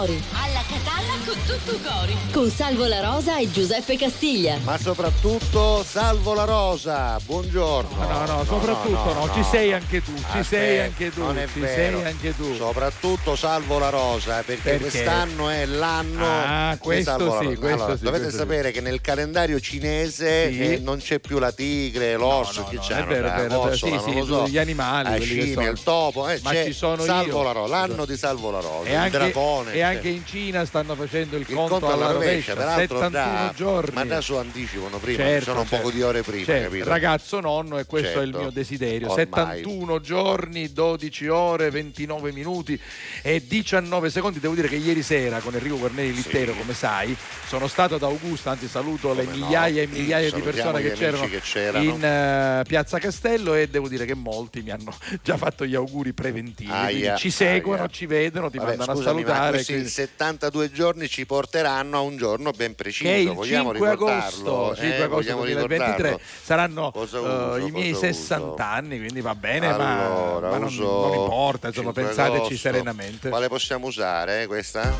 Alla Catalla con tutto cori. Con Salvo La Rosa e Giuseppe Castiglia. Ma soprattutto Salvo La Rosa, buongiorno. No, soprattutto no, ci sei anche tu, Aspetta, sei anche tu, non è ci vero. sei anche tu. Soprattutto Salvo La Rosa, perché quest'anno è l'anno di Salvo La Rosa. Allora, dovete sapere che nel calendario cinese non c'è più la tigre, l'orso, che c'è? È vero, sì, non lo so. gli animali, la scimmia, il topo, ma c'è ci sono Salvo La Rosa, l'anno di Salvo La Rosa, e il anche, dragone. E anche in Cina stanno facendo il conto alla rovescia, peraltro 71 giorni. Ma adesso anticipano prima, certo, sono un poco di ore prima, capito? Ragazzo nonno, e questo è il mio desiderio. Ormai. 71 giorni, 12 ore, 29 minuti e 19 secondi. Devo dire che ieri sera con Enrico Guarneri Littero, come sai, sono stato ad Augusta, anzi saluto le migliaia e migliaia di persone che c'erano in Piazza Castello, e devo dire che molti mi hanno già fatto gli auguri preventivi. Ci seguono, ci vedono, ti mandano a salutare. Ma questi 72 giorni ci porteranno a un giorno ben preciso, che il vogliamo 5 ricordarlo? agosto 2023 saranno i miei 60 uso? anni, quindi va bene, allora, ma non importa, insomma, pensateci agosto. Serenamente. Quale possiamo usare? Questa?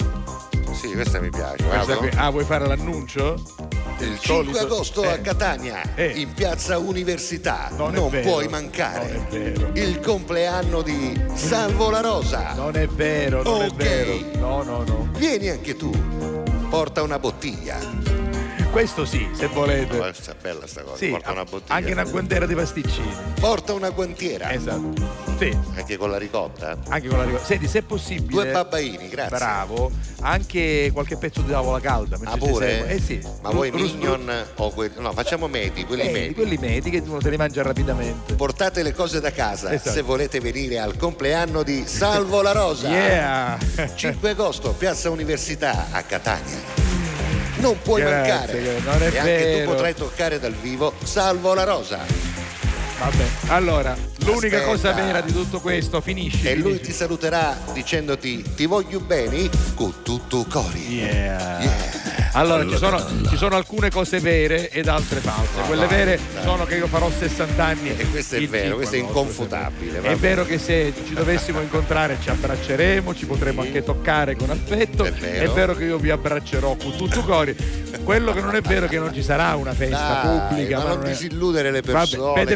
Sì, questa mi piace. Vuoi fare l'annuncio? Il 5 agosto a Catania, in Piazza Università, non puoi mancare. Non è vero. Il compleanno di Salvo La Rosa. Non è vero, non è vero. No. Vieni anche tu, porta una bottiglia. Questo sì, se volete. Ma è bella sta cosa, sì, porta una bottiglia. Anche una guantiera di pasticcini. Porta una guantiera. Esatto. Sì. Anche con la ricotta? Anche con la ricotta. Senti, se è possibile. 2 babbaini, grazie. Bravo. Anche qualche pezzo di tavola calda. Pure? Sì. Ma voi mignon o quelli? No, facciamo medi, quelli medi. Quelli medi che uno se li mangia rapidamente. Portate le cose da casa, esatto. Se volete venire al compleanno di Salvo La Rosa. Yeah! 5 agosto, Piazza Università a Catania. Non puoi mancare. Non è e vero. Anche tu potrai toccare dal vivo Salvo La Rosa. Vabbè, allora, l'unica cosa vera di tutto questo, finisci. Lui ti saluterà dicendoti ti voglio bene con tutto cori. Yeah. Allora, ci sono alcune cose vere ed altre false. Quelle vere sono che io farò 60 anni. E questo è vero, questo è inconfutabile. È vero che se ci dovessimo incontrare ci abbracceremo, ci potremo anche toccare con affetto. È vero che io vi abbraccerò con tutto cori. Quello che non è vero è che non ci sarà una festa pubblica. Ma non disilludere le persone. Vabbè,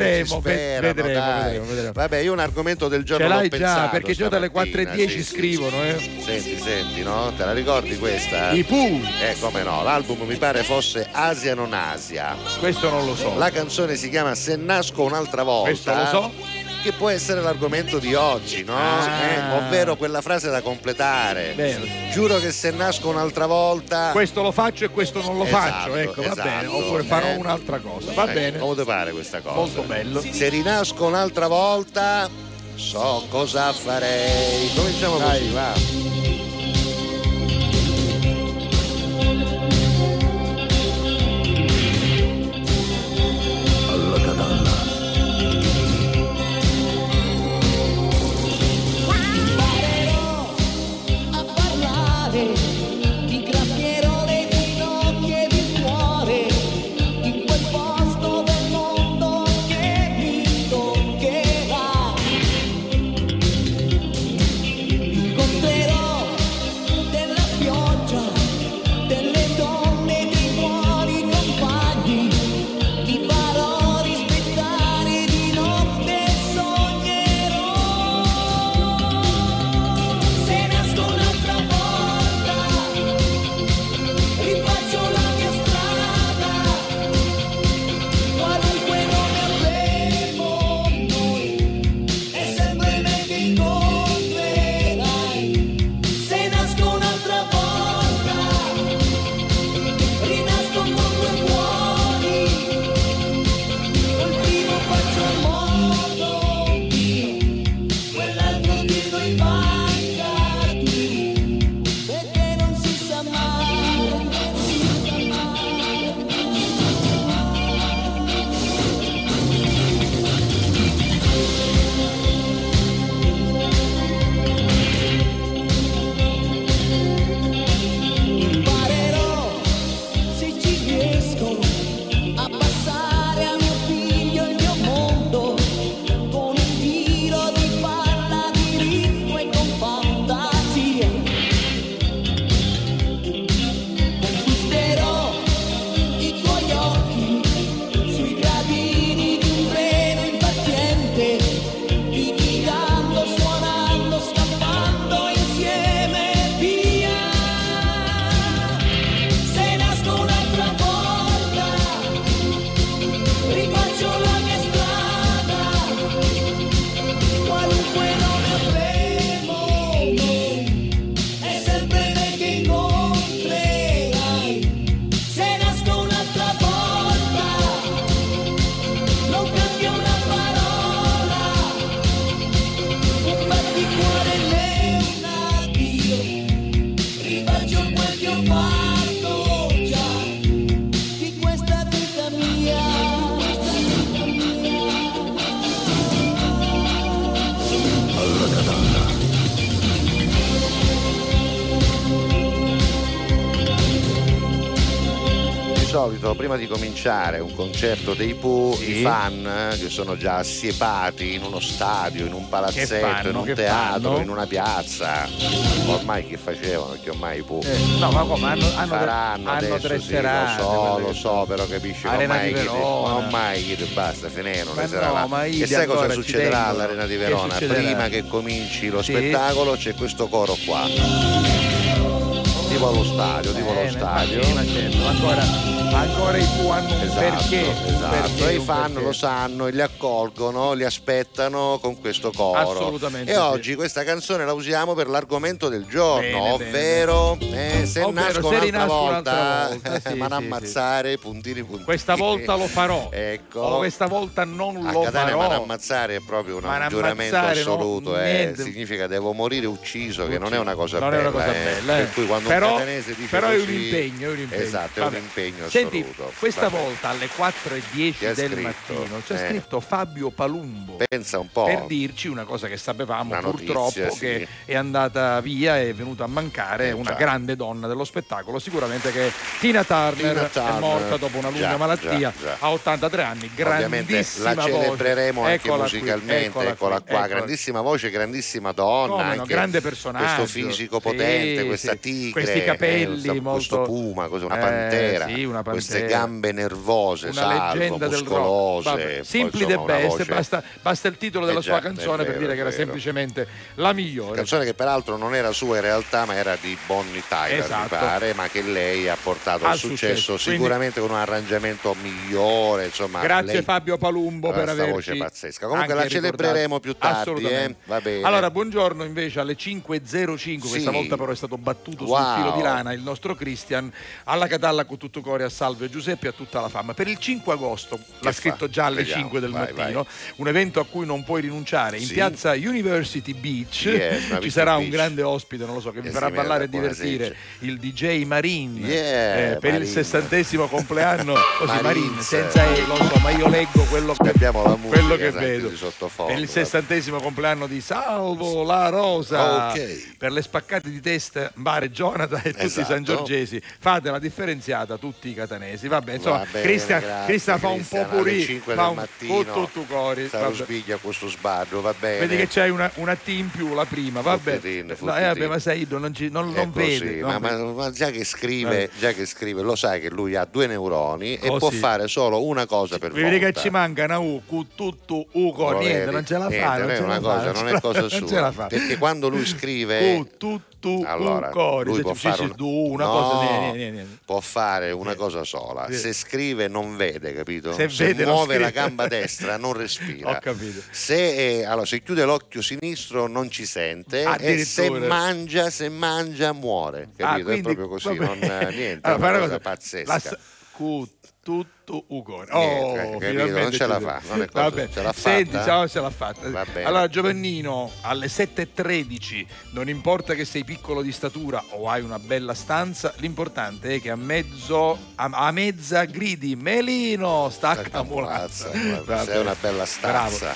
vedremo. Vabbè, io un argomento del giorno ce l'hai l'ho pensato, già, perché già dalle 4:10 scrivono. Senti, no? Te la ricordi questa? I Pooh. Come no, l'album mi pare fosse Asia non Asia. Questo non lo so. La canzone si chiama Se nasco un'altra volta. Questo lo so. Che può essere l'argomento di oggi, no? Ovvero quella frase da completare. Bene. Giuro che se nasco un'altra volta. Questo lo faccio e questo non lo faccio, ecco, va bene. Oppure farò un'altra cosa, va bene. Come ti pare questa cosa? Molto bello. Se rinasco un'altra volta, so cosa farei. Cominciamo così, va. fatto già di questa vita mia. Alla Catalla. Di solito prima di cominciare un concerto dei Pooh, i fan che sono già assiepati in uno stadio, in un palazzetto, in un teatro, in una piazza, ormai che facevano, perché ormai i Pooh no, ma come faranno hanno adesso, 3 sì, serate, lo so, però capisci, ormai chi basta finire una sera là. E sai cosa succederà all'Arena di Verona? Prima che cominci lo spettacolo c'è questo coro qua, tipo allo stadio, ma certo, ancora i Pooh hanno un perché. E i fan lo sanno e li accolgono, li aspettano con questo coro. Assolutamente. E oggi questa canzone la usiamo per l'argomento del giorno, ovvero se nasco un'altra volta, ma non ammazzare, puntini. Questa volta lo farò. Ecco. Questa volta non lo Catania, farò. Ma ammazzare è proprio un giuramento assoluto, significa devo morire ucciso, che non è una cosa bella. È una cosa bella. Per cui quando un catanese dice però così, è un impegno. Esatto, è un impegno Senti, assoluto. questa volta alle 4:10 del mattino c'è scritto Fabio Palumbo. Pensa un po'. Per dirci una cosa che sapevamo, una purtroppo, notizia, che è andata via, è venuta a mancare una grande donna dello spettacolo, sicuramente, che è Tina Turner, è morta dopo una lunga malattia a 83 anni, grandissima la celebreremo voce. Anche musicalmente, eccola qua. Grandissima voce, grandissima donna, anche grande personaggio, questo fisico potente, questa tigre, questi capelli, questo puma, una pantera, queste gambe nervose, una leggenda del rock. Simply the Best, basta il titolo della sua canzone per dire che era semplicemente la migliore. Canzone che peraltro non era sua in realtà, ma era di Bonnie Tyler, mi pare, ma che lei ha portato al successo, sicuramente con un arrangiamento migliore, insomma. Grazie Fabio Palumbo per averci voce pazzesca. Comunque la celebreremo più tardi, va bene. Allora, buongiorno invece alle 5:05, questa volta però è stato battuto sul filo di lana il nostro Christian. Alla Catalla con tutto cuore a Salve Giuseppe e a tutta la fama. Per il 5 agosto, l'ha scritto già alle 5 del mattino, un evento a cui non puoi rinunciare in piazza University Beach. Ci sarà un grande ospite, non lo so, che vi farà ballare e divertire, il DJ Marin, per il 60° compleanno. Così Marin, senza lo so, ma io leggo quello che vedo. Per il 60° compleanno di Salvo La Rosa, per le spaccate di testa Bare Jonathan e tutti i sangiorgesi, fate la differenziata tutti i catanesi. Vabbè, insomma, Cristian fa un po' purì, fa un tutto cori. Sarò sbiglia questo sbardo, va bene. Vedi che c'hai una T in più, la prima, vabbè. Vabbè, ma sai, non vede. Ma già che scrive, lo sai che lui ha 2 neuroni e può fare solo una cosa per volta. Vedi che ci manca una U, tutto niente, non ce la fa. Non è cosa sua. Perché quando lui scrive allora lui può fare può fare una cosa sola. Se scrive non vede, capito? Se muove la gamba destra non respira. Ho capito. Se chiude l'occhio sinistro non ci sente, e se mangia muore, capito? È proprio così, niente, è una cosa pazzesca. Tutto uguale. Non ce la fa, non è cosa, ce l'ha fatta. Senti, ce l'ha fatta. Allora, Giovannino, alle 7:13, non importa che sei piccolo di statura o hai una bella stanza, l'importante è che a mezza gridi Melino, stacca mulazza. Sei una bella stanza.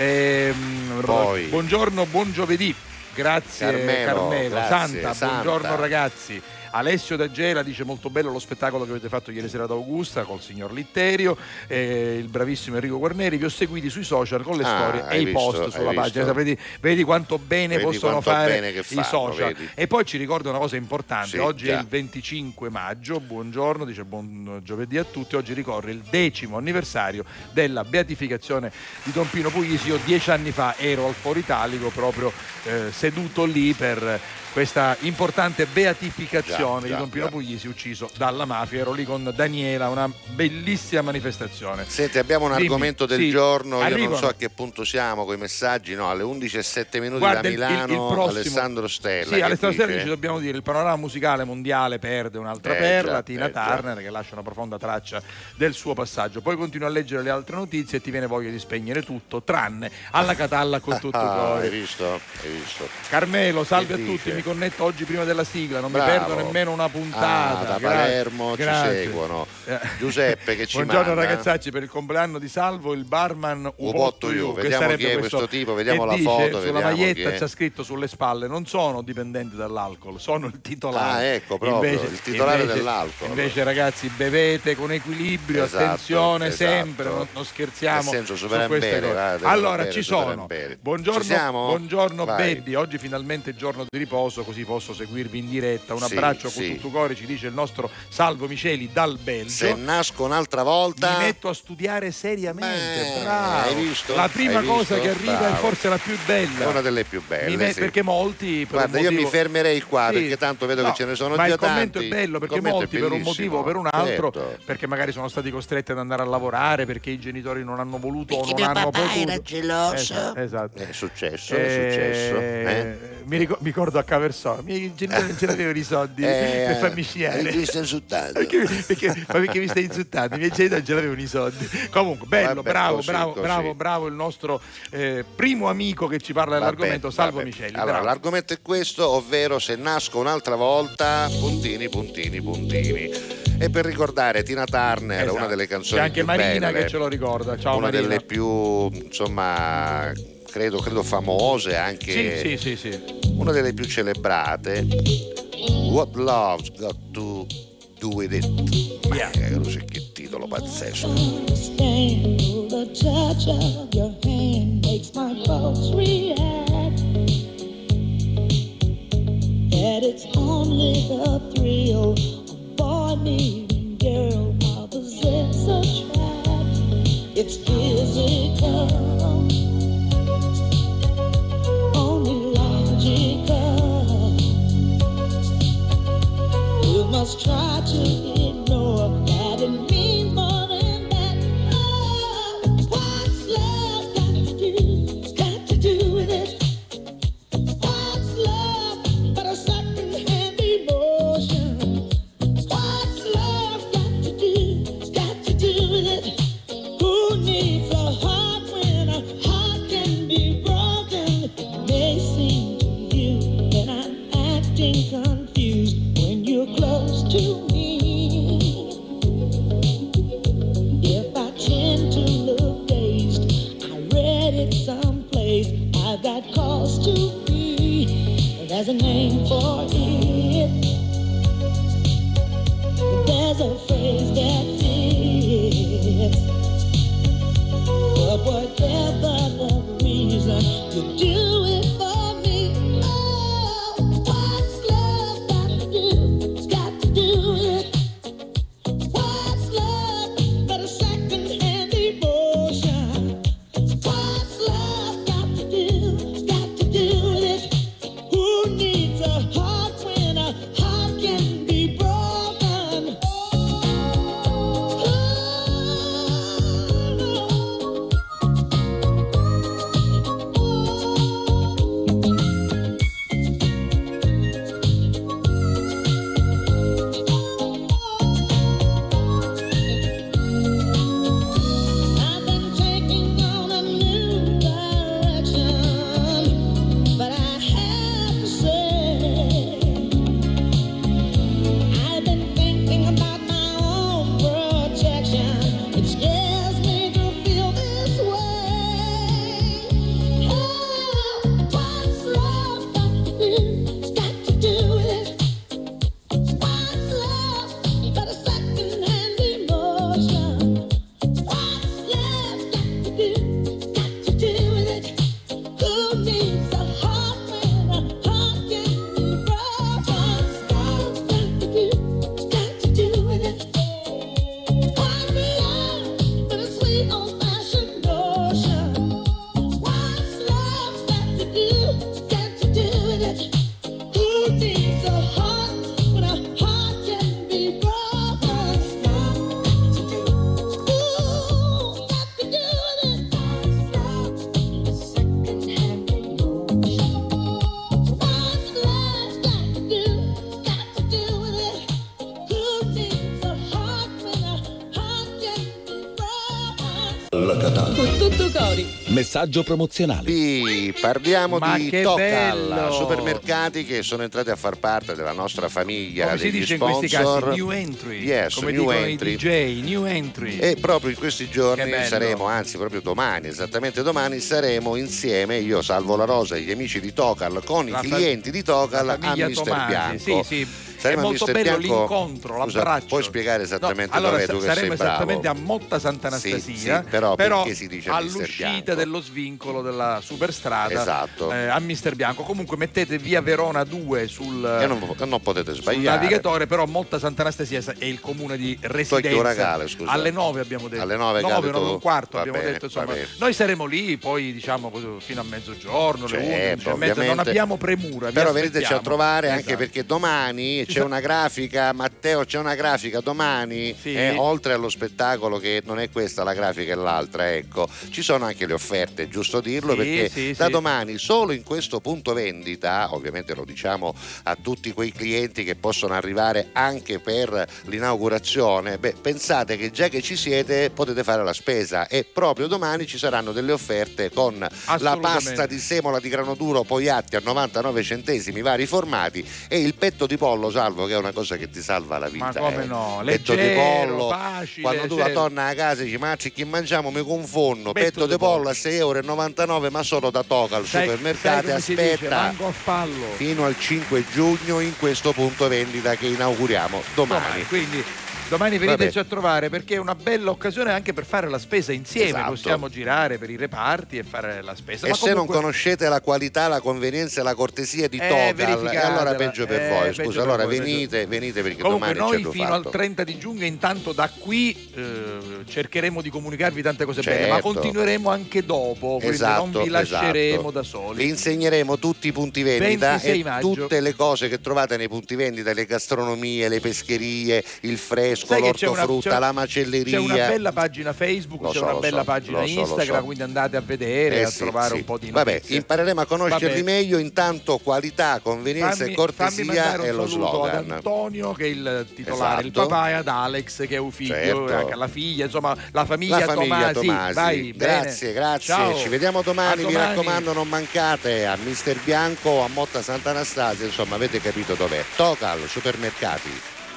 Poi buongiorno, buon giovedì. Grazie Carmelo. Grazie, Santa, buongiorno ragazzi. Alessio da Gela dice: molto bello lo spettacolo che avete fatto ieri sera ad Augusta col signor Litterio, il bravissimo Enrico Guarneri. Vi ho seguiti sui social con le storie e i post sulla pagina. Vedi quanto bene possono fare i social. E poi ci ricordo una cosa importante: oggi è il 25 maggio. Buongiorno, dice buon giovedì a tutti. Oggi ricorre il 10° anniversario della beatificazione di Don Pino Puglisi. Io 10 anni fa ero al Foro Italico, proprio seduto lì per questa importante beatificazione di Don Pino Puglisi, ucciso dalla mafia. Ero lì con Daniela, una bellissima manifestazione. Senti, abbiamo un argomento del giorno. Io non so a che punto siamo con i messaggi. Alle 11:07 da Milano, il prossimo, Alessandro Stella. Alessandro Stella dice: dobbiamo dire, il panorama musicale mondiale perde un'altra perla, Tina Turner, che lascia una profonda traccia del suo passaggio. Poi continua a leggere le altre notizie e ti viene voglia di spegnere tutto, tranne Alla Catalla con tutto cuore. Hai visto? Carmelo, salve a tutti. connetto oggi prima della sigla, non mi perdo nemmeno una puntata. Da Palermo ci seguono. Giuseppe che ci buongiorno manda. Ragazzacci, per il compleanno di Salvo il barman Ubotto You. Vediamo chi è questo tipo, vediamo la foto. Sulla maglietta c'è scritto sulle spalle: non sono dipendenti dall'alcol, sono il titolare. Ecco, proprio il titolare dell'alcol. Invece ragazzi, bevete con equilibrio, attenzione sempre, non scherziamo. Nel senso, su queste cose. Allora ci sono. Buongiorno Baby, oggi finalmente è giorno di riposo, così posso seguirvi in diretta. Un abbraccio con tutto cuore, ci dice il nostro Salvo Miceli dal Belgio. Se nasco un'altra volta mi metto a studiare seriamente. Bravo. Hai visto? La prima cosa che arriva è forse la più bella. Una delle più belle. Perché molti guarda, io mi fermerei qua perché tanto vedo che ce ne sono già tanti. Ma il commento è bello perché molti per un motivo o per un altro, perché magari sono stati costretti ad andare a lavorare, perché i genitori non hanno voluto o non hanno potuto. Era geloso. Esatto. È successo. Mi ricordo a Caversone, i miei genitori non ce l'avevano i soldi per farmi sciare. Perché mi stai insultando? Perché mi stai insultando? I miei genitori non ce l'avevano i soldi. Comunque, bello, bravo il nostro primo amico che ci parla dell'argomento, Salvo Miceli. Allora, l'argomento è questo, ovvero se nasco un'altra volta, puntini. E per ricordare Tina Turner, una delle canzoni c'è anche più Marina belle, che ce lo ricorda. Ciao una Marina. delle più, insomma, credo famose, anche sì. Una delle più celebrate, What Love's Got to Do With It. Che titolo pazzesco. The touch of your hand makes my pulse react. And it's only the thrill of boy meeting girl opposites attract. It's physical, only logical. You must try to ignore that it means more than that. Oh, what's love got to do with it? What's love but a second-hand emotion? What's love got to do with it? Who needs a heart when a heart can be broken? It may seem to you that I'm acting confused when you're close to me. If I tend to look dazed, I read it someplace. I've got cause to be. There's a name for it. There's a phrase that fits. But whatever the reason, you do it for me. Oh, what's love got to do with it? What's love but a second-hand emotion? What's love got to do with it? Who needs a heart when a heart can be broken? Cori. Messaggio promozionale. Sì, parliamo di Tocal, bello. supermercati che sono entrati a far parte della nostra famiglia. Come si degli dice sponsor. in questi casi? New entry. Yes, come new dicono entry. i DJ, new entry. E proprio in questi giorni Che bello. saremo, anzi proprio domani, esattamente domani, saremo insieme, io, Salvo La Rosa e gli amici di Tocal, con i clienti di Tocal a Mister Bianco. Sì, sì. Saremo è molto Mister bello Bianco. l'incontro, Scusa, l'abbraccio. puoi spiegare esattamente no, allora, dove tu che saremo sei esattamente bravo? a Motta Sant'Anastasia, sì, però perché si dice Mister all'uscita Bianco? dello svincolo della superstrada, esatto. A Mister Bianco. Comunque mettete via Verona 2 sul e non potete sbagliare. navigatore, però Motta Sant'Anastasia è il comune di residenza. Regale, scusa. Alle 9 abbiamo detto. Alle 9 un quarto va abbiamo bene, detto, insomma. Noi saremo lì poi diciamo fino a mezzogiorno, certo, le 11 e mezza, non abbiamo premura. Però veniteci a trovare, esatto. Anche perché domani c'è una grafica, Matteo, c'è una grafica domani, sì. Oltre allo spettacolo, che non è questa la grafica, è l'altra, ecco, ci sono anche le offerte, è giusto dirlo, sì, perché da domani solo in questo punto vendita, ovviamente lo diciamo a tutti quei clienti che possono arrivare anche per l'inaugurazione, pensate che già che ci siete potete fare la spesa, e proprio domani ci saranno delle offerte con la pasta di semola di grano duro Poiatti a 99 centesimi, vari formati, e il petto di pollo, Salvo, che è una cosa che ti salva la vita. Ma come no? Petto Leggero, di pollo, facile, quando tu torna a casa e dici ma che mangiamo, mi confondo, petto di pollo a 6,99 €, ma solo da Toca al supermercato. Aspetta fino al 5 giugno in questo punto vendita che inauguriamo domani. Quindi domani veniteci a trovare, perché è una bella occasione anche per fare la spesa insieme. Esatto. Possiamo girare per i reparti e fare la spesa. E se non conoscete la qualità, la convenienza e la cortesia di Tocal, e allora peggio per voi. Scusa, allora venite perché comunque domani noi fino al 30 di giugno, intanto da qui cercheremo di comunicarvi tante cose belle, ma continueremo anche dopo, quindi non vi lasceremo da soli. Vi insegneremo tutti i punti vendita e maggio. tutte le cose che trovate nei punti vendita, le gastronomie, le pescherie, il fresco, l'ortofrutta, la macelleria. C'è una bella pagina Facebook, c'è una bella pagina Instagram, quindi andate a vedere, a trovare un po' di notizie. Vabbè, impareremo a conoscerli meglio. Intanto qualità, convenienza e cortesia è lo slogan. Ad Antonio, che è il titolare, il papà, e ad Alex, che è un figlio, anche la figlia, insomma la famiglia Tomasi. Vai, grazie. Ciao. Ci vediamo domani, mi raccomando, non mancate a Mister Bianco, a Motta Sant'Anastasia, insomma avete capito dov'è. Tocal, supermercati.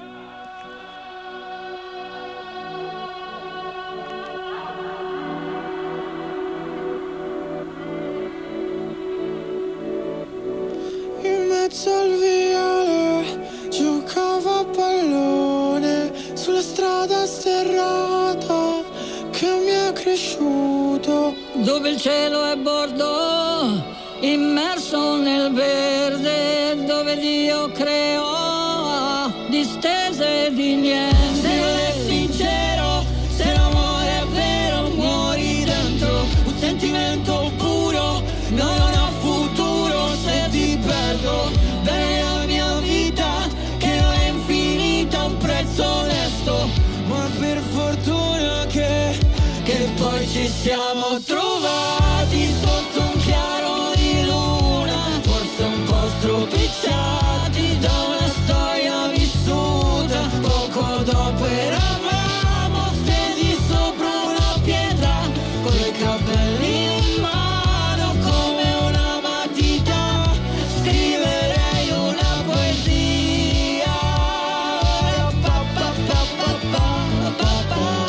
Al viale giocavo a pallone sulla strada sterrata che mi è cresciuto, dove il cielo è bordo immerso nel verde, dove Dio creò distese di niente. Se non è sincero, se l'amore è vero, muori dentro un sentimento puro. No, non ho futuro se ti perdo. Bene la mia vita che non è infinita, un prezzo onesto, ma per fortuna che poi ci siamo trovati sotto un chiaro di luna, forse un po' stropicciati da una storia vissuta. Poco dopo eravamo stesi sopra una pietra, con i capelli in mano come una matita. Scriverei una poesia, pa, pa, pa, pa, pa, pa, pa.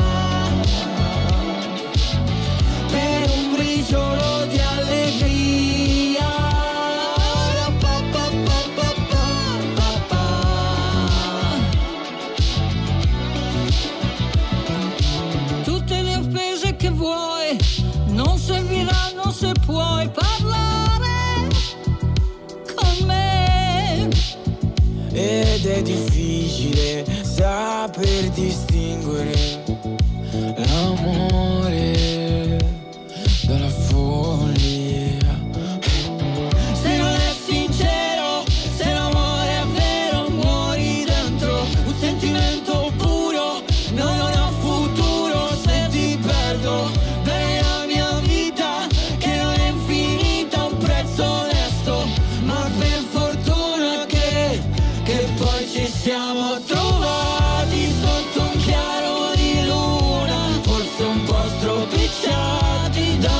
Per un briciolo di allegria, pa, pa, pa, pa, pa, pa. Tutte le offese che vuoi non serviranno se puoi parlare con me. ed è difficile saper distinguere l'amore dalla follia. Se non è sincero, se l'amore è vero, muori dentro un sentimento puro. No, non ho futuro se ti perdo. Bene la mia vita che non è infinita, un prezzo onesto, ma per fortuna che poi ci siamo trovati sotto un chiaro di luna, forse un po' stropicciati da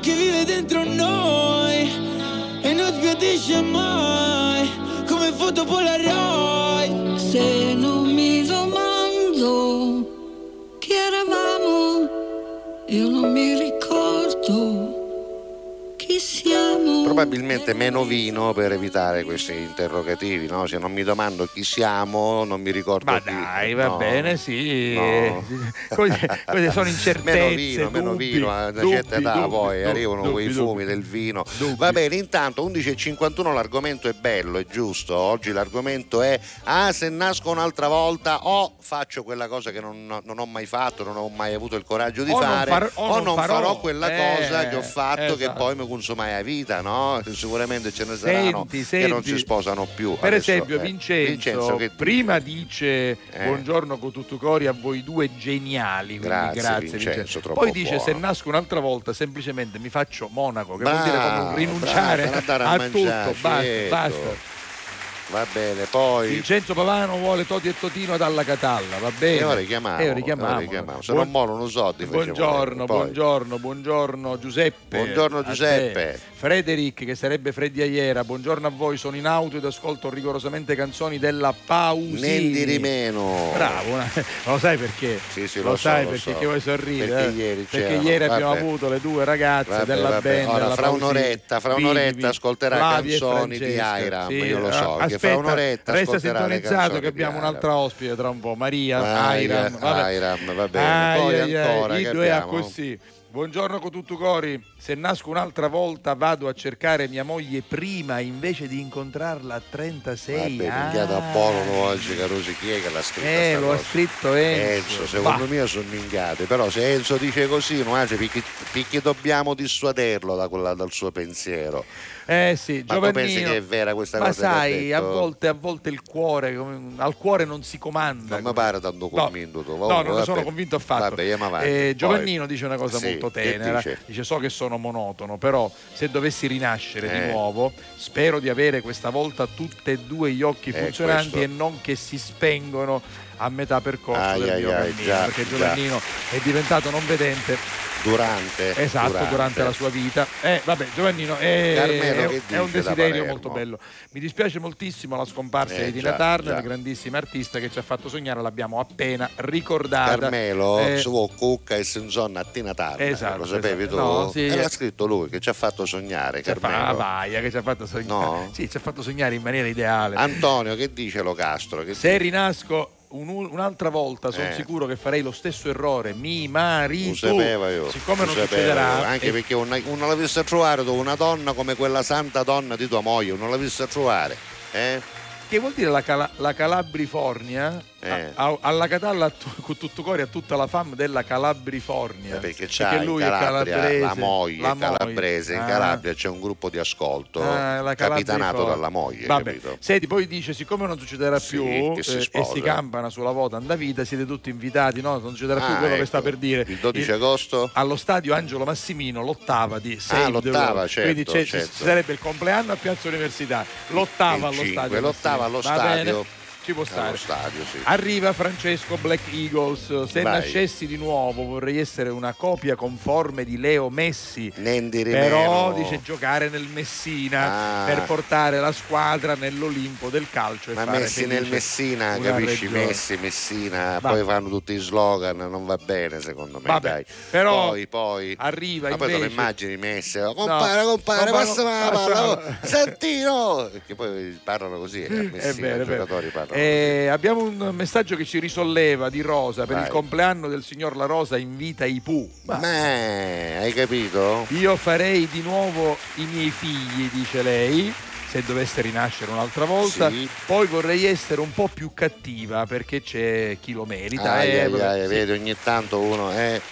che vive dentro noi e non sbiadisce mai come foto Polaroid. Se non mi domando chi eravamo, io non mi ricordo chi siamo. Probabilmente meno vino per evitare questi interrogativi, no? Se non mi domando chi siamo, non mi ricordo ma chi. dai, va no. bene, sì. No. Queste sono incertezze. Meno vino, a una certa età poi arrivano quei fumi del vino. Va bene, intanto 11:51 l'argomento è bello, è giusto. Oggi l'argomento è se nasco un'altra volta o faccio quella cosa che non ho mai fatto, non ho mai avuto il coraggio di fare, o non farò quella cosa che ho fatto, esatto, che poi mi consuma la vita, no? Sicuramente ce ne saranno che non si sposano più. Per Adesso, esempio Vincenzo che prima dice buongiorno con tutto cori a voi due geniali, grazie Vincenzo. Poi dice buono. Se nasco un'altra volta semplicemente mi faccio monaco, che vuol dire come rinunciare a tutto, basta. Va bene, poi Vincenzo Pavano vuole Toti e Totino ad Alla Catalla, va bene. Ora richiamiamo. Se non morono soldi. Buongiorno Giuseppe. Buongiorno Giuseppe. Frederic, che sarebbe Freddy Aiera, buongiorno a voi, sono in auto ed ascolto rigorosamente canzoni della Pausini. Nendi meno. Bravo, lo sai perché? Sì, lo sai perché che vuoi sorridere? Perché ieri abbiamo avuto le due ragazze della band. Ora, fra un'oretta ascolterà canzoni di Airam, io lo so. Fra un'oretta resta sintonizzato che abbiamo un'altra ospite tra un po', Maria Airam, va bene. Poi ancora i due così. Buongiorno con tutto cori. Se nasco un'altra volta vado a cercare mia moglie prima invece di incontrarla a 36 anni. Minchiata Apollo oggi, Carusi, chi è che l'ha scritto? Lo ha scritto Enzo. Secondo me sono minchiate, però se Enzo dice così, perché dobbiamo dissuaderlo dal suo pensiero. Sì, ma tu pensi che è vera questa cosa? Ma sai, a volte il cuore, al cuore non si comanda. Non mi pare tanto convinto tu. No, non ne sono convinto affatto. Giovannino dice una cosa molto tenera. Dice so che sono monotono, però se dovessi rinascere di nuovo, spero di avere questa volta tutte e due gli occhi funzionanti e non che si spengono a metà percorso del mio cammino, perché Giovannino è diventato non vedente durante la sua vita. Giovannino è un desiderio molto bello. Mi dispiace moltissimo la scomparsa di Tina Turner, grandissima artista che ci ha fatto sognare, l'abbiamo appena ricordata. Carmelo su Cucca e Senzonna a Tina Turner, lo sapevi tu? No, l'ha scritto lui che ci ha fatto sognare, Carmelo. Che ci ha fatto sognare. No. Sì, ci ha fatto sognare in maniera ideale. Antonio, che dice Locastro? Se rinasco un'altra volta sono sicuro che farei lo stesso errore, mi marito. Lo sapevo io. Siccome non succederà, anche perché non l'ha vista trovare una donna come quella santa donna di tua moglie, non l'ha vista trovare, Che vuol dire la Calabrifornia? Alla Catalla con tutto cori a tutta la fam della Calabrifornia, perché c'è lui in Calabria, la moglie è calabrese. In Calabria c'è un gruppo di ascolto capitanato dalla moglie. Capito? Senti, poi dice siccome non succederà più e si campana sulla vota andavita, siete tutti invitati, no? Non succederà più quello che sta per dire il 12 agosto allo stadio Angelo Massimino, l'ottava di Save the World. Quindi ci sarebbe il compleanno a Piazza Università, l'ottava allo stadio. Ci può stare. Stadio, sì. Arriva Francesco Black Eagles. Se nascessi di nuovo vorrei essere una copia conforme di Leo Messi. Però dice giocare nel Messina per portare la squadra nell'Olimpo del calcio. Ma Messi nel Messina, capisci? Messi, Messina, poi fanno tutti i slogan, non va bene secondo me. Dai. Però poi arriva ma invece. Poi te lo immagini Messi, compare, passa la palla, Santino, che poi parlano così, i giocatori parlano. Abbiamo un messaggio che ci risolleva di Rosa per il compleanno del signor La Rosa, invita i Pooh. Ma hai capito? Io farei di nuovo i miei figli, dice lei, se dovesse rinascere un'altra volta. Poi vorrei essere un po' più cattiva perché c'è chi lo merita. Vedi, ogni tanto uno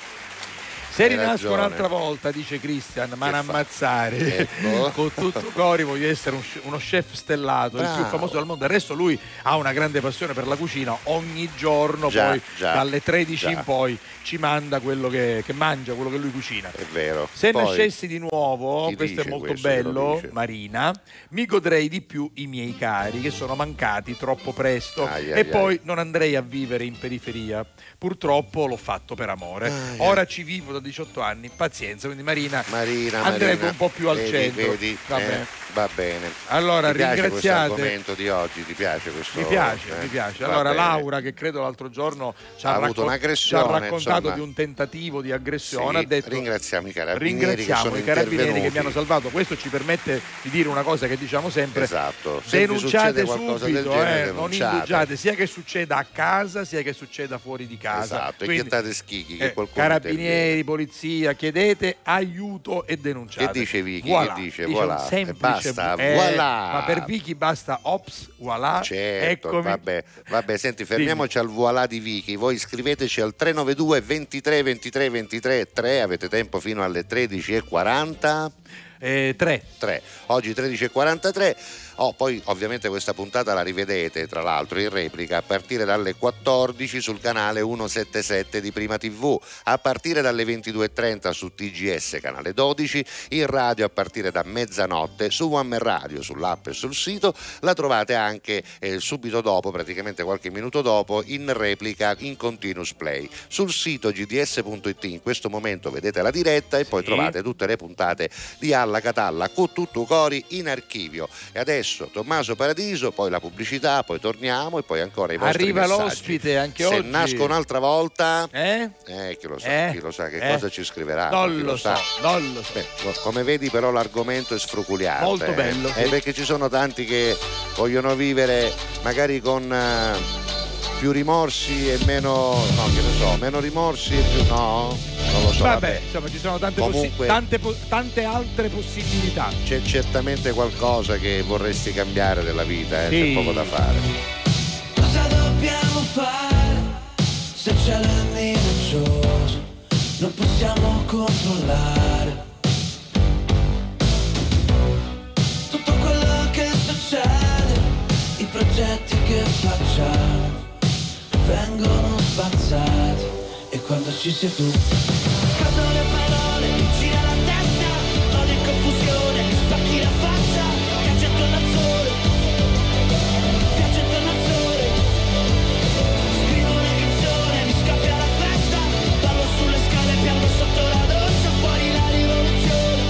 Se rinasco un'altra volta, dice Christian, ma non ammazzare. Con tutto cori voglio essere uno chef stellato, il più famoso del mondo. Adesso lui ha una grande passione per la cucina, ogni giorno dalle 13 in poi ci manda quello che mangia, quello che lui cucina. È vero. Se nascessi di nuovo, questo è molto bello, Marina, mi godrei di più i miei cari che sono mancati troppo presto poi non andrei a vivere in periferia. Purtroppo l'ho fatto per amore. Ora ci vivo da 18 anni, pazienza, quindi Marina andrebbe un po' più al centro. Vedi, va bene. Allora, ti piace ringraziate. questo argomento di oggi? Ti piace questo? Mi piace. Allora, Laura, che credo l'altro giorno ci ha raccontato insomma, di un tentativo di aggressione, ha detto ringraziamo i carabinieri che mi hanno salvato. Questo ci permette di dire una cosa che diciamo sempre: esatto. denunciate subito, genere, non indugiate, sia che succeda a casa sia che succeda fuori di casa. Esatto, quindi, e chiattate schicchi che qualcuno carabinieri, polizia, chiedete aiuto e denunciate. Che dice Vicky? Voilà. Che dice? Dice voilà. Un semplice, basta, voilà. Ma per Vicky basta ops, voilà. Certo, eccomi. vabbè, senti, fermiamoci al voilà di Vicky. Voi scriveteci al 392 23 23 23 3, avete tempo fino alle 13:40. 3. Oggi 13:43. Poi ovviamente questa puntata la rivedete tra l'altro in replica a partire dalle 14 sul canale 177 di Prima TV, a partire dalle 22:30 su TGS canale 12, in radio a partire da mezzanotte su One Man Radio, sull'app e sul sito. La trovate anche subito dopo, praticamente qualche minuto dopo, in replica in continuous play sul sito gds.it. In questo momento vedete la diretta e poi trovate tutte le puntate di Alla Catalla con tutto cori in archivio. E adesso Tommaso Paradiso, poi la pubblicità, poi torniamo e poi ancora i vostri arriva messaggi. L'ospite anche se oggi. nasco un'altra volta chi lo sa che cosa ci scriverà. Non lo so. Beh, come vedi però l'argomento è sfruculiato, molto bello, perché ci sono tanti che vogliono vivere magari con più rimorsi e meno meno rimorsi e più non lo so. Vabbè, insomma ci sono tante altre possibilità. C'è certamente qualcosa che vorresti cambiare della vita, c'è poco da fare. Cosa dobbiamo fare se il cielo è minaccioso? Non possiamo controllare tutto quello che succede, i progetti che facciamo vengono spazzati e quando ci sei tu scattano le parole, mi gira la testa, vado in confusione, mi spacchi la faccia, viaggio intorno al sole, scrivo una canzone, mi scappia la festa, ballo sulle scale, piango sotto la doccia, fuori la rivoluzione,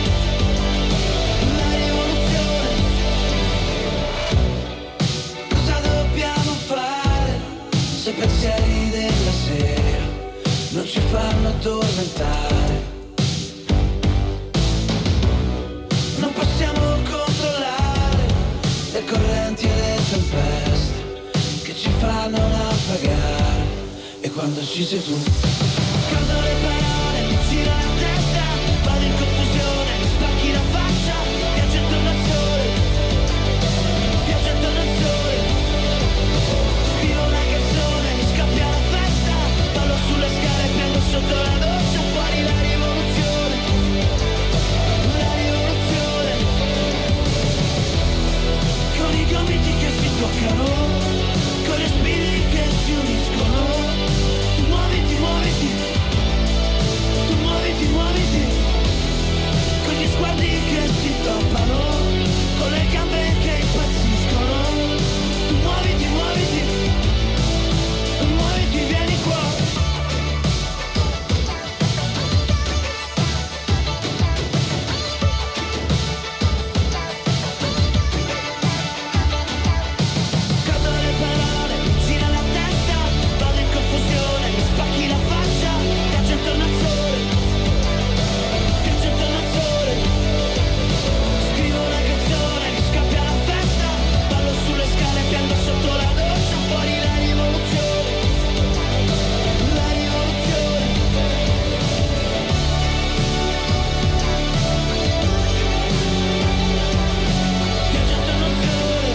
cosa dobbiamo fare se pensieri della sera non ci fanno addormentare? Non possiamo controllare le correnti e le tempeste che ci fanno naufragare. E quando ci sei tu scaldo le parole, mi gira la testa, vado in confusione, mi spacchi la faccia, viaggio intorno al sole, scrivo una canzone, mi scappia la festa, ballo sulle scale, piango sotto la doccia, fuori la rivoluzione, con i gomiti che si toccano, con le spine che si uniscono, tu muoviti, con gli sguardi che si toppano, con le gambe che impazziscono, tu muoviti, vieni qua. Scattano le parole, mi gira la testa, vado in confusione, mi spacchi la faccia, viaggio intorno al sole, scrivo una canzone, mi scappia la festa, ballo sulle scale, piango sotto la doccia, fuori la rivoluzione, viaggio intorno al sole.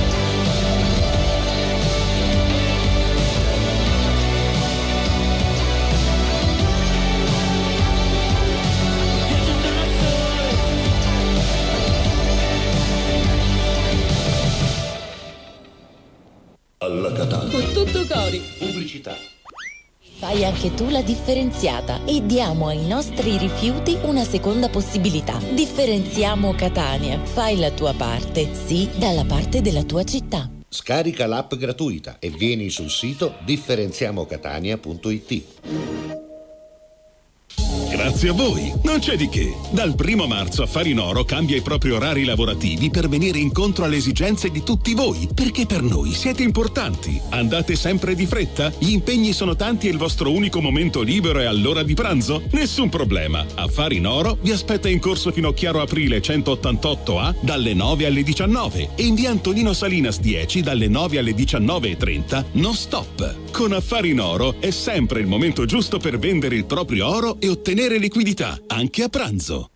Alla Catalla. Con tutto cori. Pubblicità. Fai anche tu la differenziata e diamo ai nostri rifiuti una seconda possibilità. Differenziamo Catania. Fai la tua parte, sì, dalla parte della tua città. Scarica l'app gratuita e vieni sul sito differenziamocatania.it. Grazie a voi, non c'è di che. Dal 1 marzo Affari in Oro cambia i propri orari lavorativi per venire incontro alle esigenze di tutti voi, perché per noi siete importanti. Andate sempre di fretta? Gli impegni sono tanti e il vostro unico momento libero è all'ora di pranzo? Nessun problema. Affari in Oro vi aspetta in corso Finocchiaro Aprile 188A dalle 9 alle 19 e in via Antonino Salinas 10 dalle 9 alle 19:30 non stop. Con Affari in Oro è sempre il momento giusto per vendere il proprio oro e ottenere liquidità, anche a pranzo.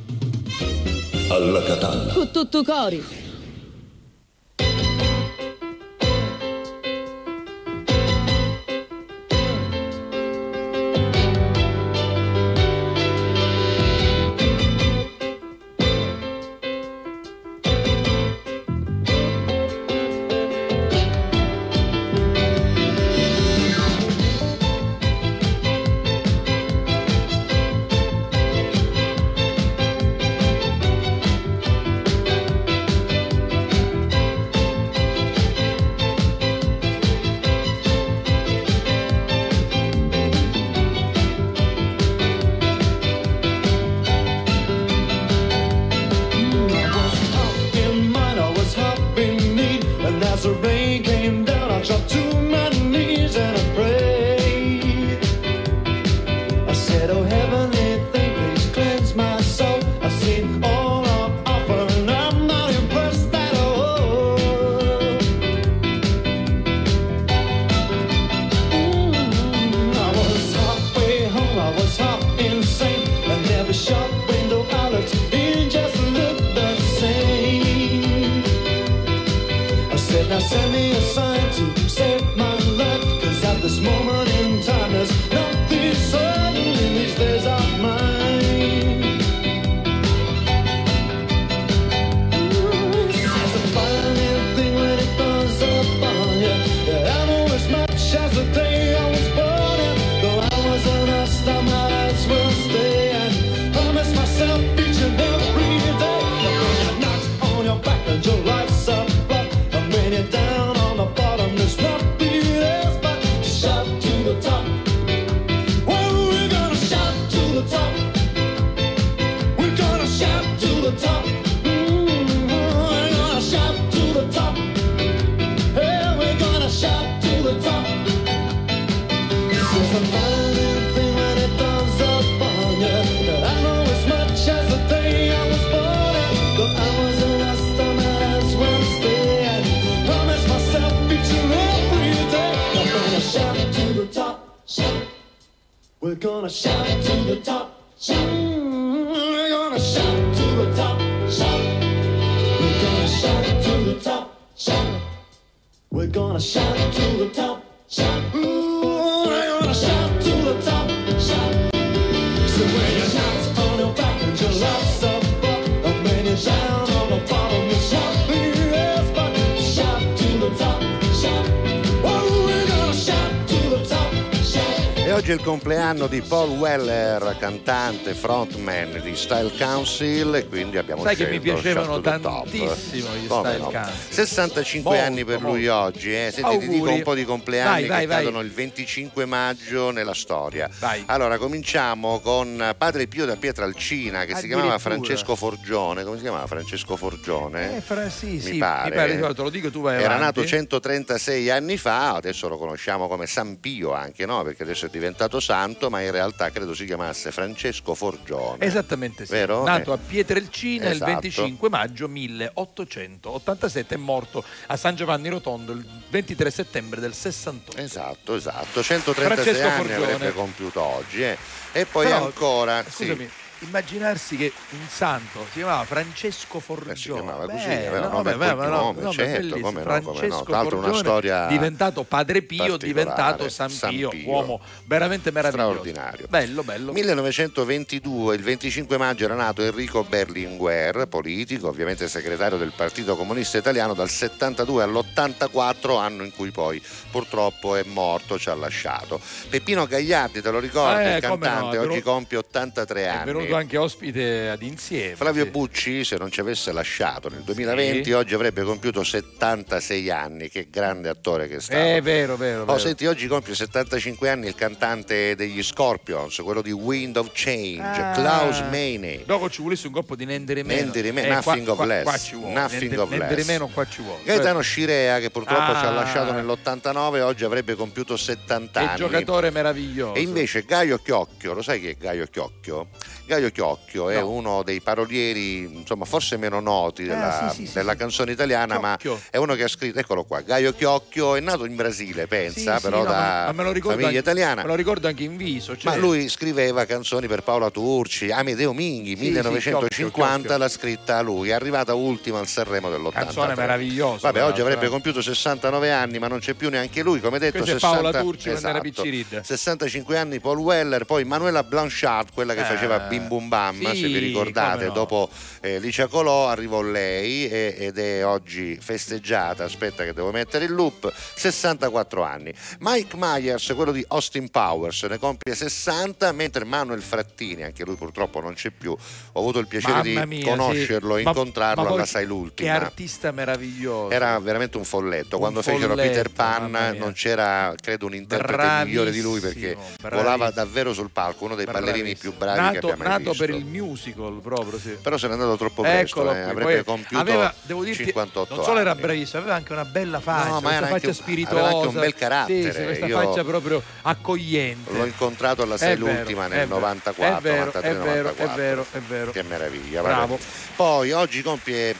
Alla Catalla. Con tutto cori. We're gonna shout to the top, shout. We're gonna shout to the top, shout. We're gonna shout to the top, shout. We're gonna shout to the top, shout. We're gonna shout to the top, shout. So when you shout on your back and your love's up, and when you shout on the bottom, you shout yes, but shout to the top, shout. Oh, we're gonna shout to the top, shout. E oggi è il compleanno di Paul Weller, cantante, frontman di Style Council, e quindi abbiamo Sai scelto che mi piacevano tantissimo gli Style no? Council. 65 molto, anni per molto. lui oggi, Senti, Auguri. ti dico un po' di compleanni vai, che cadono il 25 maggio nella storia. Vai. Allora, cominciamo con Padre Pio da Pietralcina, che si chiamava Francesco Forgione. Come si chiamava Francesco Forgione? Sì, mi pare. Te lo dico, tu vai Era avanti. nato 136 anni fa, adesso lo conosciamo come San Pio anche, no? Perché adesso è diventato santo, ma in realtà credo si chiamasse Francesco Forgione. Esattamente sì. Vero? Nato a Pietrelcina Esatto. il 25 maggio 1887 e morto a San Giovanni Rotondo il 23 settembre del 68. Esatto, 136 Francesco anni Forgione. avrebbe compiuto oggi. E poi Però, ancora... scusami, sì. immaginarsi che un santo si chiamava Francesco Forgione. Si chiamava così, Beh, aveva un nome no, cognome, certo, bellissimo. come no. Francesco Tra l'altro una Forgione, storia diventato Padre Pio, particolare, diventato San Pio, uomo veramente meraviglioso. Straordinario. Bello. 1922, il 25 maggio era nato Enrico Berlinguer, politico, ovviamente segretario del Partito Comunista Italiano dal 72 all'84, anno in cui poi purtroppo è morto, ci ha lasciato. Peppino Gagliardi, te lo ricordi, il come cantante, no, oggi compie 83 È anni. venuto avuto anche ospite ad Insieme. Flavio Bucci, se non ci avesse lasciato nel 2020, oggi avrebbe compiuto 76 anni. Che grande attore che è stato. È vero. Senti, oggi compie 75 anni il cantante degli Scorpions, quello di Wind of Change, Klaus Meine. Dopo ci volesse un colpo di Nendere Meno. Nothing of less. Qua ci vuole. Nothing of Nendere less. Meno qua ci vuole. Gaetano Scirea, che purtroppo ci ha lasciato nell'89, oggi avrebbe compiuto 70 anni. È giocatore meraviglioso. E invece Gaio Chiocchio, lo sai chi è Gaio Chiocchio? Gaio Chiocchio è uno dei parolieri, insomma, forse meno noti della canzone italiana, Chiocchio. ma è uno che ha scritto, eccolo qua, Gaio Chiocchio è nato in Brasile, pensa, però da famiglia italiana. Me lo ricordo anche in viso. Cioè... Ma lui scriveva canzoni per Paola Turci, Amedeo Minghi, 1950 Chiocchio. l'ha scritta lui, è arrivata ultima al Sanremo dell'80. Canzone meravigliosa. Vabbè, oggi avrebbe compiuto 69 anni, ma non c'è più neanche lui, come detto. Questa è Paola Turci quando era picciridda. 65 anni Paul Weller, poi Manuela Blanchard, quella che faceva Bim Bum Bam, se vi ricordate, no. dopo Licia Colò arrivò lei ed è oggi festeggiata, aspetta che devo mettere il loop, 64 anni. Mike Myers, quello di Austin Powers, ne compie 60, mentre Manuel Frattini, anche lui purtroppo non c'è più, ho avuto il piacere di conoscerlo, incontrarlo alla Sai l'Ultima. Che artista meraviglioso. Era veramente un folletto. Quando fecero Peter Pan non c'era, credo, un interprete migliore di lui, perché volava davvero sul palco, uno dei ballerini più bravi che abbiamo mai visto. Nato per il musical proprio, sì. Però se n'è andato troppo presto, avrebbe compiuto devo dirti, 58 non solo anni. era bravissimo, aveva anche una bella faccia, questa faccia spiritosa, aveva anche un bel carattere. Sì, questa faccia proprio accogliente. L'ho incontrato alla Sei l'Ultima nel 94, 93, 94. È vero. Che meraviglia. Bravo. Poi oggi compie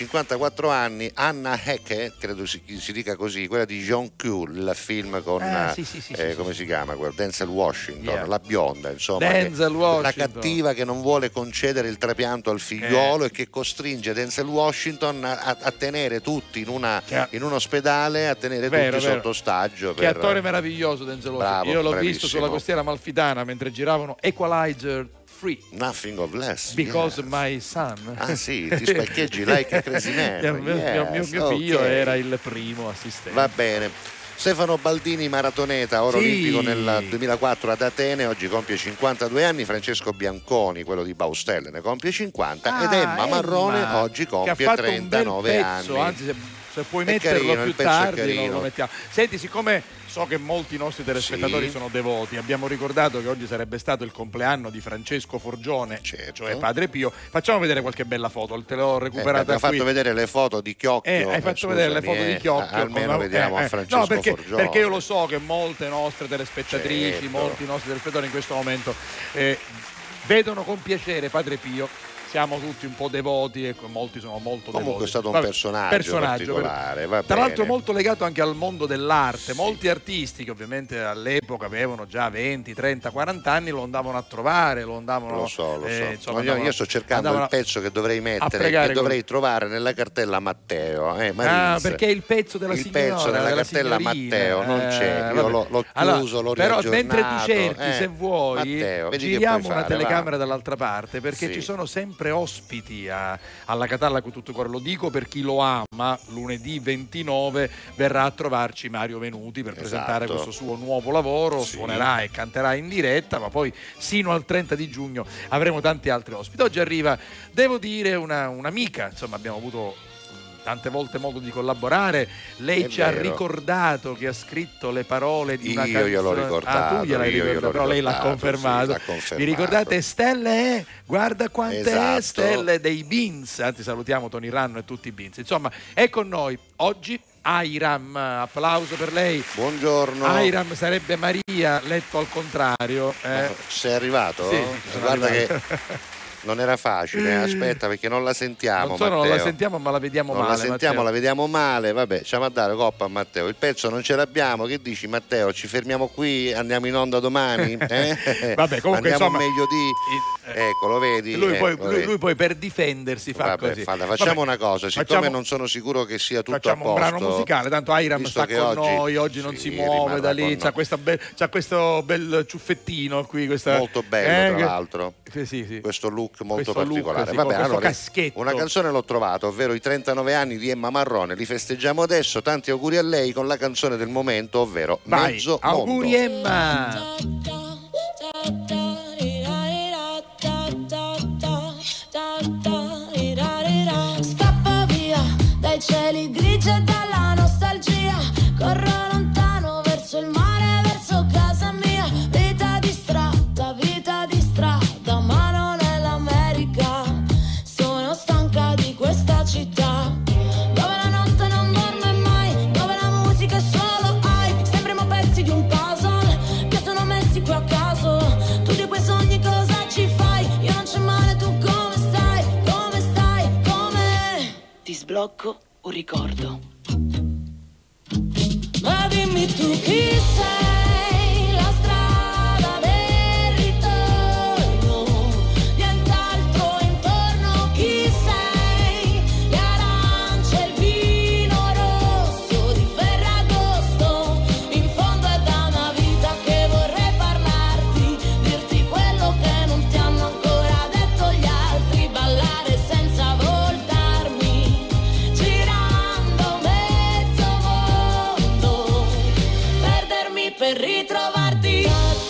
54 anni Anna Hecke, credo si dica così, quella di John Q, il film con come si chiama? Denzel Washington, la bionda, insomma, la cattiva che non vuole concedere il trapianto al figliuolo e che costringe Denzel Washington a tenere tutti in un ospedale, a tenere tutti sotto ostaggio. Che attore meraviglioso Denzel Washington. Io l'ho visto sulla costiera amalfitana mentre giravano Equalizer 3. Nothing of less. Because my son. Ah sì, ti specchieggi like a crazy man. Mio figlio era il primo assistente. Va bene. Stefano Baldini, maratoneta, oro olimpico nel 2004 ad Atene, oggi compie 52 anni. Francesco Bianconi, quello di Baustelle, ne compie 50 ed Emma Marrone oggi compie 39 anni. Anzi, se puoi metterlo carino, più tardi lo mettiamo. Senti, siccome so che molti nostri telespettatori sono devoti, abbiamo ricordato che oggi sarebbe stato il compleanno di Francesco Forgione, cioè Padre Pio. Facciamo vedere qualche bella foto, te l'ho recuperata qui. Hai fatto vedere le foto di Chiocchio. Hai fatto vedere le foto di Chiocchio. Almeno vediamo a Francesco Forgione. Perché io lo so che molte nostre telespettatrici, molti nostri telespettatori in questo momento vedono con piacere Padre Pio. Siamo tutti un po' devoti e molti sono molto devoti. Comunque è stato un personaggio particolare. Tra l'altro molto legato anche al mondo dell'arte. Molti artisti che ovviamente all'epoca avevano già 20, 30, 40 anni lo andavano a trovare, lo so. Insomma, io sto cercando il pezzo che dovrei mettere, che dovrei trovare nella cartella Matteo. Perché è il pezzo della signora. Il pezzo della cartella Matteo non c'è. Io l'ho chiuso, l'ho riaggiornato. Però mentre tu cerchi, se vuoi, Matteo, giriamo una telecamera dall'altra parte, perché ci sono sempre ospiti alla Catalla con tutto cuore. Lo dico per chi lo ama, lunedì 29 verrà a trovarci Mario Venuti per presentare questo suo nuovo lavoro, suonerà e canterà in diretta, ma poi sino al 30 di giugno avremo tanti altri ospiti. Oggi arriva, devo dire, un'amica, insomma abbiamo avuto tante volte modo di collaborare. Lei ci ha ricordato che ha scritto le parole di una canzone. Io l'ho ricordato. Tu gliel'hai ricordato, però lei l'ha confermato. Vi ricordate Stelle? Guarda quante stelle dei Beans. Anzi, salutiamo Tony Ranno e tutti i Beans. Insomma, è con noi oggi Airam, applauso per lei. Buongiorno. Airam sarebbe Maria letto al contrario. Sei arrivato? Sì, guarda che non era facile, aspetta, perché non la sentiamo. Non la sentiamo, ma la vediamo male. Non la sentiamo, Matteo. La vediamo male. Vabbè, ci a dare coppa a Matteo. Il pezzo non ce l'abbiamo. Che dici, Matteo? Ci fermiamo qui, andiamo in onda domani? Vabbè, comunque andiamo insomma, meglio di. Ecco, lo vedi? Lui poi per difendersi fa così. Facciamo una cosa, siccome non sono sicuro che sia tutto a posto. Facciamo un brano musicale, tanto Airam sta con noi, oggi non si muove da lì, c'ha questo bel ciuffettino qui. Molto bello, tra l'altro. Sì. Questo look molto particolare. Vabbè, allora, una canzone l'ho trovata, ovvero i 39 anni di Emma Marrone. Li festeggiamo adesso. Tanti auguri a lei con la canzone del momento, ovvero Mezzo Mondo. Auguri Emma. sblocco, un ricordo. Ma dimmi tu chi sei, la strada del ritorno, nient'altro intorno, chi sei, le arance, il vino rosso di Ferragosto, in fondo è da una vita che vorrei parlarti, dirti quello che non ti hanno ancora detto gli altri, ballare senza voltarmi, girando mezzo mondo, perdermi per ritrovarti.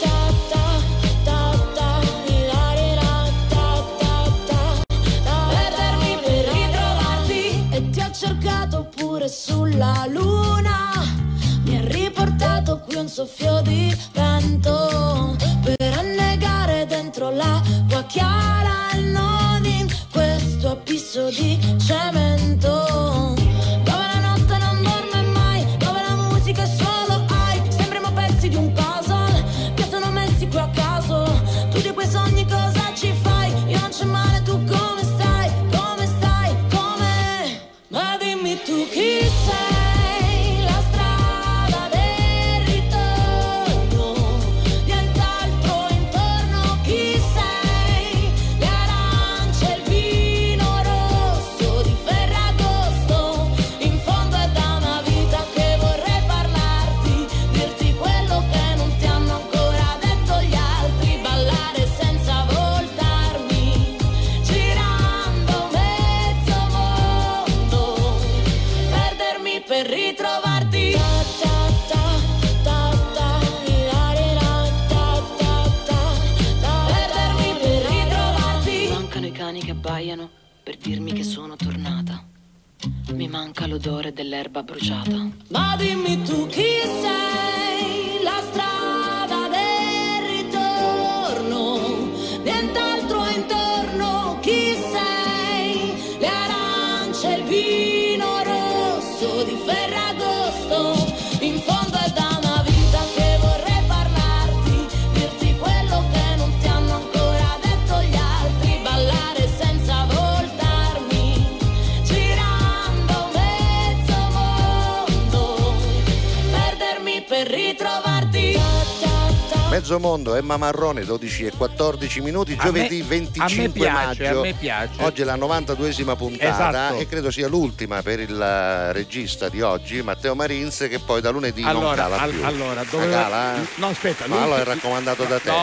Perdermi per ritrovarti. E ti ho cercato pure sulla luna, mi ha riportato qui un soffio di vento per annegare dentro l'acqua chiara e non in questo abisso di cemento dove la notte non dorme mai, dove la musica è solo hype. Sembriamo pezzi di un puzzle che sono messi qui a caso. Tu di quei sogni cosa ci fai? Io non c'è male, tu come stai? Come stai? Come? Ma dimmi tu chi sei, la strada del ritorno, nient'altro intorno, chi sei, le arance, il vino rosso di Ferragosto, in fondo è da una vita che vorrei parlarti, dirti quello che non ti hanno ancora detto gli altri, ballare senza voltarmi, girando mezzo mondo, perdermi per ritrovarti. Perdermi per ritrovarti. Mancano i cani che abbaiano per dirmi che sono tornata. Mi manca l'odore dell'erba bruciata. Ma dimmi tu chi sei, la strada del ritorno, nient'altro intorno, chi sei, le arance, il vino rosso di Ferragosto, in fondo è da una vita che vorrei parlarti, dirti quello che non ti hanno ancora detto gli altri, ballare senza voltarmi, girando mezzo mondo, perdermi per ritrovarti. Mezzo mondo, Emma Marrone, 12:14, giovedì 25 maggio. A me piace. Oggi è la 92esima puntata, esatto. E credo sia l'ultima per il regista di oggi, Matteo Marins, che poi da lunedì non cala più. Allora, dove... cala? No, aspetta. Ma allora è raccomandato da te.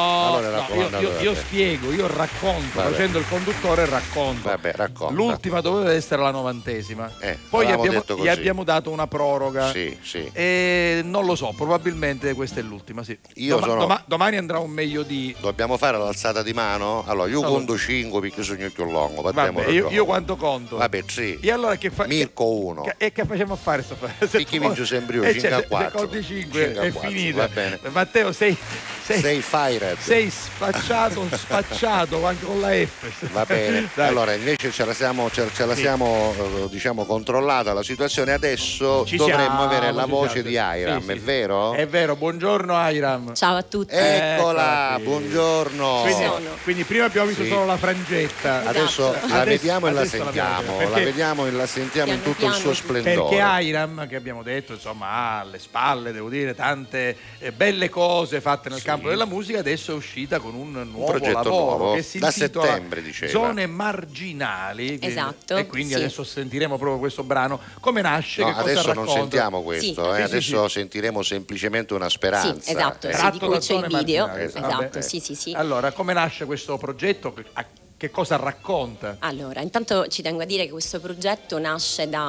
Io spiego, io racconto, Vabbè. facendo il conduttore racconto. Vabbè, racconta. L'ultima doveva essere la 90esima. Poi detto gli abbiamo dato una proroga. Sì, sì. E non lo so, probabilmente questa è l'ultima, sì. Domani andrà un meglio di... Dobbiamo fare l'alzata di mano? Allora, io conto 5 perché sono più lungo. Vabbè, io quanto conto? Vabbè, 3. E allora che fa? Mirko 1. E che facciamo a fare? Perché vince sempre io, 5 a 4. Se conti 5 è finita. Va bene. Matteo, sei fired. Sei spacciato anche con la F. Va bene. Dai. Allora, invece ce la siamo diciamo controllata la situazione. Adesso dovremmo avere la voce di Airam, sì. È vero? È vero, buongiorno Airam. Ciao a tutti. Eccola, buongiorno. Quindi prima abbiamo visto solo la frangetta. Adesso la vediamo e la adesso sentiamo. perché La vediamo e la sentiamo in tutto il suo splendore. Perché Airam, che abbiamo detto, insomma, ha alle spalle, devo dire, tante belle cose fatte nel campo della musica, adesso è uscita con un nuovo progetto lavoro nuovo, che si da intitola settembre, diceva. Zone marginali. Esatto. E quindi adesso sentiremo proprio questo brano. Come nasce? No, che cosa adesso racconta? non sentiamo questo, Sì. sentiremo semplicemente una speranza. Sì, esatto, Tratto di cui da c'è il Zone video. Marginali. Esatto, sì. Allora, come nasce questo progetto? Che cosa racconta? Allora, intanto ci tengo a dire che questo progetto nasce da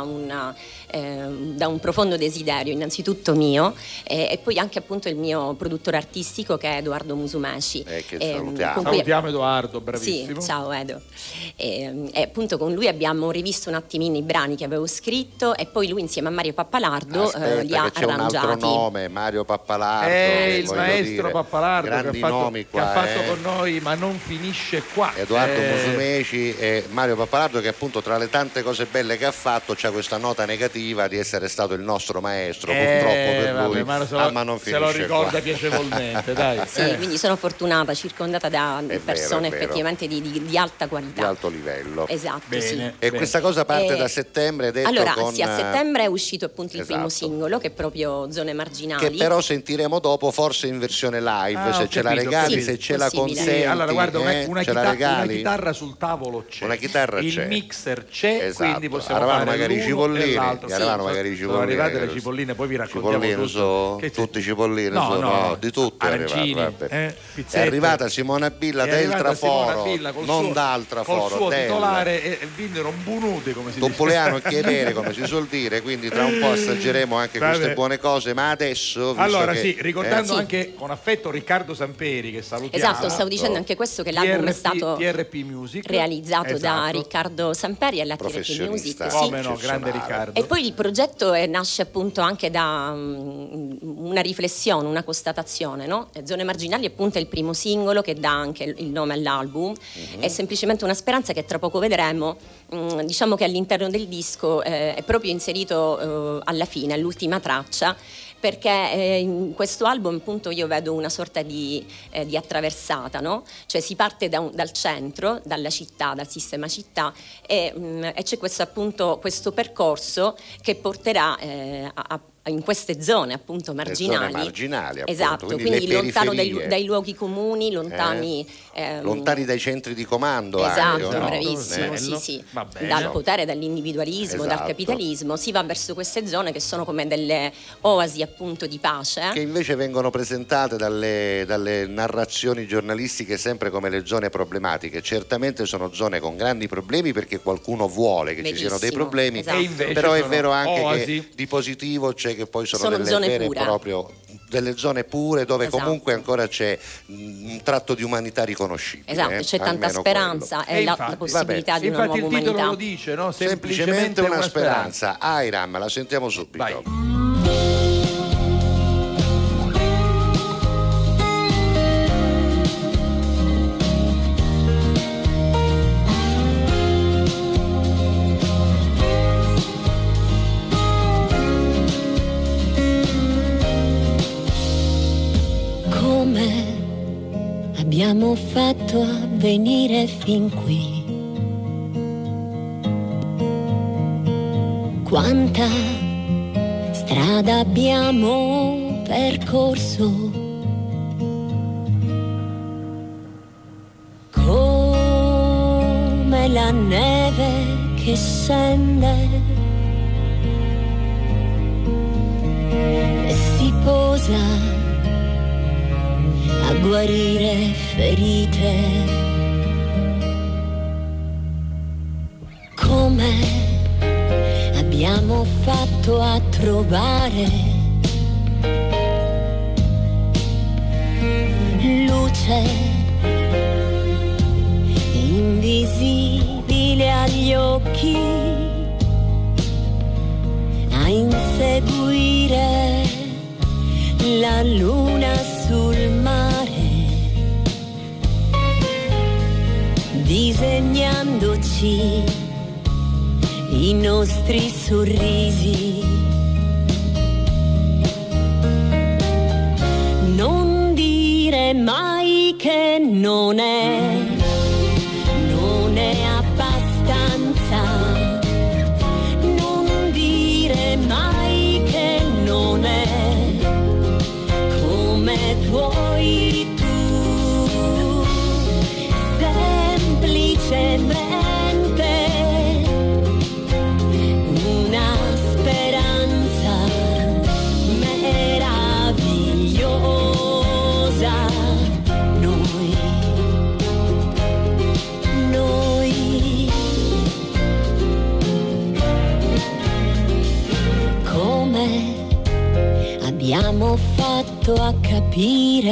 un profondo desiderio, innanzitutto mio, e poi anche appunto il mio produttore artistico, che è Edoardo Musumeci. Che salutiamo. Salutiamo Edoardo, bravissimo. Sì, ciao Edo. E appunto con lui abbiamo rivisto un attimino i brani che avevo scritto e poi lui insieme a Mario Pappalardo li ha c'è arrangiati. un altro nome, Mario Pappalardo. Il maestro Pappalardo grandi nomi che ha qua, fatto con noi Ma non finisce qua. Edoardo Musumeci e Mario Pappalardo, che appunto tra le tante cose belle che ha fatto c'ha questa nota negativa di essere stato il nostro maestro, purtroppo per lui, ma non finisce, se lo ricorda qua. Piacevolmente, dai. Sì, quindi sono fortunata, circondata da persone effettivamente di alta qualità, di alto livello. Esatto. Bene, sì. E questa cosa parte da settembre, hai detto? Allora, con... sì, a settembre è uscito appunto il primo singolo, che è proprio Zone Marginali, che però sentiremo dopo, forse in versione live, se ce la regali, se ce la consenti. Allora guarda, una chitarra sul tavolo c'è, una chitarra il c'è, mixer c'è, esatto. quindi possiamo arrivano fare magari i cipollini, sono arrivate le cipolline, poi vi raccontiamo tutto. Tutti i cipollini di tutti arancini, è arrivata Simona Billa del Traforo, non dal Traforo, col suo titolare, e vennero bunute, come si dice, Toppoleano chiedere, come si suol dire, quindi tra un po' assaggeremo anche queste buone cose, ma adesso allora ricordando anche con affetto Riccardo Samperi, che salutiamo. Esatto, stavo dicendo anche questo, che l'album è stato TRP Music, realizzato da Riccardo Samperi alla TRP Music. Come no, grande Riccardo. E poi il progetto nasce appunto anche da una riflessione, una constatazione, no? Zone Marginali appunto è il primo singolo che dà anche il nome all'album, è semplicemente una speranza che tra poco vedremo. Diciamo che all'interno del disco è proprio inserito alla fine, all'ultima traccia, perché in questo album appunto io vedo una sorta di attraversata, no? Cioè si parte dal centro, dalla città, dal sistema città, e c'è questo percorso che porterà in queste zone appunto marginali, appunto. Esatto, quindi lontano dai luoghi comuni, lontani dai centri di comando, esatto, anche, no? Bravissimo, sì. Dal potere, dall'individualismo, dal capitalismo, si va verso queste zone che sono come delle oasi appunto di pace, che invece vengono presentate dalle narrazioni giornalistiche sempre come le zone problematiche. Certamente sono zone con grandi problemi, perché qualcuno vuole che ci siano dei problemi, però è vero anche che di positivo c'è che poi sono delle zone vere pure. Proprio delle zone pure, dove comunque ancora c'è un tratto di umanità riconoscibile. Esatto, c'è tanta speranza e la possibilità di una nuova umanità. Il titolo lo dice, no? Semplicemente una speranza. Airam, la sentiamo subito. Vai. Abbiamo fatto a venire fin qui. Quanta strada abbiamo percorso. Come la neve che scende e si posa a guarire ferite. Come abbiamo fatto a trovare luce invisibile agli occhi, a inseguire la luna sul mare, disegnandoci i nostri sorrisi. Non dire mai che non è abbastanza. Non dire mai che non è come vuoi tu. Semplicemente una speranza meravigliosa. Noi come abbiamo fatto a capire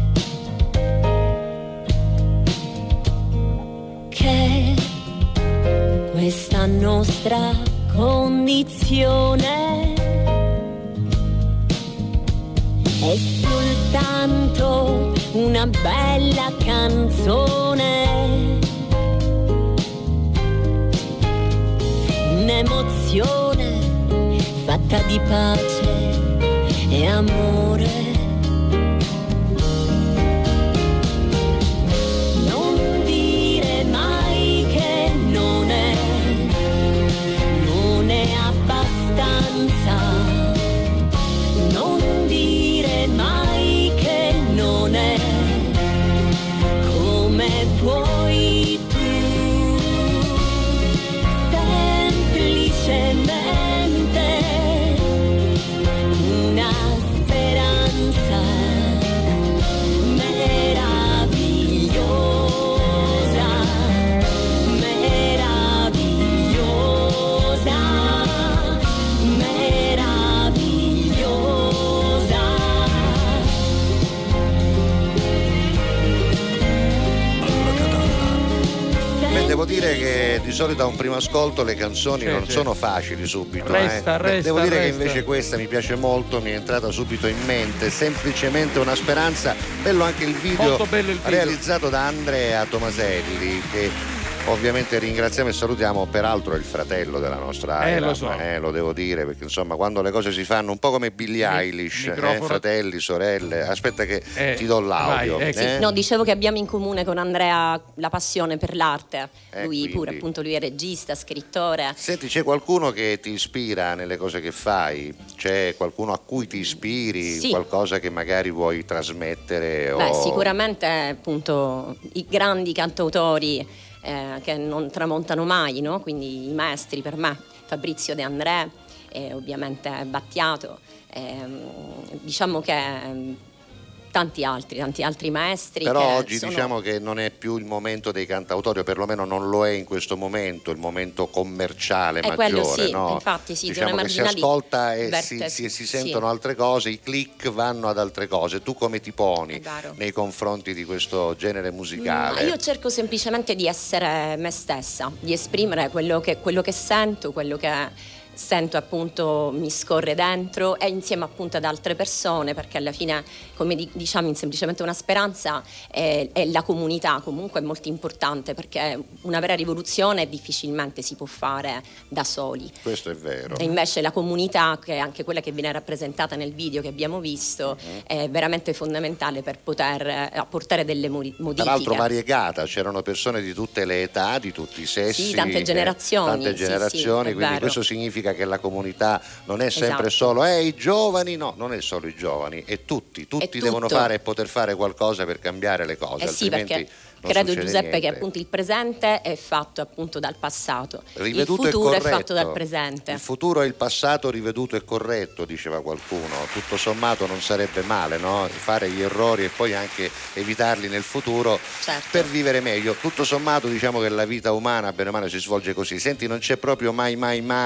che questa nostra condizione è soltanto una bella canzone un'emozione fatta di pace e amore. Non dire mai che non è abbastanza. Non dire mai che non è come vuoi tu. Semplicemente una speranza meravigliosa, meravigliosa, meravigliosa. Beh, devo dire che di solito a un primo ascolto le canzoni non sono facili subito. Devo dire che invece questa mi piace molto, mi è entrata subito in mente, semplicemente una speranza. Bello anche il video, realizzato da Andrea Tomaselli, che ovviamente ringraziamo e salutiamo, peraltro è il fratello della nostra Aira, lo devo dire, perché insomma quando le cose si fanno un po' come Billie Eilish, fratelli, sorelle, aspetta che ti do l'audio. Sì, no, dicevo che abbiamo in comune con Andrea la passione per l'arte, lui quindi. pure appunto, lui è regista, scrittore. Senti, c'è qualcuno che ti ispira nelle cose che fai? C'è qualcuno a cui ti ispiri? Sì. Qualcosa che magari vuoi trasmettere? Beh, sicuramente appunto i grandi cantautori che non tramontano mai, no? Quindi i maestri per me, Fabrizio De André, ovviamente Battiato, diciamo che tanti altri maestri. Però che oggi diciamo che non è più il momento dei cantautori, o perlomeno non lo è in questo momento, il momento commerciale maggiore. Quello sì, no? infatti sì, diciamo che si ascolta e si sentono altre cose, i click vanno ad altre cose. Tu come ti poni nei confronti di questo genere musicale? Io cerco semplicemente di essere me stessa, di esprimere quello che sento, quello che sento appunto mi scorre dentro, e insieme appunto ad altre persone, perché alla fine, come diciamo, in semplicemente una speranza, è la comunità comunque è molto importante, perché una vera rivoluzione difficilmente si può fare da soli. Questo è vero. E invece la comunità, che è anche quella che viene rappresentata nel video che abbiamo visto, è veramente fondamentale per poter apportare delle modifiche. Tra l'altro variegata, c'erano persone di tutte le età, di tutti i sessi, tante generazioni, quindi vero. Questo significa che la comunità non è sempre solo i giovani, no, non è solo i giovani, è tutti devono fare e poter fare qualcosa per cambiare le cose, altrimenti perché non credo, Giuseppe, niente. che appunto il presente è fatto appunto dal passato, riveduto il futuro è fatto dal presente. Il futuro è il passato riveduto e corretto, diceva qualcuno. Tutto sommato non sarebbe male, no? Fare gli errori e poi anche evitarli nel futuro, per vivere meglio. Tutto sommato diciamo che la vita umana bene o male si svolge così. Senti, non c'è proprio mai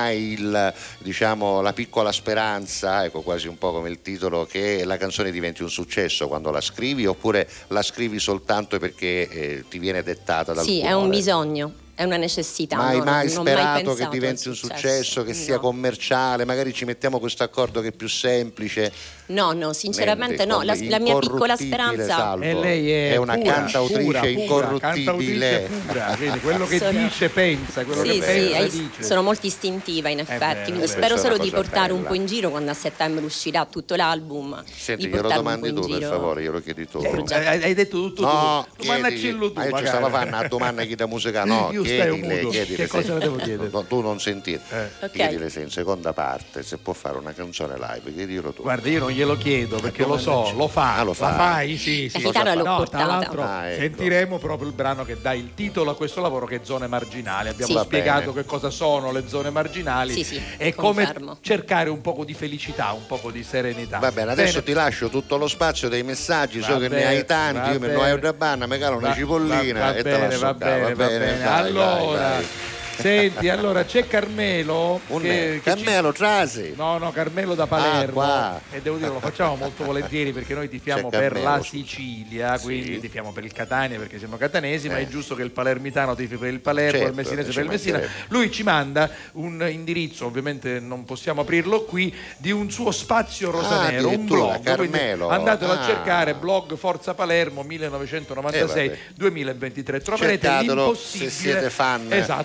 la piccola speranza, ecco, quasi un po' come il titolo, che la canzone diventi un successo quando la scrivi, oppure la scrivi soltanto perché ti viene dettata dal cuore? Sì, è un bisogno, è una necessità. Mai sperato che diventi un successo, che sia commerciale, magari ci mettiamo questo accordo che è più semplice? No, sinceramente no, la mia piccola speranza e lei è una cantautrice incorruttibile, vedi, quello che dice pensa, quello che pensa dice. Sono molto istintiva in effetti, quindi spero solo di portare un po' in giro quando a settembre uscirà tutto l'album. Senti, glielo domandi tu per favore, glielo chiedi tu. Hai detto tutto no, tu, ma io ci stavo facendo una domanda chi da musica, no, chiedile che cosa le devo chiedere? Tu non sentire, chiedile se in seconda parte se può fare una canzone live, chiedilo tu. Guarda, io non glielo chiedo perché lo so, lo fa. Lo fa. La fai? Sì. La chitarra l'ho portata. Tra l'altro sentiremo proprio il brano che dà il titolo a questo lavoro, che è Zone Marginali. Abbiamo spiegato che cosa sono le zone marginali e come cercare un poco di felicità, un poco di serenità. Va bene, adesso ti lascio tutto lo spazio dei messaggi, so che ne hai tanti, io mi do una banna, mi calo una cipollina e te la so. Va bene. Allora senti, allora c'è Carmelo Carmelo Trasi. No, Carmelo da Palermo. E devo dire, lo facciamo molto volentieri perché noi tifiamo per la Sicilia, quindi tifiamo per il Catania perché siamo catanesi, ma è giusto che il palermitano tifi per il Palermo, il messinese per il Messina. Lui ci manda un indirizzo, ovviamente non possiamo aprirlo qui, di un suo spazio rosanero, un blog. Carmelo. Andatelo a cercare, blog Forza Palermo 1996-2023. Troverete l'impossibile. Se siete fan. Esatto, sul Palermo.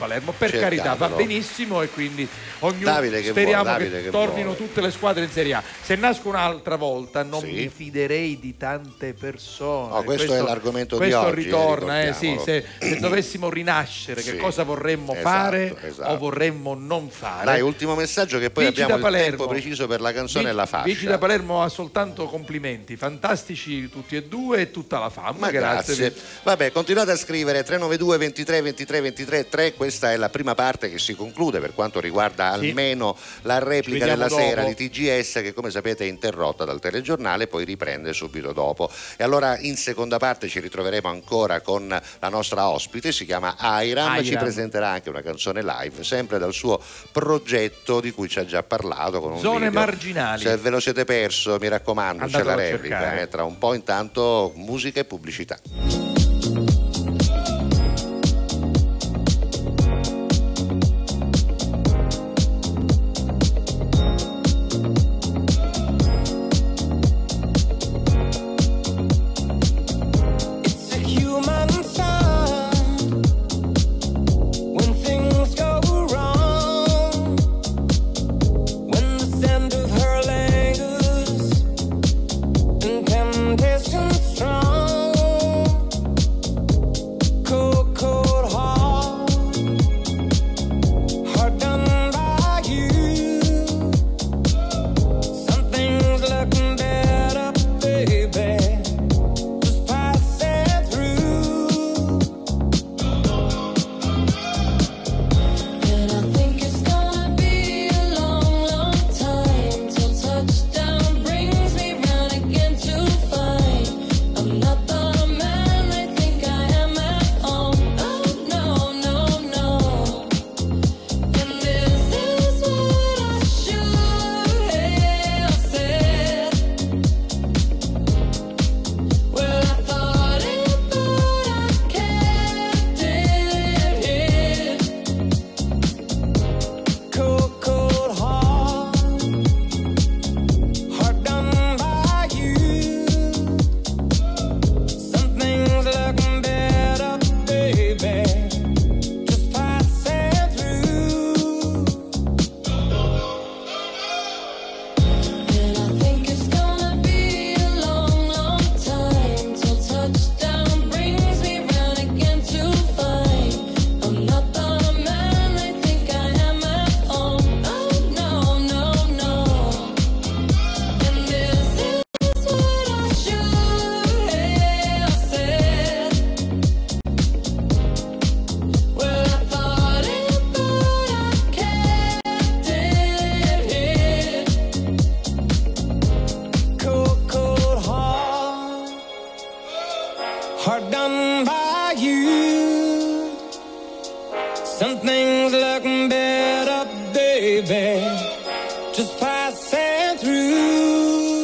Palermo, per carità, va benissimo, e quindi speriamo che tornino tutte le squadre in Serie A. Se nasco un'altra volta non mi fiderei di tante persone. Questo è l'argomento di oggi. Questo ritorna, se dovessimo rinascere, che cosa vorremmo fare o vorremmo non fare. Dai, ultimo messaggio, che poi abbiamo il tempo preciso per la canzone e la fascia. Vici da Palermo ha soltanto complimenti, fantastici tutti e due e tutta la fama. Grazie. Vabbè, continuate a scrivere 392 23 23 23 3. Questa è la prima parte che si conclude per quanto riguarda almeno la replica della sera di TGS, che come sapete è interrotta dal telegiornale, poi riprende subito dopo. E allora in seconda parte ci ritroveremo ancora con la nostra ospite, si chiama Airam, ci presenterà anche una canzone live, sempre dal suo progetto di cui ci ha già parlato con un Zone video. Marginali. Se ve lo siete perso, mi raccomando, Andatelo c'è la replica, tra un po'. Intanto musica e pubblicità. hard done by you. Something's looking better, baby, just passing through.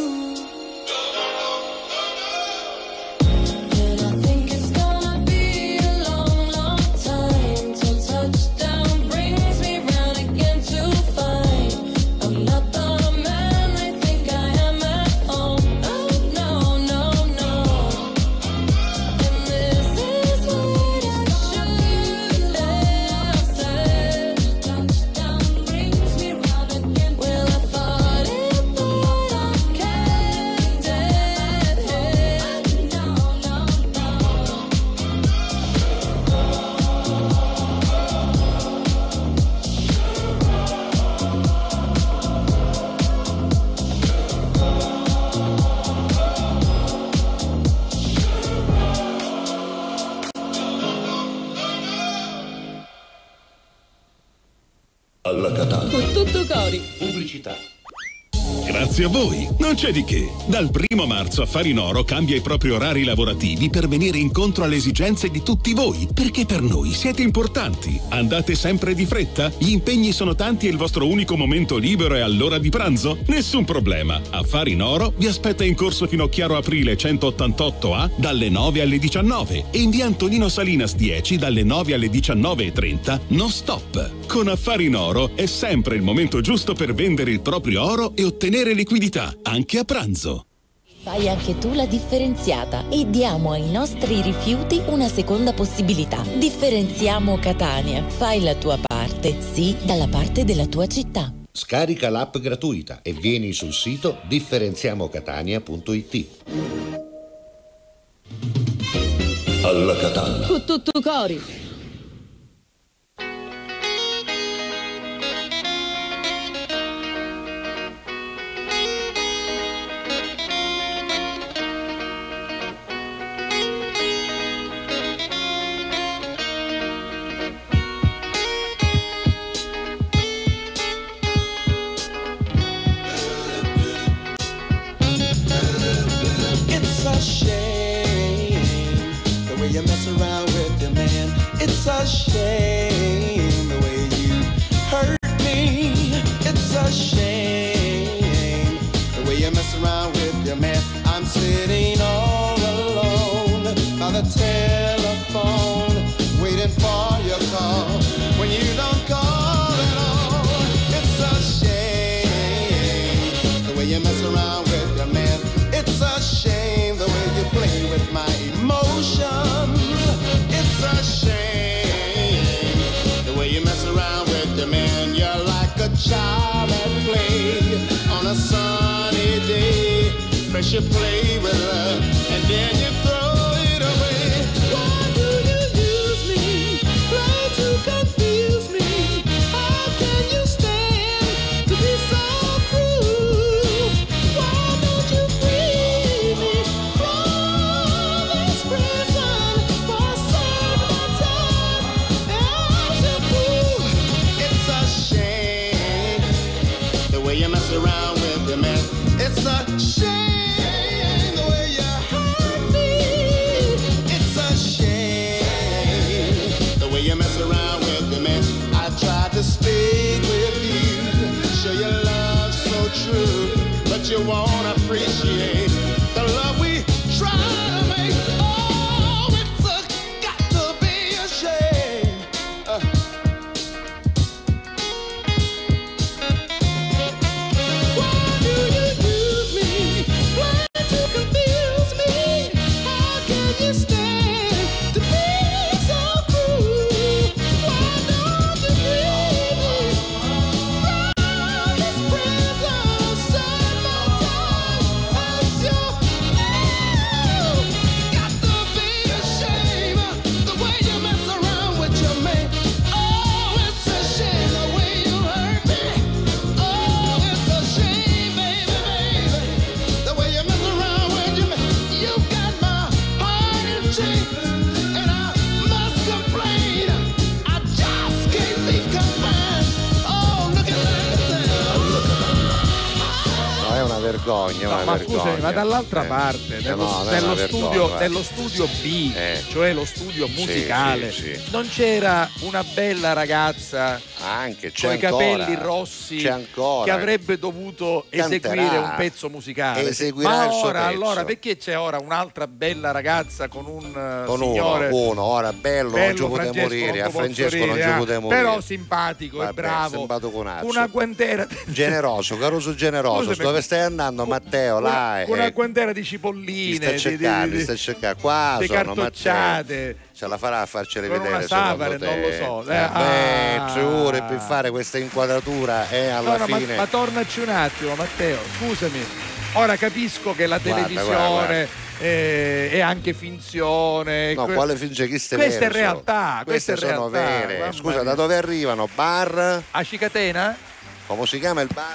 Alla Catania. Con tutto cori. Pubblicità. Grazie a voi, non c'è di che. Dal 1 marzo Affari in Oro cambia i propri orari lavorativi per venire incontro alle esigenze di tutti voi, perché per noi siete importanti. Andate sempre di fretta? Gli impegni sono tanti e il vostro unico momento libero è all'ora di pranzo? Nessun problema. Affari in Oro vi aspetta in corso Finocchiaro Aprile 188A dalle 9 alle 19 e in via Antonino Salinas 10 dalle 9 alle 19:30 non stop. Con Affari in Oro è sempre il momento giusto per vendere il proprio oro e ottenere liquidità, anche a pranzo. Fai anche tu la differenziata e diamo ai nostri rifiuti una seconda possibilità. Differenziamo Catania. Fai la tua parte, sì, dalla parte della tua città. Scarica l'app gratuita e vieni sul sito differenziamocatania.it. Alla Catania. Con tutto cori. It's a shame the way you hurt me. It's a shame the way you mess around with your man. I'm sitting all alone by the telephone, waiting for your call. When you don't call at all, it's a shame the way you mess around with your man. It's a shame the way you play with my emotions. It's a shame the way you mess around with your man. You're like a child at play on a sunny day. First you play with love and then you throw it away. Why do you use me? Try to confuse me. How can you stand to be so cruel? Why don't you free me from this prison for a certain time? As you fool, it's a shame the way you mess around with the man. It's a shame the way you hurt me. It's a shame the way you mess around with the man. I tried to speak with you, show your love so true, but you won't appreciate the love we try to make. Oh, it's got to be a shame. Why do you use me? Try to confuse me. How can you stand to be so cruel? Why don't you free me from this prison? Set my time as your got to be a shame the way you mess around with your man. Oh, it's a shame the way you hurt me. Oh, it's a shame, baby, baby, the way you mess around with your man. You got my heart in chains, and I must complain. I just can't be confined. Oh, look at that. No, è una vergogna, No, una ma vergogna. scusami, ma dall'altra parte no, dello è una studio, vergogna. dello studio B, cioè lo studio musicale, sì. non c'era una bella ragazza Anche c'è con i ancora, capelli rossi c'è ancora. che avrebbe dovuto Canterà, eseguire un pezzo musicale. eseguirà Ma il suo ora, pezzo. allora, perché c'è ora un'altra bella ragazza con un Con signore uno, ora bello, non ci poteva Francesco, morire, non a posso Francesco non dire, ci poteva morire. però simpatico e Vabbè, bravo, simpaticonazzo. una guantera Generoso, Caruso generoso. Scusami, Dove stai andando, Matteo? Là, una guantera di cipolline, li sta cercando, li sta cercando. Qua di sono Matteo. cartocciate. Ce la farà a farcele Con vedere una secondo Savare, te? non lo so. Giuro, per fare questa inquadratura alla No, fine. ma tornaci un attimo, Matteo, scusami. Ora capisco che la Guarda, televisione è anche finzione. No, quale finge? Queste Questa è realtà. Queste sono vere. Scusa, da dove arrivano? Bar? A Cicatena? Come si chiama il bar?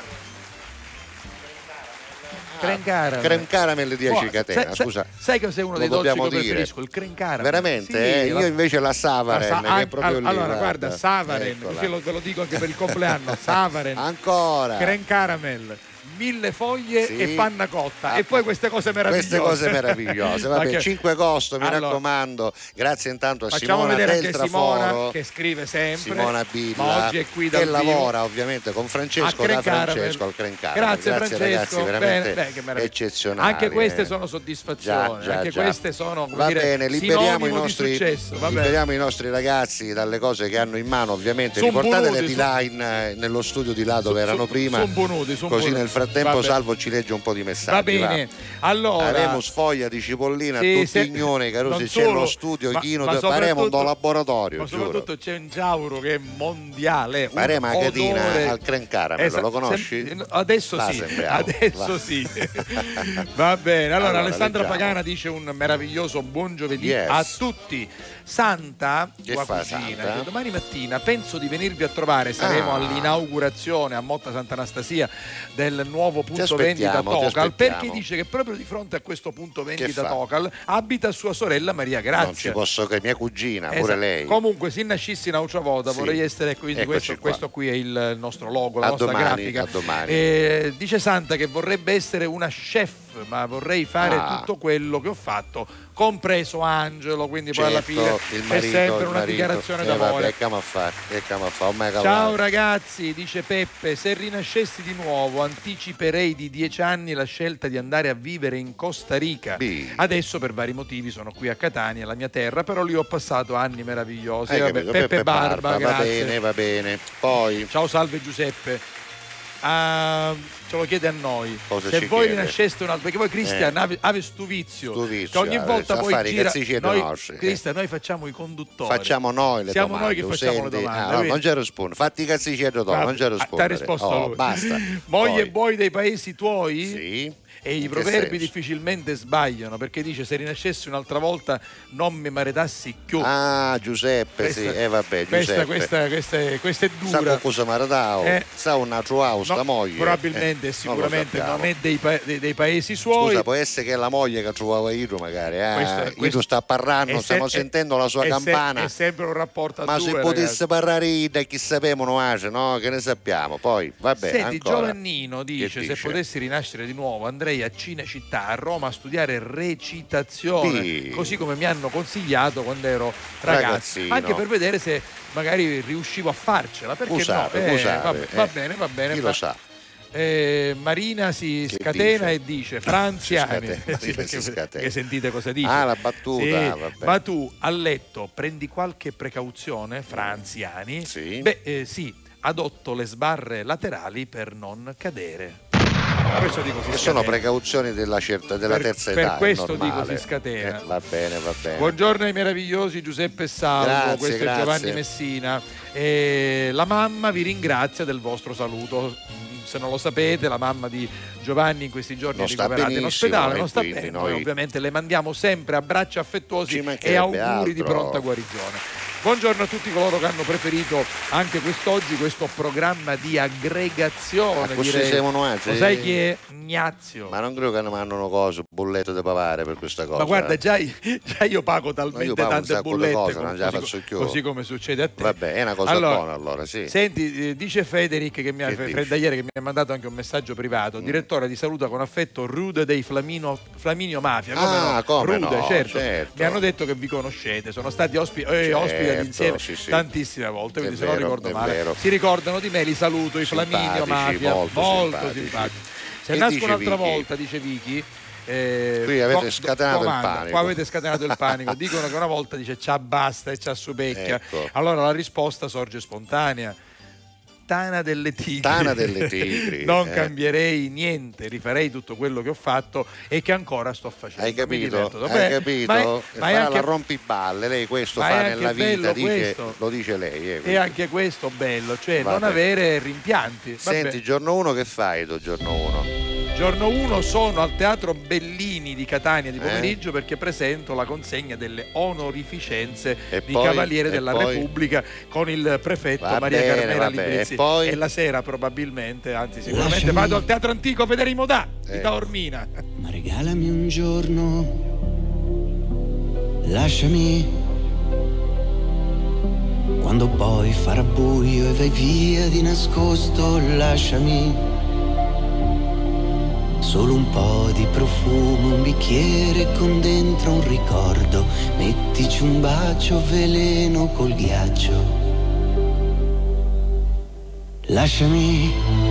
Creme Caramel. Creme Caramel di Cicatena, scusa. Sai che sei uno dei dolci che preferisco, il Creme Caramel. Veramente? Sì, Io invece la Savaren, che è proprio lì. Allora, guarda, Savaren, ve lo dico anche per il compleanno, Savaren. Ancora. Creme Caramel. 1000 foglie Sì. e panna cotta e poi queste cose meravigliose. Queste cose meravigliose. Vabbè, 5 agosto, mi raccomando. Grazie intanto a facciamo Simona vedere del anche Traforo, Simona che scrive sempre. Simona Billa, ma oggi è qui dal che vivo. lavora ovviamente con Francesco, da Francesco al Creme Caramel. Grazie Francesco, ragazzi, veramente che meraviglia. eccezionali. Anche queste sono soddisfazioni, Già. queste sono, come va dire, bene, liberiamo i sinonimo di nostri successo. Va bene. liberiamo i nostri ragazzi dalle cose che hanno in mano, ovviamente. Son Riportatele buonuti, di là nello studio di là dove erano prima. Son buonuti, così nel frattempo frattempo Salvo ci legge un po' di messaggi. Va bene, allora avremo sfoglia di cipollina sì, a tutti ignoni, Carusi, c'è lo studio Chino, faremo un laboratorio. Ma soprattutto c'è un giauro che è mondiale. Faremo a Catina al Cran Caramel, lo conosci? Adesso sì. Va bene, allora Alessandra leggiamo. Pagana dice un meraviglioso buon giovedì a tutti. Santa, tua cugina, Santa? domani mattina penso di venirvi a trovare, saremo all'inaugurazione a Motta Sant'Anastasia del nuovo punto vendita Tocal, perché dice che proprio di fronte a questo punto vendita Tocal abita sua sorella Maria Grazia. Non ci posso che mia cugina, pure lei. Comunque, se nascissi in Auciavota vorrei essere, quindi questo qui è il nostro logo, la nostra grafica. A domani. Dice Santa che vorrebbe essere una chef, ma vorrei fare tutto quello che ho fatto, compreso Angelo, quindi poi alla fine è sempre una dichiarazione d'amore. Ciao ragazzi, dice Peppe, se rinascessi di nuovo anticiperei di 10 anni la scelta di andare a vivere in Costa Rica. Adesso per vari motivi sono qui a Catania, la mia terra, però lì ho passato anni meravigliosi. Peppe Barba, grazie. Va bene. Poi ciao, salve Giuseppe. Ce lo chiede a noi. Cosa se ci voi chiede? Rinasceste un altro, perché poi Cristian ave sto vizio che ogni volta poi gira Cristian, noi facciamo i conduttori, facciamo noi le siamo domande. noi che facciamo le domande, non ci rispondo, fatti i cazzicetto tu, non ci rispondo. Ti ha risposto lui. Basta. Moglie e buoi dei paesi tuoi? Sì. E i proverbi difficilmente sbagliano, perché dice se rinascessi un'altra volta non mi maretassi più. Giuseppe, vabbè, Giuseppe. Questa è dura. Sa cosa maradao? Sa una tua sta moglie. Probabilmente sicuramente non è dei paesi suoi. Scusa, può essere che è la moglie che trovava Ido magari. Ido sta parlando, stiamo sentendo la sua campana. È sempre un rapporto a ma due, se potesse parlare Ida, chi sapevano no? Che ne sappiamo. Poi, vabbè, senti, ancora. Giovannino dice se potessi rinascere di nuovo andrei a Cinecittà a Roma a studiare recitazione, così come mi hanno consigliato quando ero ragazzino, anche per vedere se magari riuscivo a farcela, perché va bene. Chi lo sa. Marina si scatena e dice Franziani, perché sentite cosa dice. La battuta. Vabbè. Ma tu a letto prendi qualche precauzione, Franziani? Sì, adotto le sbarre laterali per non cadere. Questo dico che sono precauzioni della terza età. Per questo dico si scatena. Va bene. Buongiorno ai meravigliosi Giuseppe e Salvo, questo è Giovanni Messina. La mamma vi ringrazia del vostro saluto. Se non lo sapete, la mamma di Giovanni in questi giorni è ricoverata in ospedale, non sta bene. Noi ovviamente le mandiamo sempre abbracci affettuosi e auguri di pronta guarigione. Buongiorno a tutti coloro che hanno preferito anche quest'oggi questo programma di aggregazione. Lo sai chi è? Ignazio. Ma non credo che mi mandano cose, bollette da pavare per questa cosa. Ma guarda, già io pago talmente tante bollette così come succede a te. Vabbè, è una cosa buona allora, sì. Senti, dice Federic che mi ha mandato anche un messaggio privato. Direttore, ti saluta con affetto Rude dei Flaminio Mafia. Come Rude, no, certo. Mi hanno detto che vi conoscete, sono stati ospitati insieme tantissime volte, quindi se non ricordo male si ricordano di me, li saluto, i Flaminio Mafia, molto simpatici. Se nasco un'altra volta, dice Vicky, qui avete scatenato il panico. Qua avete scatenato il panico. Dicono che una volta dice ciao basta e ciao supecchia. Allora la risposta sorge spontanea. Tana delle tigri. Non cambierei niente, rifarei tutto quello che ho fatto e che ancora sto facendo. Hai capito? Ma è anche la rompiballe, lei questo fa nella vita, lo dice lei. E anche questo bello, cioè non avere rimpianti. Senti, giorno 1 che fai tu, giorno 1? Giorno 1 sono al Teatro Bellini di Catania di pomeriggio perché presento la consegna delle onorificenze di Cavaliere della Repubblica con il prefetto Maria Carmela Librizzi. E la sera probabilmente, anzi sicuramente vado al Teatro Antico a vedere i Modà di Taormina. Ma regalami un giorno, lasciami, quando poi farà buio e vai via di nascosto, lasciami. Solo un po' di profumo, un bicchiere con dentro un ricordo. Mettici un bacio veleno col ghiaccio. Lasciami,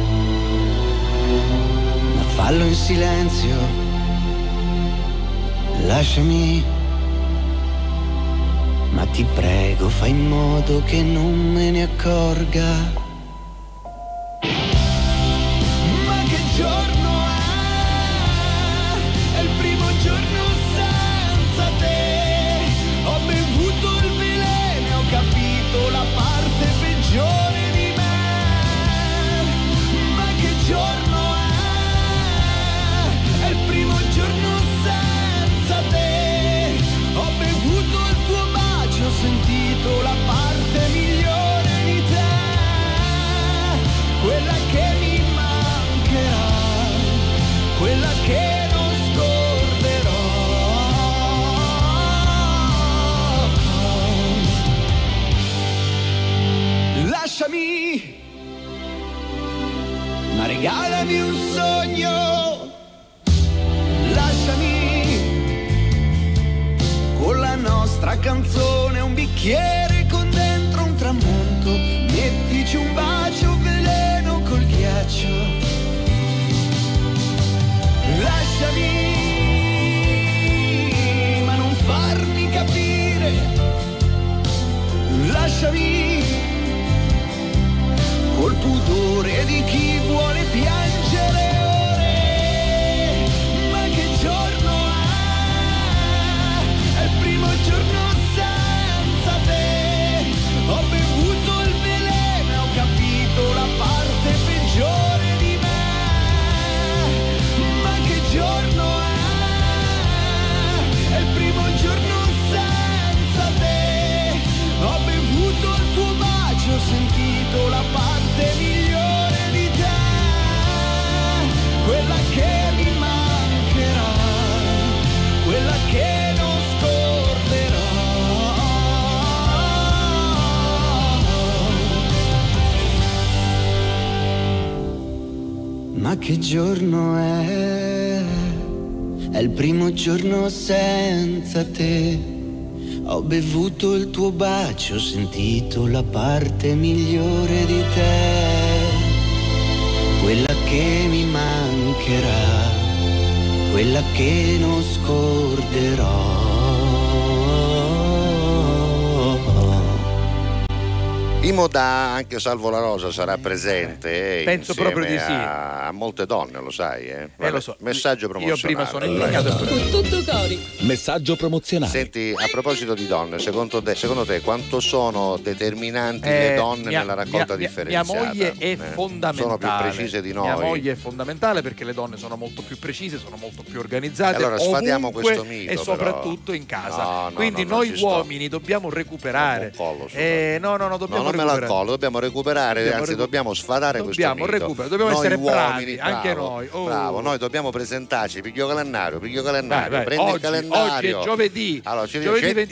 ma fallo in silenzio. Lasciami, ma ti prego fai in modo che non me ne accorga. Ma che giorno regalami un sogno, lasciami con la nostra canzone un bicchiere con dentro un tramonto, mettici un bacio veleno col ghiaccio, lasciami ma non farmi capire, lasciami col pudore di chi vuole piangere ore, ma che giorno è il primo giorno senza te, ho bevuto il veleno, ho capito la parte peggiore di me, ma che giorno è il primo giorno senza te, ho bevuto il tuo bacio, ho sentito la parte migliore di te, quella che mi mancherà, quella che non scorderò. Ma che giorno è? È il primo giorno senza te. Ho bevuto il tuo bacio, ho sentito la parte migliore di te, quella che mi mancherà, quella che non scorderò. Imoda, anche Salvo La Rosa sarà presente. Penso proprio di sì. A molte donne, lo sai, lo so. Messaggio promozionale. Io prima sono impegnato con tutto cori. Messaggio promozionale. Senti, a proposito di donne, secondo te quanto sono determinanti le donne nella raccolta differenziata? Mia moglie è fondamentale. Sono più precise di noi. Mia moglie è fondamentale perché le donne sono molto più precise, sono molto più organizzate. Allora sfatiamo questo mito. E soprattutto in casa. No, quindi noi uomini dobbiamo recuperare. Dobbiamo me la collo, dobbiamo recuperare, dobbiamo sfatare questo mito. Dobbiamo noi essere uomini, bravi, anche noi. Bravo, noi dobbiamo presentarci, piglio calendario, prendi oggi, il calendario. Oggi è giovedì. Allora, giovedì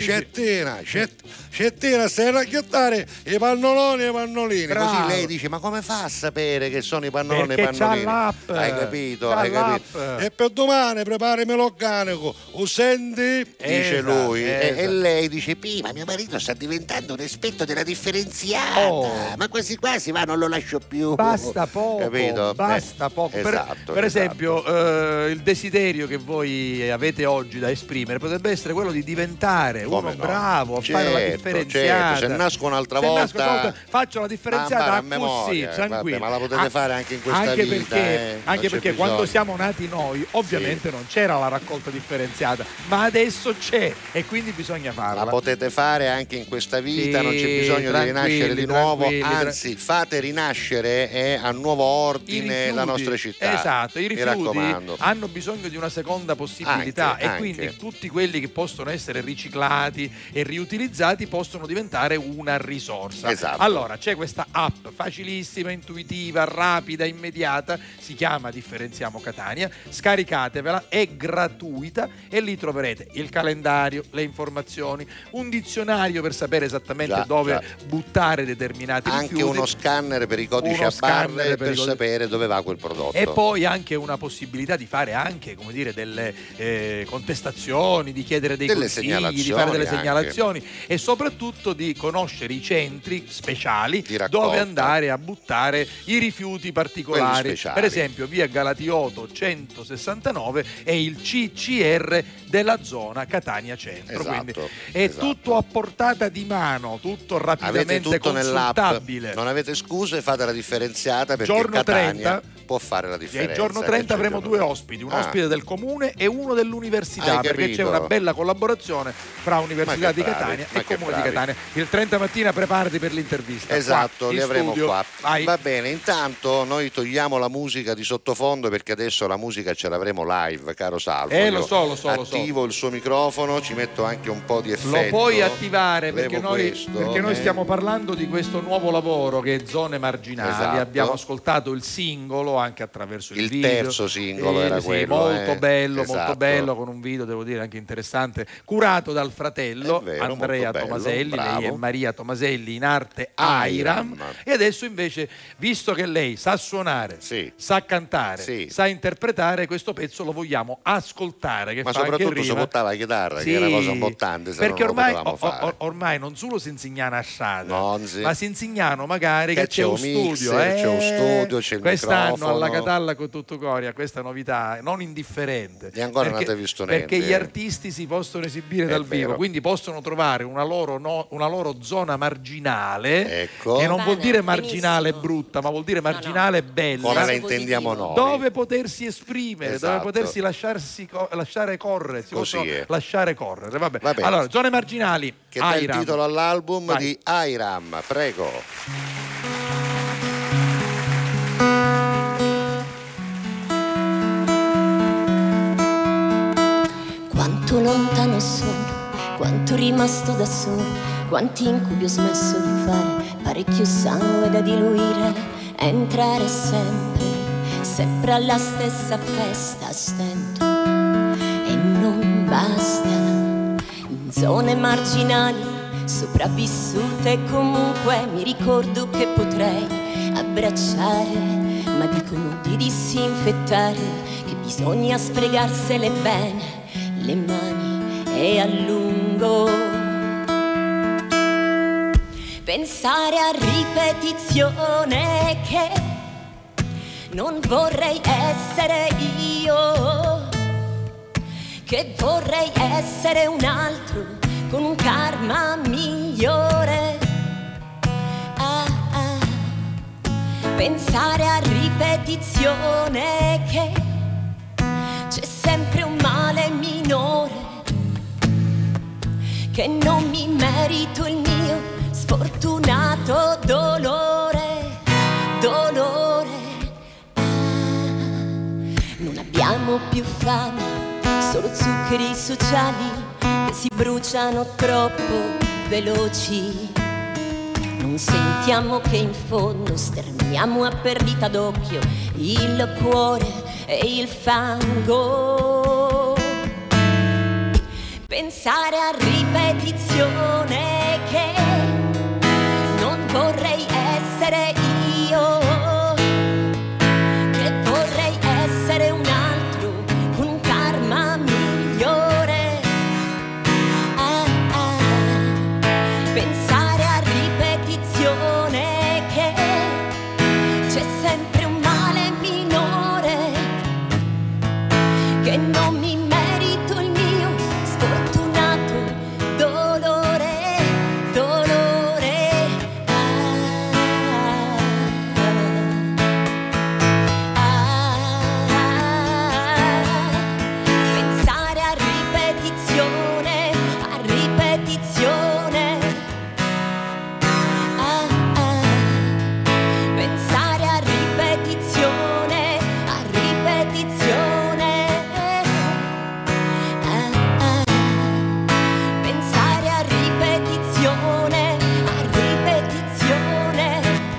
Cettina, stai a racchiettare i pannoloni e i pannolini. Bravo. Così lei dice, ma come fa a sapere che sono i pannoloni e i pannolini? C'ha l'app. Hai capito? E per domani preparami l'organico, o senti? Dice lui. E lei dice, ma mio marito sta diventando un esperto della differenziata. Ma quasi quasi non lo lascio più. Basta poco. Capito? Basta poco. Esatto, per esempio, il desiderio che voi avete oggi da esprimere potrebbe essere quello di diventare uno bravo a fare la differenziata. Se nasco un'altra volta faccio la differenziata a memoria. Vabbè, ma la potete fare anche in questa vita. Anche perché quando siamo nati noi, ovviamente non c'era la raccolta differenziata, ma adesso c'è e quindi bisogna farla. La potete fare anche in questa vita, non c'è bisogno di rinascere di nuovo, anzi fate rinascere a nuovo ordine la nostra città. Esatto, i rifiuti hanno bisogno di una seconda possibilità e quindi tutti quelli che possono essere riciclati e riutilizzati possono diventare una risorsa. Esatto. Allora c'è questa app facilissima, intuitiva, rapida, immediata, si chiama Differenziamo Catania, scaricatevela, è gratuita e lì troverete il calendario, le informazioni, un dizionario per sapere esattamente dove buttare determinati rifiuti, anche uno scanner per i codici a barre per sapere dove va quel prodotto, e poi anche una possibilità di fare anche, come dire, delle contestazioni, di chiedere dei consigli, di fare delle segnalazioni e soprattutto di conoscere i centri speciali dove andare a buttare i rifiuti particolari. Per esempio via Galatioto 169 è il CCR della zona Catania Centro. Quindi è tutto a portata di mano, tutto rapidamente tutto consultabile. Nell'app. Non avete scuse, fate la differenziata perché giorno Catania può fare la differenza. Il giorno 30 avremo due ospiti, un ospite del comune e uno dell'università, perché c'è una bella collaborazione fra Università di Catania e Comune di Catania. Il 30 mattina preparati per l'intervista. Esatto, li avremo studio. qua. Vai. Va bene, intanto noi togliamo la musica di sottofondo perché adesso la musica ce l'avremo live, caro Salvo. Lo so. Attivo il suo microfono, ci metto anche un po' di effetto. Lo puoi attivare perché noi stiamo parlando di questo nuovo lavoro che è Zone Marginali. Esatto. Abbiamo ascoltato il singolo singolo, anche attraverso il video. Il terzo singolo era quello. Molto bello, esatto. molto bello, con un video, devo dire, anche interessante, curato dal fratello vero, Andrea Tomaselli, bravo. lei è Maria Tomaselli, in arte Airam. E adesso invece, visto che lei sa suonare, sa cantare, sa interpretare, questo pezzo lo vogliamo ascoltare. Che ma fa soprattutto anche si rima. portava la chitarra, che era una cosa importante, se perché non ormai, lo potevamo fare. ormai non solo si insegnano a strada, ma si insegnano magari che c'è un studio, c'è un studio, c'è il quest'anno microfono. alla Catalla con tutto Coria questa novità non indifferente, e ancora non avete visto niente, perché gli artisti si possono esibire dal vivo, quindi possono trovare una loro zona marginale, che non vuol dire marginale brutta, ma vuol dire marginale bella, come la intendiamo noi, dove potersi esprimere, esatto. dove potersi lasciare correre, si Così possono è. lasciare correre. Vabbè. Va bene. Allora, zone marginali, che dà il Airam. titolo all'album Vai. di Airam, prego. Quanto lontano sono, quanto rimasto da solo, quanti incubi ho smesso di fare, parecchio sangue da diluire, entrare sempre alla stessa festa a stento, e non basta. In zone marginali, sopravvissute comunque, mi ricordo che potrei abbracciare, ma dicono di disinfettare, che bisogna sfregarsele bene le mani e a lungo. Pensare a ripetizione, che non vorrei essere io, che vorrei essere un altro con un karma migliore. Pensare a ripetizione, che c'è sempre un male minore, che non mi merito il mio sfortunato dolore, dolore. Non abbiamo più fame, solo zuccheri sociali che si bruciano troppo veloci. Non sentiamo che in fondo sterminiamo a perdita d'occhio il cuore e il fango. Pensare a ripetizione, che non vorrei essere io, che vorrei essere un altro con un karma migliore. Pensare a ripetizione, che c'è sempre un male minore, che non mi merito il mio sfortunato dolore, dolore. Pensare a ripetizione, a ripetizione. Pensare a ripetizione, a ripetizione. Pensare a ripetizione, a ripetizione.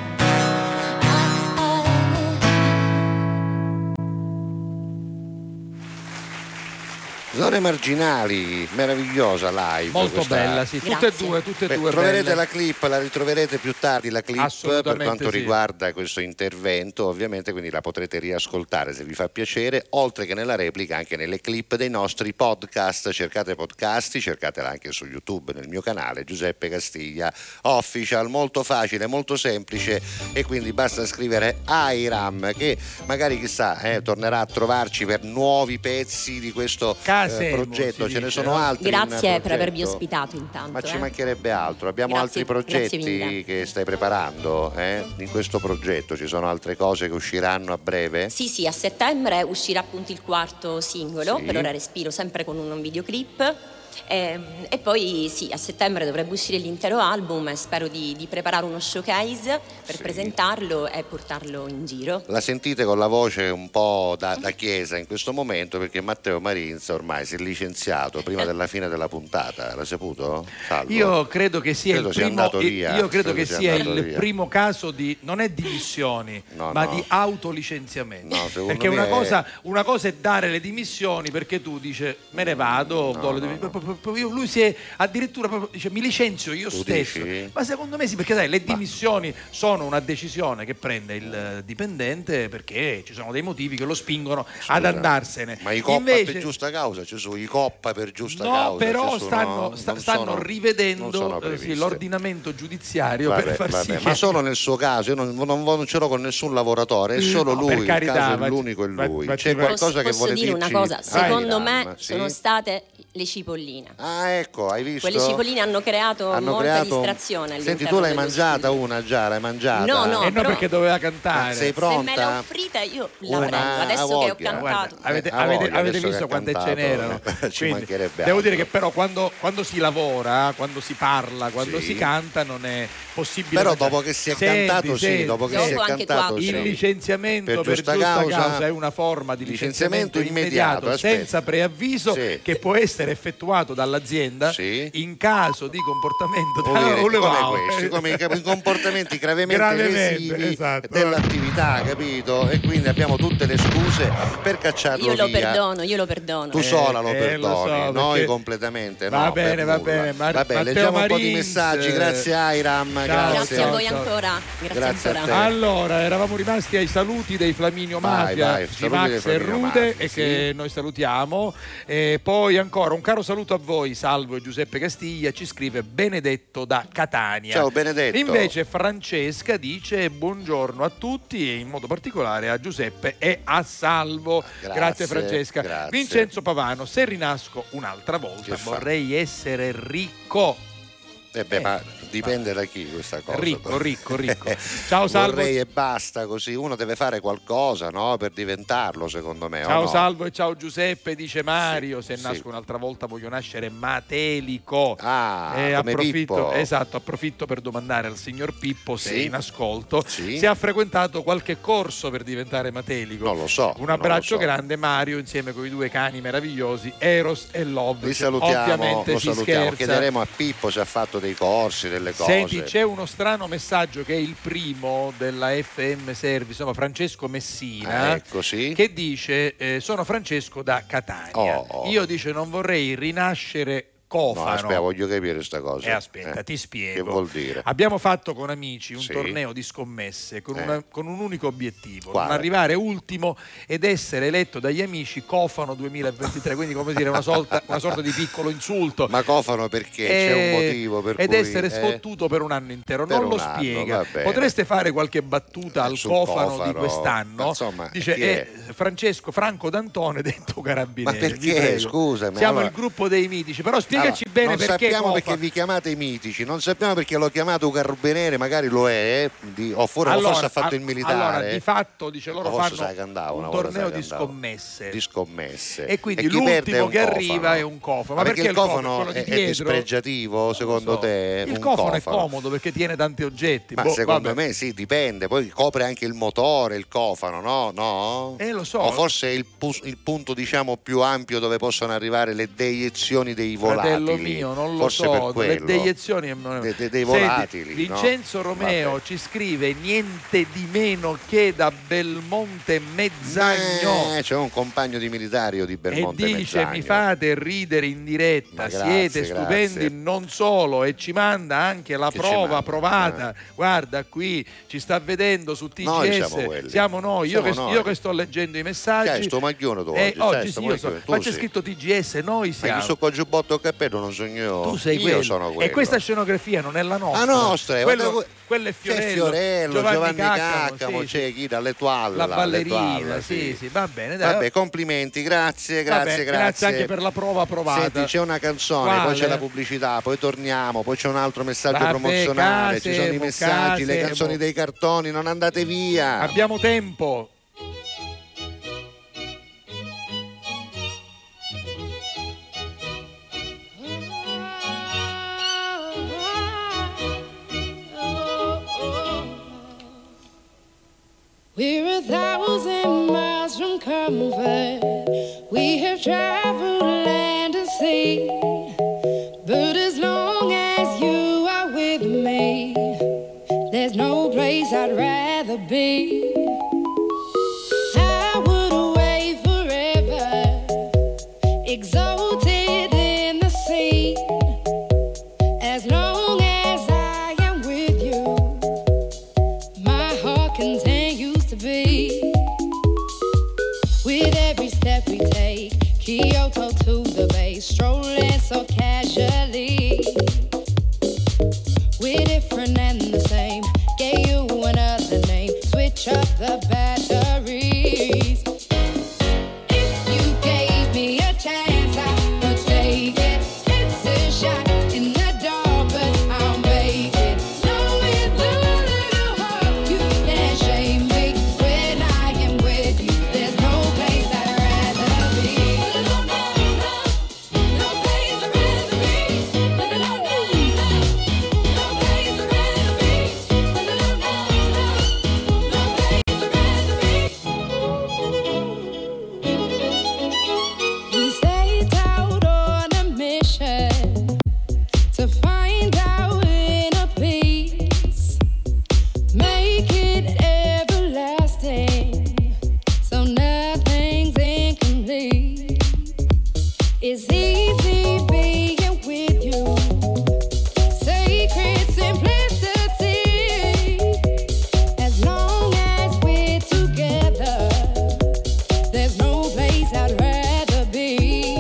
Zone marginali, meravigliosa live. Molto questa. bella, sì, tutte e due troverete belle. la clip, la ritroverete più tardi la clip per quanto sì. riguarda questo intervento, ovviamente, quindi la potrete riascoltare se vi fa piacere, oltre che nella replica anche nelle clip dei nostri podcast. Cercate Podcasti, cercatela anche su YouTube nel mio canale Giuseppe Castiglia Official, molto facile, molto semplice, e quindi basta scrivere Airam, che magari chissà tornerà a trovarci per nuovi pezzi di questo progetto. Ce ne sono altri. Grazie per avervi ospitato intanto. Ma ci mancherebbe altro. Abbiamo Grazie, altri progetti grazie che stai preparando in questo progetto? Ci sono altre cose che usciranno a breve? Sì, a settembre uscirà appunto il quarto singolo, Sì. per ora respiro sempre con un videoclip. E poi sì, a settembre dovrebbe uscire l'intero album e spero di preparare uno showcase per presentarlo e portarlo in giro. La sentite con la voce un po' da chiesa in questo momento, perché Matteo Marinza ormai si è licenziato prima della fine della puntata. L'hai saputo? Salvo? Io credo che sia il primo, io credo che sia il via. primo caso di, non è dimissioni, ma di autolicenziamento. No, perché una cosa è dare le dimissioni perché tu dice me ne vado, lui si è addirittura proprio dice mi licenzio io tu stesso. Dici? Ma secondo me sì, perché sai, le dimissioni sono una decisione che prende il dipendente perché ci sono dei motivi che lo spingono ad andarsene. Ma i coppa per giusta causa, ci sono i coppa per giusta causa. No, però stanno rivedendo l'ordinamento giudiziario per far sì che... Ma solo nel suo caso, io non ce l'ho con nessun lavoratore, è solo lui, per carità, il caso è l'unico è lui. C'è qualcosa che vuole dire dirci? una cosa, secondo me sì? sono state le cipolline. Ah, ecco, hai visto? Quelle cipolline hanno creato molta distrazione. Senti, tu l'hai mangiata una già, l'hai mangiata? No, no, perché doveva cantare. Sei pronta? Se me l'ho offrita io la prendo, adesso che ho cantato. Avete visto quante ce n'erano? Ci mancherebbe devo dire che però quando si lavora, quando si parla, quando si canta non è possibile. Però dopo che si è cantato dopo che si è cantato il licenziamento per giusta causa è una forma di licenziamento immediato senza preavviso che può essere effettuato dall'azienda in caso di comportamento come i comportamenti gravemente lesivi dell'attività, capito? E quindi abbiamo tutte le scuse per cacciarlo via. Io lo perdono. Tu sola lo perdoni, noi completamente no. Va bene. Leggiamo un po' di messaggi. Grazie Airam. Grazie a voi ancora. Grazie ancora. Allora, eravamo rimasti ai saluti dei Flaminio Mafia, di Max e Rude, e che noi salutiamo. E poi ancora un caro saluto a voi, Salvo e Giuseppe Castiglia, ci scrive Benedetto da Catania. Ciao Benedetto. Invece Francesca dice buongiorno a tutti e in modo particolare a Giuseppe e a Salvo. Grazie Francesca. Grazie. Vincenzo Pavano, se rinasco un'altra volta vorrei essere ricco. Ma dipende da chi questa cosa. Ricco. Ciao Salvo. Vorrei e basta, così uno deve fare qualcosa, no? Per diventarlo, secondo me. Ciao Salvo e ciao Giuseppe, dice Mario. Se nasco un'altra volta voglio nascere matelico. Approfitto per domandare al signor Pippo, se è in ascolto, se ha frequentato qualche corso per diventare matelico. Non lo so. Un abbraccio grande, Mario, insieme con i due cani meravigliosi, Eros e Love. Li salutiamo, ovviamente lo si salutiamo. scherza. Chiederemo a Pippo se ha fatto dei corsi, delle cose. Senti, c'è uno strano messaggio che è il primo della FM Service, insomma Francesco Messina, che dice sono Francesco da Catania. Io dice non vorrei rinascere cofano. No, aspetta, voglio capire questa cosa. Aspetta, ti spiego. Che vuol dire? Abbiamo fatto con amici un torneo di scommesse con un unico obiettivo: non arrivare ultimo ed essere eletto dagli amici cofano 2023. Quindi, come dire, una sorta di piccolo insulto. Ma cofano perché? C'è un motivo per ed cui essere sfottuto per un anno intero. Non lo spiega. Potreste fare qualche battuta al cofano di quest'anno? Insomma, dice Francesco Franco D'Antone, detto Carabinieri. Ma perché? Scusami. Siamo il gruppo dei mitici, però spiegaci bene non perché sappiamo perché vi chiamate i mitici, non sappiamo perché l'ho chiamato Carabinieri, magari lo è, o forse ha fatto il militare. Allora, di fatto dice loro fanno un torneo di scommesse. E quindi l'ultimo che arriva è un cofano. Ma perché il cofano è dispregiativo secondo te? Il cofano è comodo perché tiene tanti oggetti. Ma secondo me sì, dipende, poi copre anche il motore, il cofano, no? Lo so. O forse è il punto diciamo più ampio dove possono arrivare le deiezioni dei volatili. Mio, non lo forse so, per le deiezioni dei volatili. Vincenzo Romeo ci scrive niente di meno che da Belmonte Mezzagno. C'è un compagno di militario di Belmonte e dice Mezzagno. Mi fate ridere in diretta, siete stupendi, non solo, e ci manda anche la prova provata. Guarda qui, ci sta vedendo su TGS, siamo noi. Io che sto leggendo i messaggi. Sto maglione tu oggi, ma c'è scritto TGS, noi siamo. Ma io so qua giubbotto il cappello, non so io. Tu sei io sono quello. E questa scenografia non è la nostra. La nostra, quello è Fiorello, Giovanni Caccamo, c'è chi dalle toile, la ballerina, sì, va bene. Dai. Vabbè, complimenti, grazie. Grazie anche per la prova provata. Senti, c'è una canzone, poi c'è la pubblicità, poi torniamo, poi c'è un altro messaggio promozionale, ci sono i messaggi, le canzoni dei cartoni, non andate via. Abbiamo tempo. We're 1,000 miles from comfort. We have traveled land and sea. But as long as you are with me, there's no place I'd rather be. I would away forever, exalted in the sea. As long as I am with you, my heart continues to beat. With every step we take, Kyoto to the bay, strolling so casually. We're different and the same, gave you another name, switch up the batteries. If you gave me a chance, I would take it. It's a shot in the dark, but I'll make it. No, with a little hope, you can't shame me. When I am with you, there's no place I'd rather be. No, no, no, no place I'd rather be. No, no, no, no, no place I'd rather be. No, no, no, no, no place I'd rather be. We stayed out on a mission to find our inner peace, make it everlasting, so nothing's incomplete. It's easy being with you, sacred simplicity. As long as we're together, there's no place I'd rather be.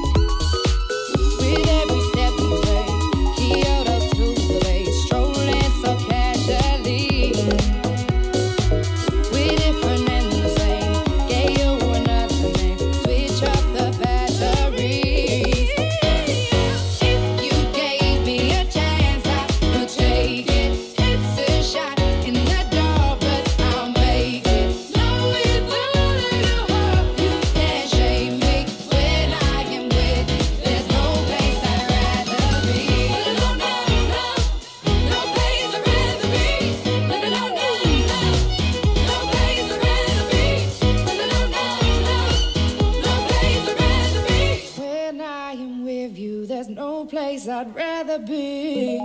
With every step we take, Kyoto to the bay, strolling so casually. We're different and the same, gave you another name, switch up the batteries. If you gave me a chance, I would take it. It's a shot in the dark, but I'll make it. No, with a little hope, you can't shame me. When I am with you, there's no place I'd rather be. No, no, no, no place I'd rather be. No, no, no, no, no place I'd rather be. No, no, no, no, no place I'd rather be. When I am with you, there's no place I'd rather be.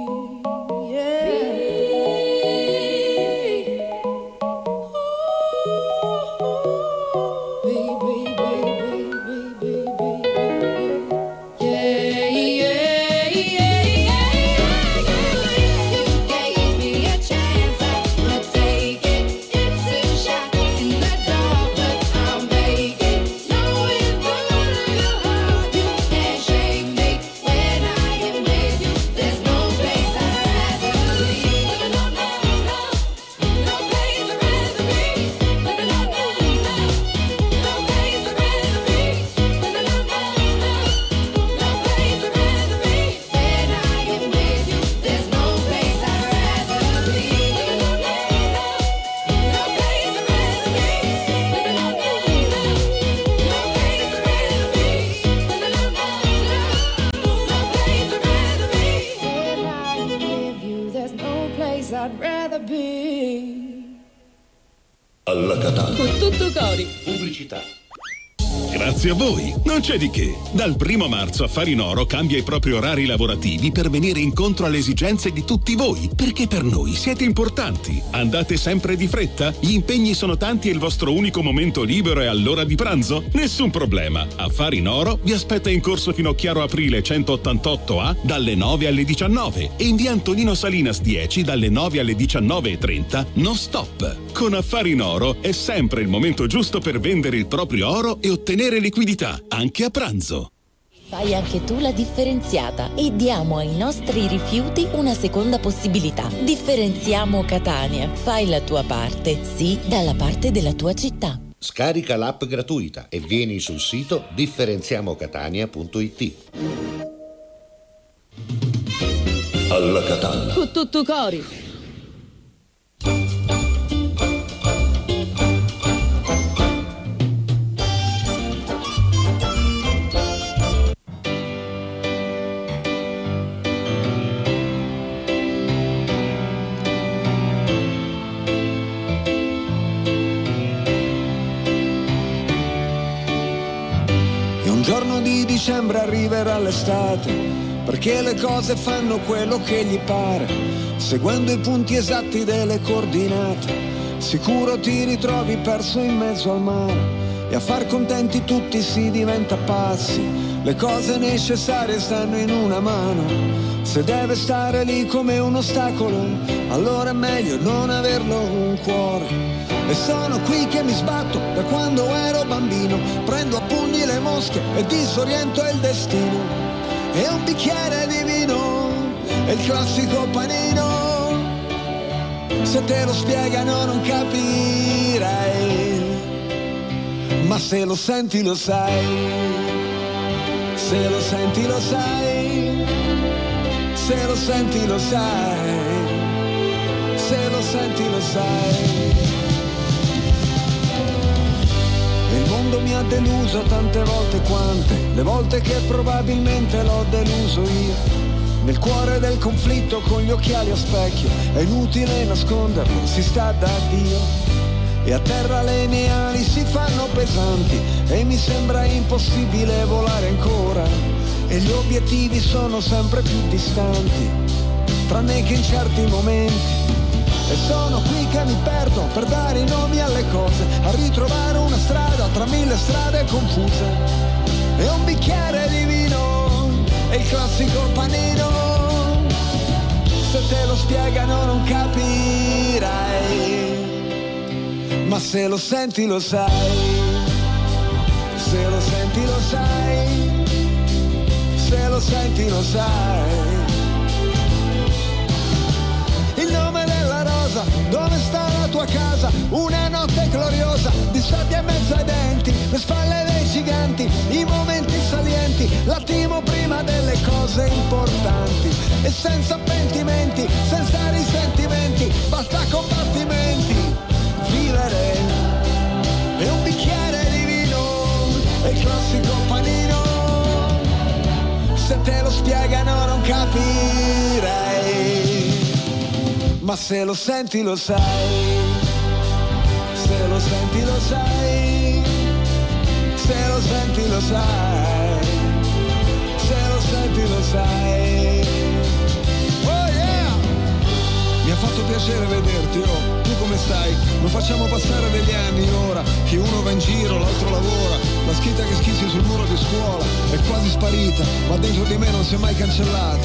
I'd rather be. Alla Catalla. Con tutto cori. Pubblicità. Grazie a voi, non c'è di che. Dal 1 marzo Affari in Oro cambia i propri orari lavorativi per venire incontro alle esigenze di tutti voi, perché per noi siete importanti. Andate sempre di fretta? Gli impegni sono tanti e il vostro unico momento libero è all'ora di pranzo? Nessun problema. Affari in Oro vi aspetta in corso Finocchiaro Aprile 188A dalle 9 alle 19 e in via Antonino Salinas 10 dalle 9 alle 19:30 non stop. Con Affari in Oro è sempre il momento giusto per vendere il proprio oro e ottenere liquidità, anche a pranzo. Fai anche tu la differenziata e diamo ai nostri rifiuti una seconda possibilità. Differenziamo Catania. Fai la tua parte, sì, dalla parte della tua città. Scarica l'app gratuita e vieni sul sito differenziamocatania.it. Alla Catalla. Con tutto cori. giorno di dicembre arriverà l'estate, perché le cose fanno quello che gli pare, seguendo i punti esatti delle coordinate. Sicuro ti ritrovi perso in mezzo al mare, e a far contenti tutti si diventa pazzi. Le cose necessarie stanno in una mano, se deve stare lì come un ostacolo, allora è meglio non averlo un cuore. E sono qui che mi sbatto da quando ero bambino, prendo a pugni le mosche e disoriento il destino. E un bicchiere di vino è il classico panino, se te lo spiegano non capirai, ma se lo senti lo sai, se lo senti lo sai, se lo senti lo sai, se lo senti lo sai. Il mondo mi ha deluso tante volte quante, le volte che probabilmente l'ho deluso io. Nel cuore del conflitto con gli occhiali a specchio, è inutile nasconderlo, si sta da Dio. E a terra le mie ali si fanno pesanti e mi sembra impossibile volare ancora. E gli obiettivi sono sempre più distanti, tranne che in certi momenti. E sono qui che mi perdo per dare i nomi alle cose, a ritrovare una strada tra mille strade confuse. E un bicchiere di vino è il classico panino, se te lo spiegano non capirai, ma se lo senti lo sai, se lo senti lo sai, se lo senti lo sai. Il nome della rosa, dove sta la tua casa? Una notte gloriosa, di sabbia in mezzo ai denti, le spalle dei giganti, i momenti salienti, l'attimo prima delle cose importanti. E senza pentimenti, senza risentimenti, basta combattimenti, vivere. E un bicchiere di vino è il classico panino, se te lo spiegano non capirai, ma se lo senti lo sai, se lo senti lo sai, se lo senti lo sai, se lo senti lo sai. Oh yeah! Mi ha fatto piacere vederti, oh, tu come stai? Non facciamo passare degli anni ora, che uno va in giro, l'altro lavora, la scritta che schissi sul muro di scuola è quasi sparita, ma dentro di me non si è mai cancellata.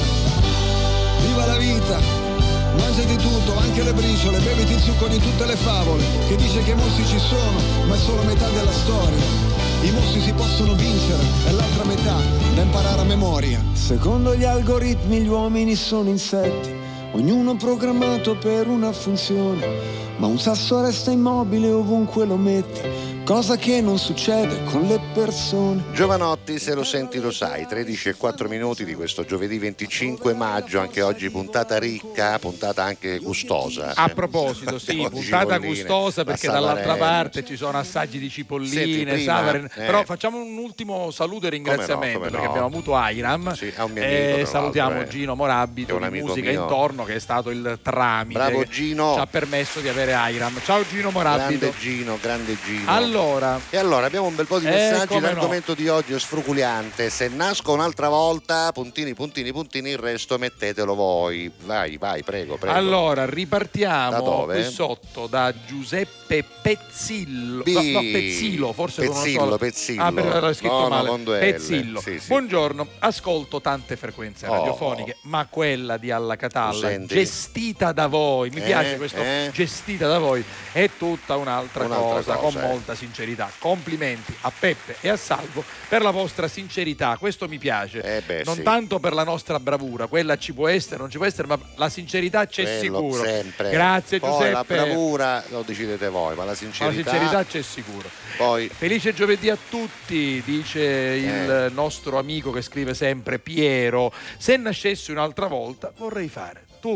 Viva la vita! Mangia di tutto, anche le briciole, beviti il succo di tutte le favole, che dice che i mostri ci sono, ma è solo metà della storia. I mostri si possono vincere, è l'altra metà da imparare a memoria. Secondo gli algoritmi gli uomini sono insetti, ognuno programmato per una funzione, ma un sasso resta immobile ovunque lo metti, cosa che non succede con le persone. Giovanotti, se lo senti lo sai, 13:04 di questo giovedì 25 maggio, anche oggi puntata ricca, puntata anche gustosa. A proposito, sì, puntata gustosa perché dall'altra parte ci sono assaggi di cipolline, savare, però facciamo un ultimo saluto e ringraziamento perché abbiamo avuto Airam, sì, a un mio amico, salutiamo Gino Morabito di Musica mio. Intorno, che è stato il tramite. Bravo Gino, ci ha permesso di avere Airam. Ciao Gino Morabito. Grande Gino. E allora abbiamo un bel po' di messaggi. L'argomento di oggi è sfruculiante. Se nasco un'altra volta, puntini, il resto mettetelo voi. Vai, prego. Allora, ripartiamo qui sotto da Giuseppe Pezzillo. Pezzillo, forse Pezzillo. Era scritto male. Pezzillo. Sì. Buongiorno, ascolto tante frequenze radiofoniche, ma quella di Alla Catalla, gestita da voi, mi piace questo gestita da voi, è tutta un'altra cosa, con molta sincerità. Complimenti a Peppe e a Salvo per la vostra sincerità, questo mi piace, non tanto per la nostra bravura, quella ci può essere, non ci può essere, ma la sincerità c'è sicuro, sempre. Grazie poi Giuseppe. La bravura lo decidete voi, ma la sincerità c'è sicuro. Poi felice giovedì a tutti, dice il nostro amico che scrive sempre, Piero. Se nascessi un'altra volta vorrei fare tutto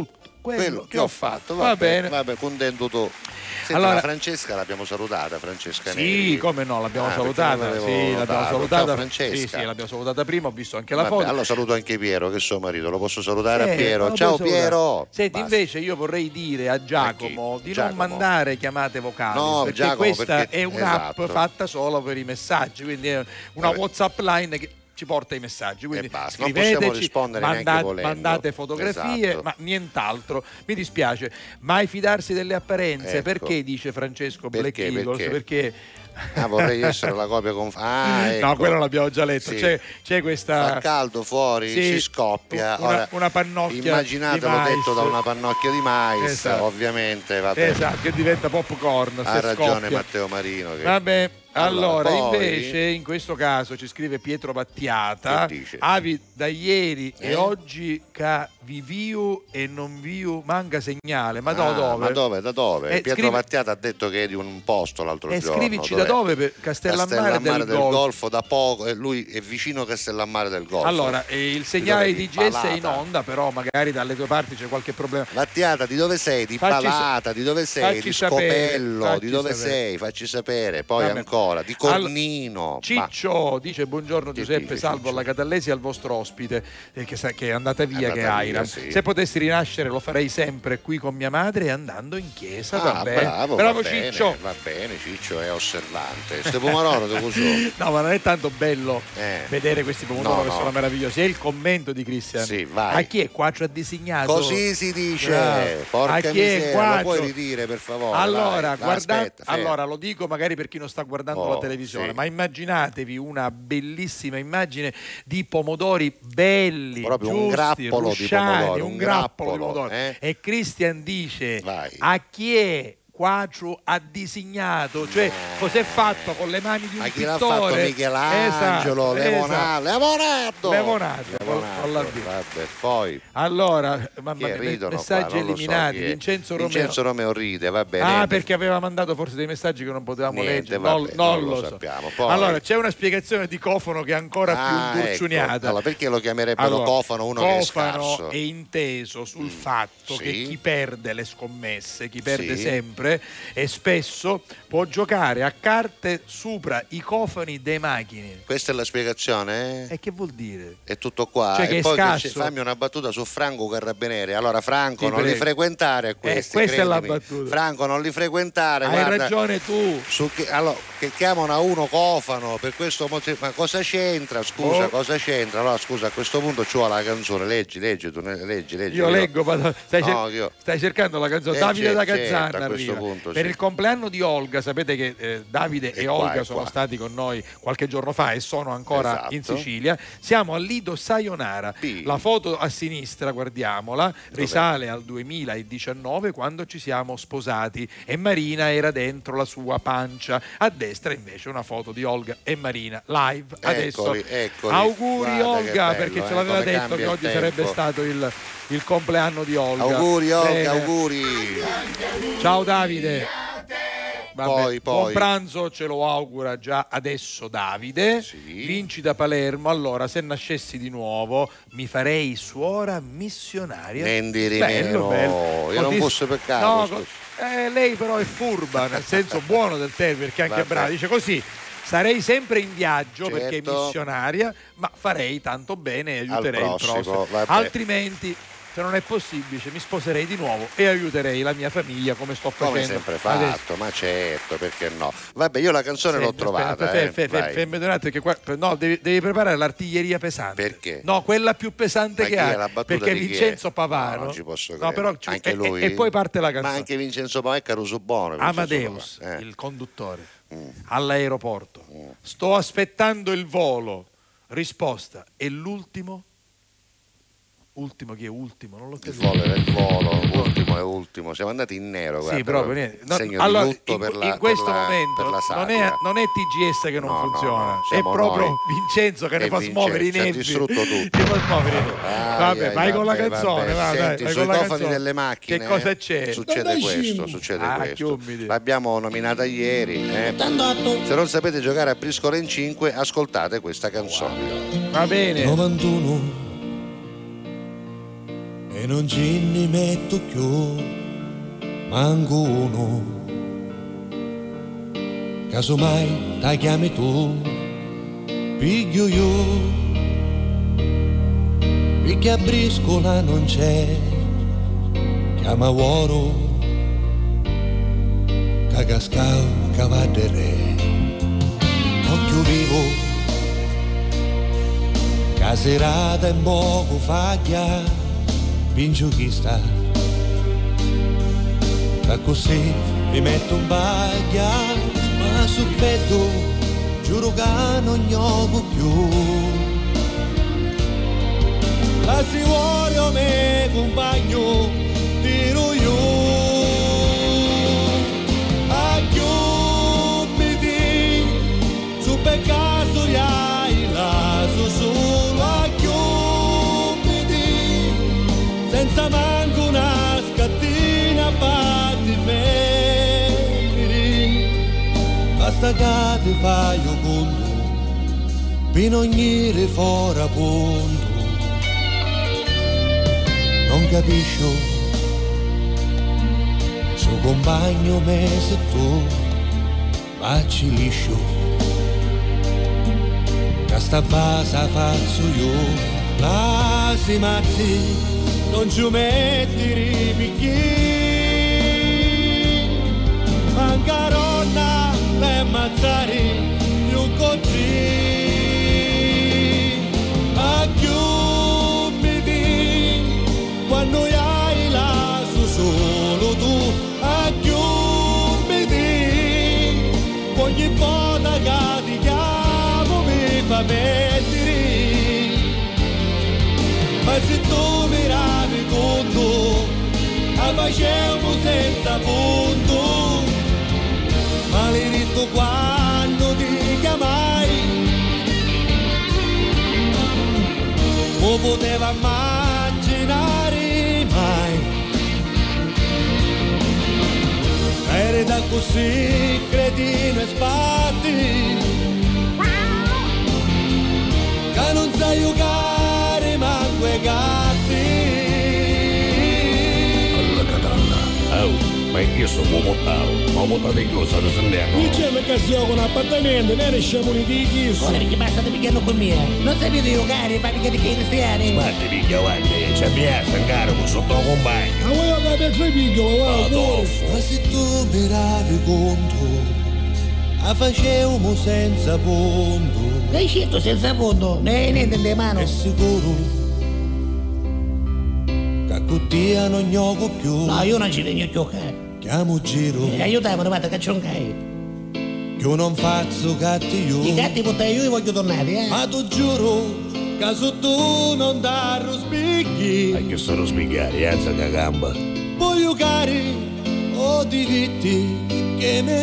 quello che ho fatto. Va bene. Vabbè, contento tu. Senti, Allora, la Francesca l'abbiamo salutata, Francesca sì, Neri. come no, l'abbiamo salutata. Sì, l'abbiamo salutata. Ciao, Francesca. Sì, l'abbiamo salutata prima, ho visto anche la Vabbè, foto. allora saluto anche Piero, che è suo marito, lo posso salutare a Piero. Ciao Piero. Senti, Basta. invece io vorrei dire a Giacomo di non mandare chiamate vocali, No, perché Giacomo, questa perché- è un'app esatto. fatta solo per i messaggi, quindi è una Vabbè. WhatsApp line che ci porta i messaggi, quindi basta, non possiamo scriveteci, rispondere neanche volendo. mandate fotografie, Esatto. ma nient'altro. Mi dispiace, mai fidarsi delle apparenze. Ecco. Perché dice Francesco Black Perché? Eagles? Perché vorrei essere la copia ecco. No, quello l'abbiamo già letto. Sì. C'è questa. Fa caldo fuori, Sì, si scoppia. una pannocchia. Immaginatelo di detto da mais. una pannocchia di mais, Esatto. ovviamente. Vabbè. Esatto, che diventa popcorn. Ha se ragione scoppia. Matteo Marino. Che... Vabbè. Allora, poi- invece, in questo caso ci scrive Pietro Battiata, Che dice? Avi da ieri e oggi ca viviu e non viu manca segnale, ma da dove? Ma dove? Da dove? Pietro scrivi- Battiata ha detto che è di un posto l'altro E giorno. scrivici da dove? Per Castellammare del Golfo, da poco, e lui è vicino a Castellammare del Golfo. Allora, il segnale Di di dove? GS è in onda, però magari dalle tue parti c'è qualche problema. Battiata, di dove sei? Di Facci Palata, di dove sei? facci Di sapere, Scopello, facci di dove sapere. sei? Facci sapere. Poi Vabbè. ancora, di Cornino. Ciccio dice buongiorno Giuseppe, dice, salvo Ciccio? alla Catallesi e al vostro ospite che è andata via, È che è andata Aira. via, sì. Se potessi rinascere lo farei sempre qui con mia madre e andando in chiesa. Vabbè. Bravo va Ciccio. bene, va bene, Ciccio è osservante. Ste pomodoro dove sono? No, ma non è tanto bello vedere questi pomodori che no. sono meravigliosi. È il commento di Cristian. Sì, vai. A chi è qua ci ha disegnato? Così si dice. Bravo. Porca A chi è miseria, qua? lo puoi ridire per favore? Allora, vai. Aspetta, fermo. allora, lo dico magari per chi non sta guardando la televisione, sì. ma immaginatevi una bellissima immagine di pomodori belli, Proprio un giusti, grappolo di rusciati, pomodori, un un grappolo di grappolo, pomodori. E Cristian dice: Vai. a chi è? Quattro ha disegnato, cioè cos'è fatto con le mani di un Ma chi pittore? l'ha fatto? Michelangelo, Leonardo. Con la D. Vabbè, poi Allora, mamma mia, ridono messaggi qua, non lo so eliminati. chi è. Vincenzo Romeo. Vincenzo Romeo ride, va bene. Ah, perché aveva mandato forse dei messaggi che non potevamo leggere. vabbè, non lo lo so. sappiamo. Poi... Allora, c'è una spiegazione di cofano che è ancora più indurciuniata. Ecco. Allora, perché lo chiamerebbero cofano uno che è scarso? Cofano è inteso sul fatto sì. che chi perde le scommesse, chi perde Sì. sempre e spesso può giocare a carte sopra i cofani dei macchine. Questa è la spiegazione? E che vuol dire? È tutto qua. Cioè che e è poi scarso. fammi una battuta su Franco Carabinieri. Allora, Franco, Ti non li prego. frequentare a questi. questa è la credimi. battuta. Franco, non li frequentare. Hai guarda, ragione tu. allora, che chiamano a uno cofano per questo motivo. Ma cosa c'entra? Scusa, cosa c'entra? Allora, scusa, a questo punto ci vuole la canzone. Leggi tu, leggi. Io leggo, ma stai cercando la canzone. Davide da certo, Gazzana a questo arriva. punto, Per sì. il compleanno di Olga, sapete che Davide e Olga sono qua. stati con noi qualche giorno fa e sono ancora Esatto. in Sicilia. Siamo al Lido Sayonara. La foto a sinistra, guardiamola, risale al 2019 quando ci siamo sposati e Marina era dentro la sua pancia. A destra invece una foto di Olga e Marina live. Adesso Eccoli. auguri Guarda Olga, che bello, perché ce l'aveva come detto cambia che il oggi tempo. sarebbe stato il compleanno di Olga. Auguri Olga, Bene. auguri. Ciao Davide. Vabbè, Poi. buon pranzo, ce lo augura già adesso Davide. Vinci da Palermo. Allora, se nascessi di nuovo mi farei suora missionaria. Nendiri Bello, nero. bello. Io non Così- fosse peccato. No, scusa. lei però è furba, nel senso buono del termine, perché anche Vabbè. brava. Dice così: sarei sempre in viaggio perché è Certo. missionaria, ma farei tanto bene e aiuterei il prossimo, prossimo. vabbè. Altrimenti, se non è possibile, mi sposerei di nuovo e aiuterei la mia famiglia come sto facendo Come sempre adesso. fatto, ma certo, perché no? Vabbè, io la canzone l'ho trovata. Vai. Fermi un attimo, che qua, no, devi preparare l'artiglieria pesante. Perché? No, quella più pesante Ma che chi è hai. la battuta Perché di chi Vincenzo è? Pavano. No, non ci posso No, credere. però Anche lui. e poi parte la canzone. Ma anche Vincenzo Pavano è Caruso Buono. Vincenzo Amadeus, Pavano. il conduttore, all'aeroporto. Sto aspettando il volo. Risposta: è l'ultimo? Ultimo chi è ultimo? Non l'ho Il capito. volo era il volo, ultimo è ultimo. Siamo andati in nero, guarda. Sì, proprio niente. No, segno allora, di lutto per in questo per momento per la non satira. è TGS che non No, funziona, no, è siamo proprio noi. Vincenzo che ne E fa smuovere i Vincenzo, ha nervi. distrutto tutto. Ti fa smuovere i nervi. Vabbè, vai con la canzone. Vai, Senti, vai sui con la cofani canzone. delle macchine Che cosa c'è? succede questo. chiumidi. L'abbiamo nominata ieri. Se non sapete giocare a briscola in 5, ascoltate questa canzone. Va bene. 91 e non ci ne metto più manco uno. Casomai ti chiami tu, piglio io, perché a briscola non c'è, chiama uoro, che cascao cavadere, occhio vivo, caserata e poco faglia, pincio chi sta, da così mi metto un baglia. Ma sul petto giuro che non gioco più. Ma se vuole me compagno tiro io. A chiummiti su per caso hai laso solo a chiummiti senza manco una scattina batti me. Basta che ti fai un conto, per non venire fuori a punto. Non capisco, suo compagno me se tu facci liscio. Che sta base faccio io, la si mazzi, non ci metti ripicchi. Manca ronna per ammazzare più così. A chiummiti quando hai lasso solo tu. A chiummiti ogni volta che ti chiamo mi fa mettere. Ma se tu mi ravi conto la facevo senza punto. Maledetto quando ti chiamai, non poteva immaginare mai. Eri da così cretino e spatti, che non sai giocare manco ai gatti. Alla katana, ma io sono mortale, ma mortale di cosa lo sentiamo? Dicendo che si con appartamento, ne riusciamo di chi? Ora perché basta di picchiare con me? Non sapete giocare, fate che di cristiani? Sbatti picchia avanti, ci abbiamo stancare con sotto un compagno. Ma vuoi che per fai piccolo, ma se tu mi ravi conto, la facevamo senza punto. Che hai scelto senza punto? Ne hai niente in mano? È sicuro che così non gioco più. No, io non ci vengo a giocare. Chiamo giro. Aiutamelo, guarda che c'è un gai. Io non faccio gatti io. I gatti portai io e voglio tornare, eh. Ma tu giuro, caso tu non darlo spicchi. Ma che sono spiegare, alza la gamba. Voglio cari, o diritti che mi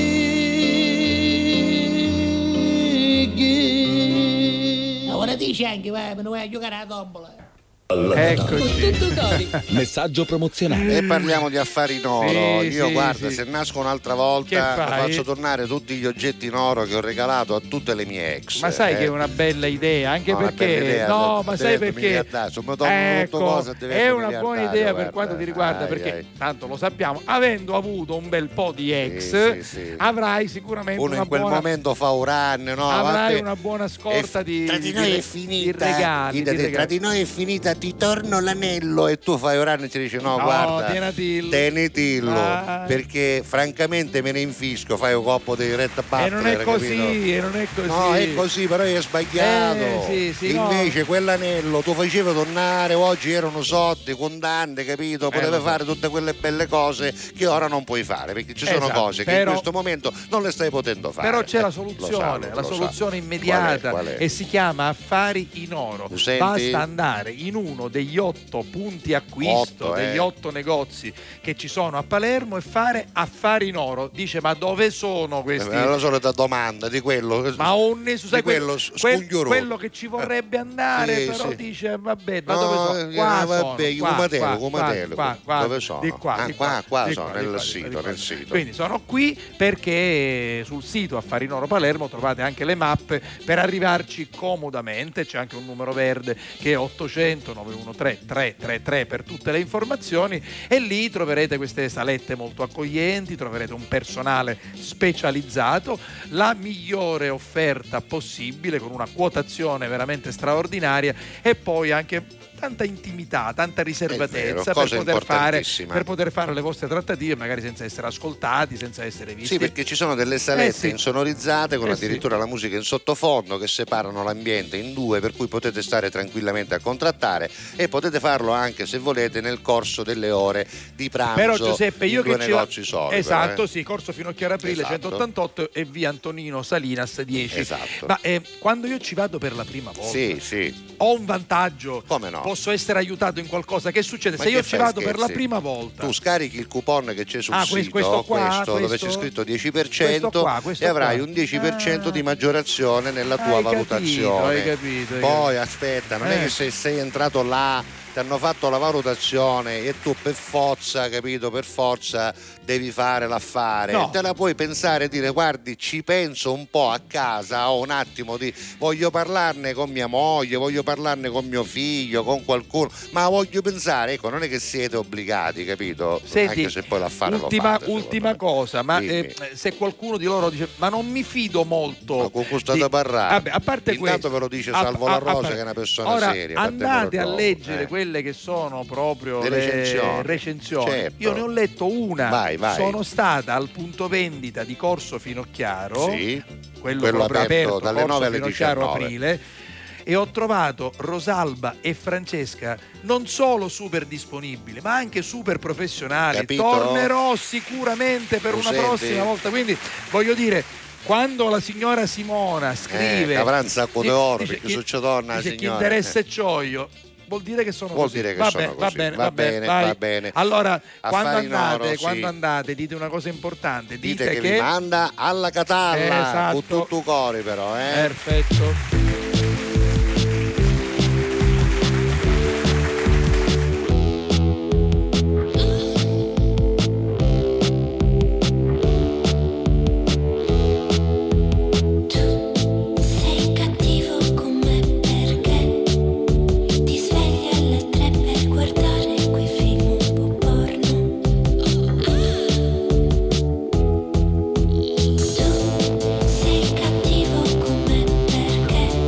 fighi. Ora dici anche, vai, non vai a giocare a tombola. Eccoci. Messaggio promozionale. E parliamo di affari in oro. Sì, Io sì, guarda, sì. se nasco un'altra volta Che fai? faccio tornare tutti gli oggetti in oro che ho regalato a tutte le mie ex. Ma sai che è una bella idea, anche No, una perché bella idea, no, ma sai perché ecco, è una buona idea per guarda. quanto ti riguarda, perché tanto lo sappiamo, avendo avuto un bel po' di ex, sì. avrai sicuramente uno una in quel buona momento fa un run, no? avrai una buona scorta di tra di noi è di finita, regali, di regali. tra di noi è finita, ti torno l'anello e tu fai un run e ci dici no, guarda, tenetillo, perché francamente me ne infisco, fai un coppo di Red Butler, e non è così, capito? e non è così. No, è così, però è sbagliato. Sì, invece quell'anello tu facevi tornare, oggi erano soldi, contanti, capito? Potevi fare tutte quelle belle cose che ora non puoi fare, perché ci sono cose che in questo momento non le stai potendo fare. Però c'è la soluzione, soluzione immediata. Qual è? E si chiama Affari in Oro. Senti? Basta andare in uno degli 8 punti acquisto, degli 8 negozi che ci sono a Palermo e fare affari in oro. Dice, ma dove sono questi? È la solita domanda di quello. Ma onne, sai, quello quello che ci vorrebbe andare, sì, però sì. dice, vabbè, da dove sono? Qua vabbè, qua, dove sono? Di qua, sono nel sito. Quindi sono qui perché sul sito Affari in Oro Palermo trovate anche le mappe per arrivarci comodamente. C'è anche un numero verde che è 800 913 333 per tutte le informazioni, e lì troverete queste salette molto accoglienti, troverete un personale specializzato, la migliore offerta possibile con una quotazione veramente straordinaria e poi anche tanta intimità, tanta riservatezza per poter fare le vostre trattative magari senza essere ascoltati, senza essere visti. Sì, perché ci sono delle salette insonorizzate con addirittura la musica in sottofondo che separano l'ambiente in due, per cui potete stare tranquillamente a contrattare e potete farlo anche se volete nel corso delle ore di pranzo. Però Giuseppe, io che negozi soli, esatto, sì, Corso Finocchiaro Aprile 188 e via Antonino Salinas 10. Esatto. Ma quando io ci vado per la prima volta, ho un vantaggio. Come no? Posso essere aiutato in qualcosa? Che succede? Se io ci vado per la prima volta, tu scarichi il coupon che c'è sul sito, questo dove c'è scritto 10% e avrai un 10% di maggiorazione nella tua valutazione. Hai capito. Poi aspetta, non è che se sei entrato là ti hanno fatto la valutazione e tu per forza, capito, per forza devi fare l'affare. No. Te la puoi pensare e dire: guardi, ci penso un po' a casa, ho un attimo voglio parlarne con mia moglie, voglio parlarne con mio figlio, con qualcuno, ma voglio pensare, ecco, non è che siete obbligati, capito? Senti, anche se poi l'affare lo fate. Ultima cosa, ma se qualcuno di loro dice: ma non mi fido molto, ma con questo da parlare, vabbè, a parte intanto ve lo dice Salvo La Rosa, che è una persona seria. Andate a leggere quelle che sono proprio le recensioni. Certo. Io ne ho letto una. Vai. Sono stata al punto vendita di Corso Finocchiaro, quello aperto dalle 9 alle 19 Aprile, e ho trovato Rosalba e Francesca non solo super disponibili ma anche super professionali. Capito? Tornerò sicuramente per una prossima volta, quindi voglio dire, quando la signora Simona scrive avrà un sacco di oro perché se torna la signora, chi interessa è Cioio, vuol dire che sono così. Va bene. Allora, quando andate, dite una cosa importante. Dite che vi manda alla Catalla, con tutto cuore però. Perfetto. Sei cattivo con me perché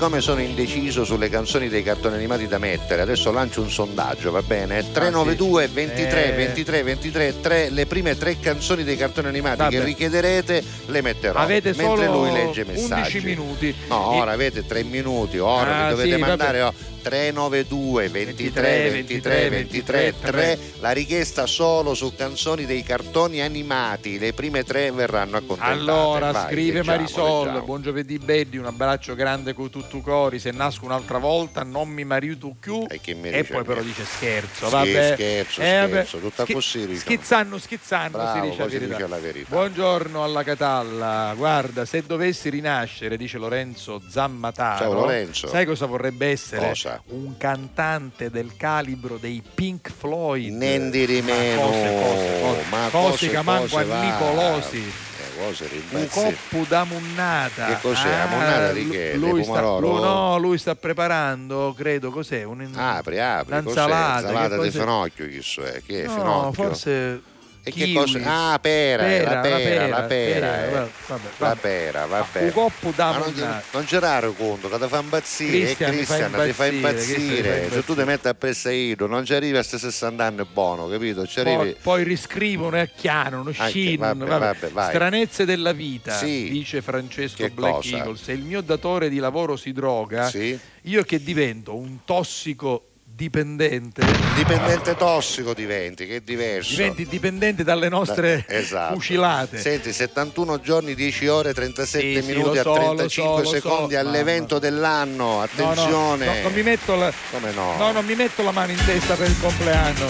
siccome sono indeciso sulle canzoni dei cartoni animati da mettere, adesso lancio un sondaggio, va bene? 392 23 23 23 3, le prime 3 canzoni dei cartoni animati che richiederete le metterò. Avete mentre solo lui legge messaggi. 11 minuti. No, ora avete 3 minuti, ora mi dovete mandare 392 23 23 23 3, la richiesta solo su canzoni dei cartoni animati, le prime 3 verranno accontentate. Allora, vai, scrive leggiamo, Marisol, leggiamo. buon giovedì Beddi, un abbraccio grande con tutto i cori, se nasco un'altra volta non mi marito più, e poi però dice scherzo, vabbè. Scherzo, tutta così schizzando bravo, si dice la si verità. dice la verità. Buongiorno alla Catalla, guarda, se dovessi rinascere, dice Lorenzo Zammataro, ciao Lorenzo, sai cosa vorrebbe essere? Cosa? Un cantante del calibro dei Pink Floyd. Nendi rimeno, cose che manco a Nicolosi. Un coppo da munnata. Che cos'è? La munnata di che? Lui sta preparando, credo, cos'è? Apri, un'insalata. Insalata di finocchio, chi so è? Che è no, finocchio? Forse... E che cosa? La pera. La pera, vabbè. Un coppo da non c'erare conto che ti fa impazzire, Cristian ti fa impazzire. Se tu ti metti a Pessaino non ci arrivi a 60 anni buono, capito? Ci arrivi... poi riscrivono e acchianano, scinano. Stranezze della vita, dice Francesco Black Eagle. Se il mio datore di lavoro si droga, io che divento un tossico dipendente tossico diventi, che è diverso. Diventi dipendente dalle nostre fucilate. Senti, 71 giorni, 10 ore, 37 minuti a 35 secondi all'evento dell'anno. Attenzione. No, non mi metto Come no? No, non mi metto la mano in testa per il compleanno.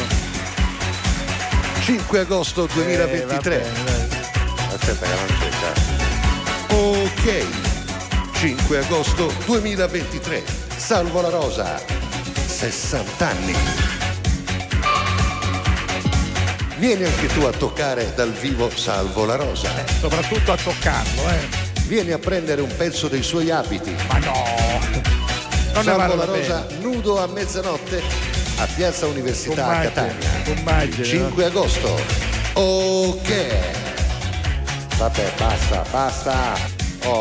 5 agosto 2023. Aspetta che non c'è. Ok. 5 agosto 2023. Salvo la Rosa. 60 anni. Vieni anche tu a toccare dal vivo Salvo la Rosa. Soprattutto a toccarlo, Vieni a prendere un pezzo dei suoi abiti. Ma no! Non Salvo la Rosa nudo a mezzanotte a Piazza Università a Catania. 5 agosto. Ok. Vabbè, basta.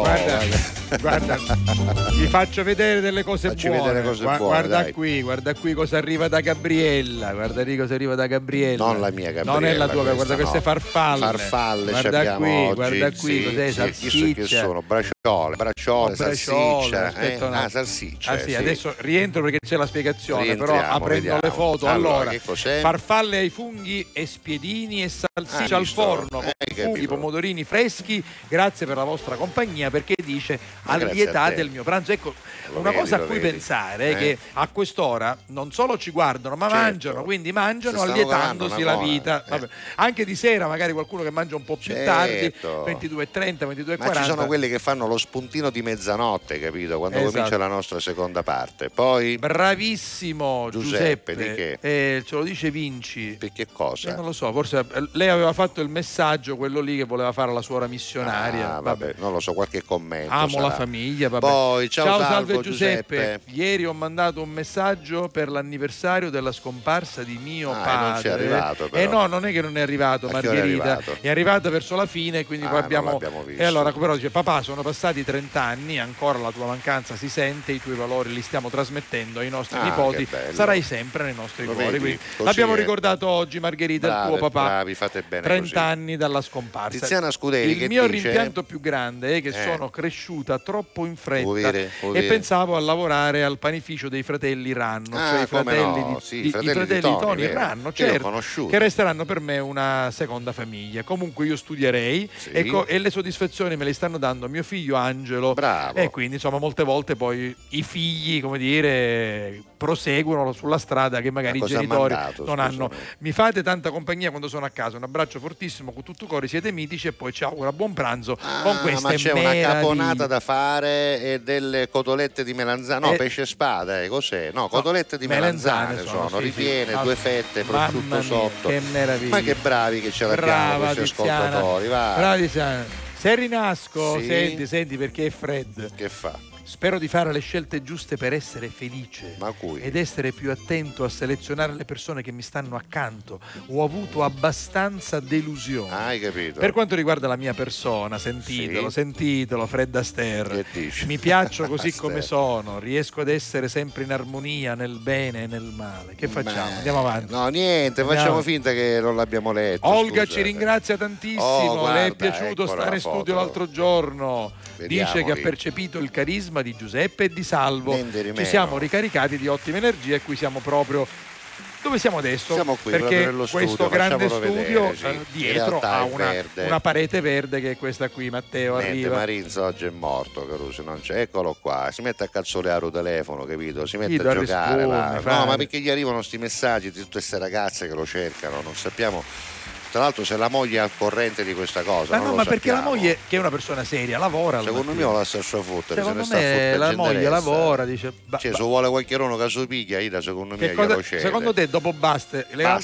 Guarda, vi faccio vedere delle cose buone. Guarda qui cosa arriva da Gabriella. Guarda lì cosa arriva da Gabriella. Non la mia Gabriella. Non è la tua, guarda queste farfalle. Guarda qui, cos'è? Salsiccia. Che sono? Bracciole, salsiccia. Salsiccia. Adesso rientro perché c'è la spiegazione, però aprendo le foto. Allora, farfalle ai funghi e spiedini e salsiccia al forno. Funghi, pomodorini freschi. Grazie per la vostra compagnia, perché dice allietate il mio pranzo. Ecco, una cosa a cui pensare è che a quest'ora non solo ci guardano ma mangiano, quindi mangiano allietandosi la vita. Anche di sera magari qualcuno che mangia un po' più tardi, 22:30, 22:40. Ma ci sono quelli che fanno lo spuntino di mezzanotte, capito? Quando comincia la nostra seconda parte. Poi bravissimo Giuseppe, di che? Ce lo dice Vinci. Per che cosa? Non lo so, forse lei aveva fatto il messaggio, quello lì che voleva fare alla suora missionaria. Vabbè, non lo so, qualche commento. Amo la famiglia, vabbè. Poi, ciao salve Giuseppe. Ieri ho mandato un messaggio per l'anniversario della scomparsa di mio padre. Non ci è arrivato, però. No, non è che non è arrivato, Margherita. È arrivato verso la fine, quindi poi abbiamo visto. E allora però dice: papà, sono passati 30 anni, ancora la tua mancanza si sente, i tuoi valori li stiamo trasmettendo ai nostri nipoti, sarai sempre nei nostri cuori. Quindi l'abbiamo ricordato oggi, Margherita, il tuo papà. Bravi, fate bene 30 così. anni dalla scomparsa. Tiziana Scuderi, il mio rimpianto più grande è che sono cresciuta troppo in fretta e pensavo a lavorare al panificio dei fratelli Ranno, cioè i fratelli di Tony Ranno, certo, che resteranno per me una seconda famiglia. Comunque io studierei e le soddisfazioni me le stanno dando mio figlio Angelo. Bravo. E quindi insomma molte volte poi i figli, come dire, proseguono sulla strada che magari i genitori non hanno. Mi fate tanta compagnia quando sono a casa, un abbraccio fortissimo con tutto cuore, siete mitici e poi ci auguro buon pranzo con queste ma c'è una caponata da fare e delle cotolette di melanzane, pesce spada, cos'è? No, cotolette di melanzane sono ripiene, 2 fette, prosciutto sotto. Che meraviglia. Ma che bravi che ce l'abbiamo questi ascoltatori, va. Brava Tiziana. Se rinasco, senti perché è Fred. Che fa? Spero di fare le scelte giuste per essere felice ed essere più attento a selezionare le persone che mi stanno accanto. Ho avuto abbastanza delusioni. Hai capito? Per quanto riguarda la mia persona, sentitelo, Fred Astaire. Mi piaccio così come sono, riesco ad essere sempre in armonia nel bene e nel male. Che facciamo? Andiamo avanti. No, niente, facciamo finta che non l'abbiamo letto. Olga ci ringrazia tantissimo, le è piaciuto stare in studio l'altro giorno. Dice che ha percepito il carisma di Giuseppe e di Salvo. Ci siamo ricaricati di ottima energia e qui siamo proprio dove siamo adesso. Siamo qui perché nello questo studio, grande vedere, studio dietro ha una parete verde che è questa qui. Matteo arriva. Marinzo oggi è morto, Caruso, non c'è. Eccolo qua, si mette a cazzoleare il telefono, capito? Si mette a giocare là. No, ma perché gli arrivano sti messaggi di tutte queste ragazze che lo cercano, non sappiamo. Tra l'altro se la moglie è al corrente di questa cosa. Ma perché la moglie, che è una persona seria, lavora. Secondo me la sta a fottere. Secondo me la moglie lavora, dice. Se vuole qualche uno che su piglia, Ida, secondo me glielo cede. Secondo te dopo basta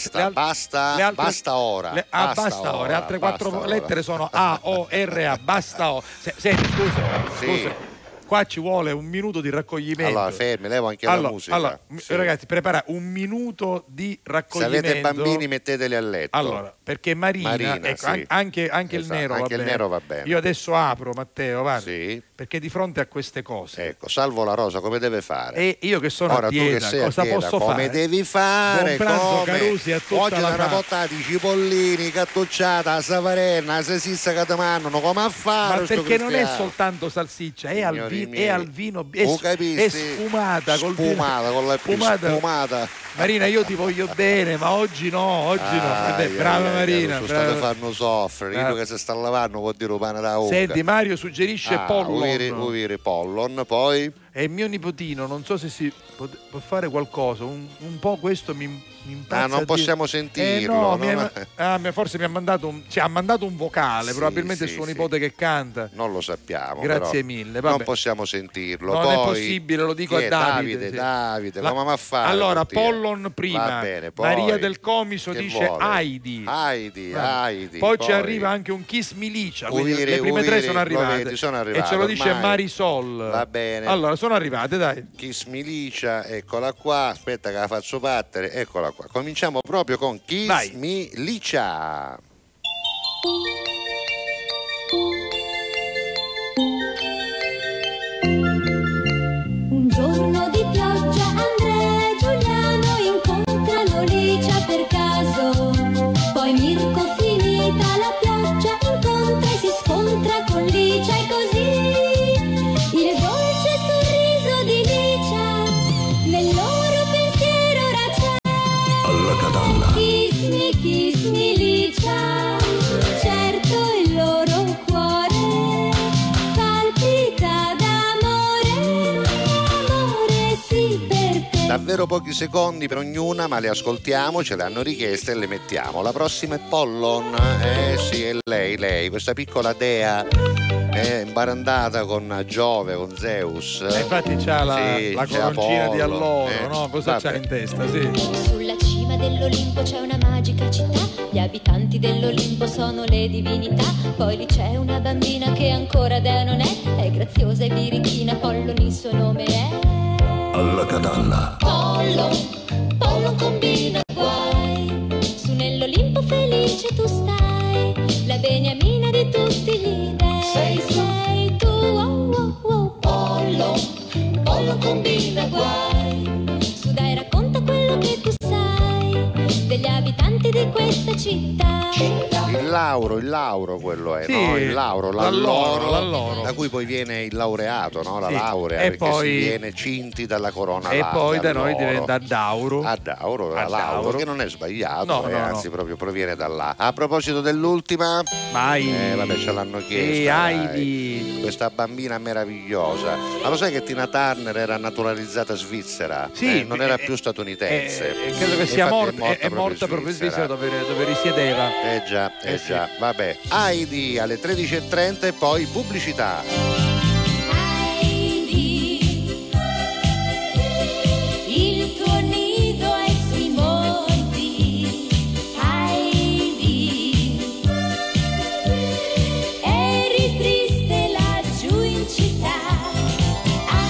ora. Le altre 4 lettere sono A, O, R, A, basta O. Senti, scusa. Qua ci vuole un minuto di raccoglimento. Allora, fermi, levo anche la musica. Allora, ragazzi, prepara un minuto di raccoglimento. Se avete bambini, metteteli a letto. Allora, perché Marina ecco, anche esatto, il nero anche il nero va bene. Io adesso apro, Matteo, va. Sì. Perché di fronte a queste cose. Ecco, salvo la rosa, come deve fare? E io che sono a dieta, cosa posso fare? Come devi fare? Buon pranzo, Carusi, a tutta oggi una bottata di cipollini, cattucciata, savarena, salsiccia che ti mandano, come a fare? Ma perché non è soltanto salsiccia, è al vino, è sfumata, con la spumata. Marina, io ti voglio bene, ma oggi no. Brava Marina. State fanno soffrire, io che si sta lavando può dire pane da uca. Senti, Mario suggerisce Pollon. Pollon, poi? E mio nipotino, non so se si può fare qualcosa, un po' questo mi impazza. Non possiamo sentirlo. Forse mi ha mandato un vocale, probabilmente è suo nipote che canta. Non lo sappiamo. Grazie mille. Vabbè. Non possiamo sentirlo. Non è possibile, lo dico a Davide. Davide, come va a fare? Allora, Pollon prima. Va bene, poi, Maria del Comiso dice Heidi. Poi ci arriva anche un Kiss Milicia. Le prime tre sono arrivate. E ce lo dice Marisol. Va bene. Allora, sono arrivate, dai. Kiss Milicia, eccola qua. Aspetta che la faccio battere. Eccola qua. Cominciamo proprio con Kiss Milicia. Un giorno di pioggia Andrea e Giuliano incontrano Licia per caso. Poi Mirko, finita la pioggia, incontra e si scontra con Licia e così il dolce sorriso di Licia nel loro pensiero ora c'è. Alla Catalla. Kiss me Licia, certo il loro cuore palpita d'amore, amore sì per te. Davvero pochi secondi per ognuna, ma le ascoltiamo, ce le hanno richieste e le mettiamo. La prossima è Pollon, sì, è lei, questa piccola dea è imbarandata con Giove, con Zeus. Infatti c'ha la coroncina di alloro, no? Cosa c'ha in testa? Sì. Sulla cima dell'Olimpo c'è una magica città, gli abitanti dell'Olimpo sono le divinità. Poi lì c'è una bambina che ancora dea non è graziosa e birichina, Pollon il suo nome è. Alla Catalla. Pollon combina guai, su nell'Olimpo felice tu stai, la beniamina di tutti gli dei. Sei tu, oh. Pollon combina guai, su dai racconta quello che tu sai degli abitanti di questa città. Il lauro quello è, sì, no? Il lauro, l'alloro, da cui poi viene il laureato, no? La laurea, e perché poi si viene cinti dalla corona e laurea, poi da noi diventa dauro, che non è sbagliato, anzi proprio proviene da là. A proposito dell'ultima, vabbè, ce l'hanno chiesta, Heidi, questa bambina meravigliosa. Ma lo sai che Tina Turner era naturalizzata svizzera? Sì, non era più statunitense. Credo che sia morta proprio in Svizzera dove risiedeva. Già. Vabbè, Heidi alle 13:30 e poi pubblicità. Heidi, il tuo nido è sui monti. Heidi, eri triste laggiù in città.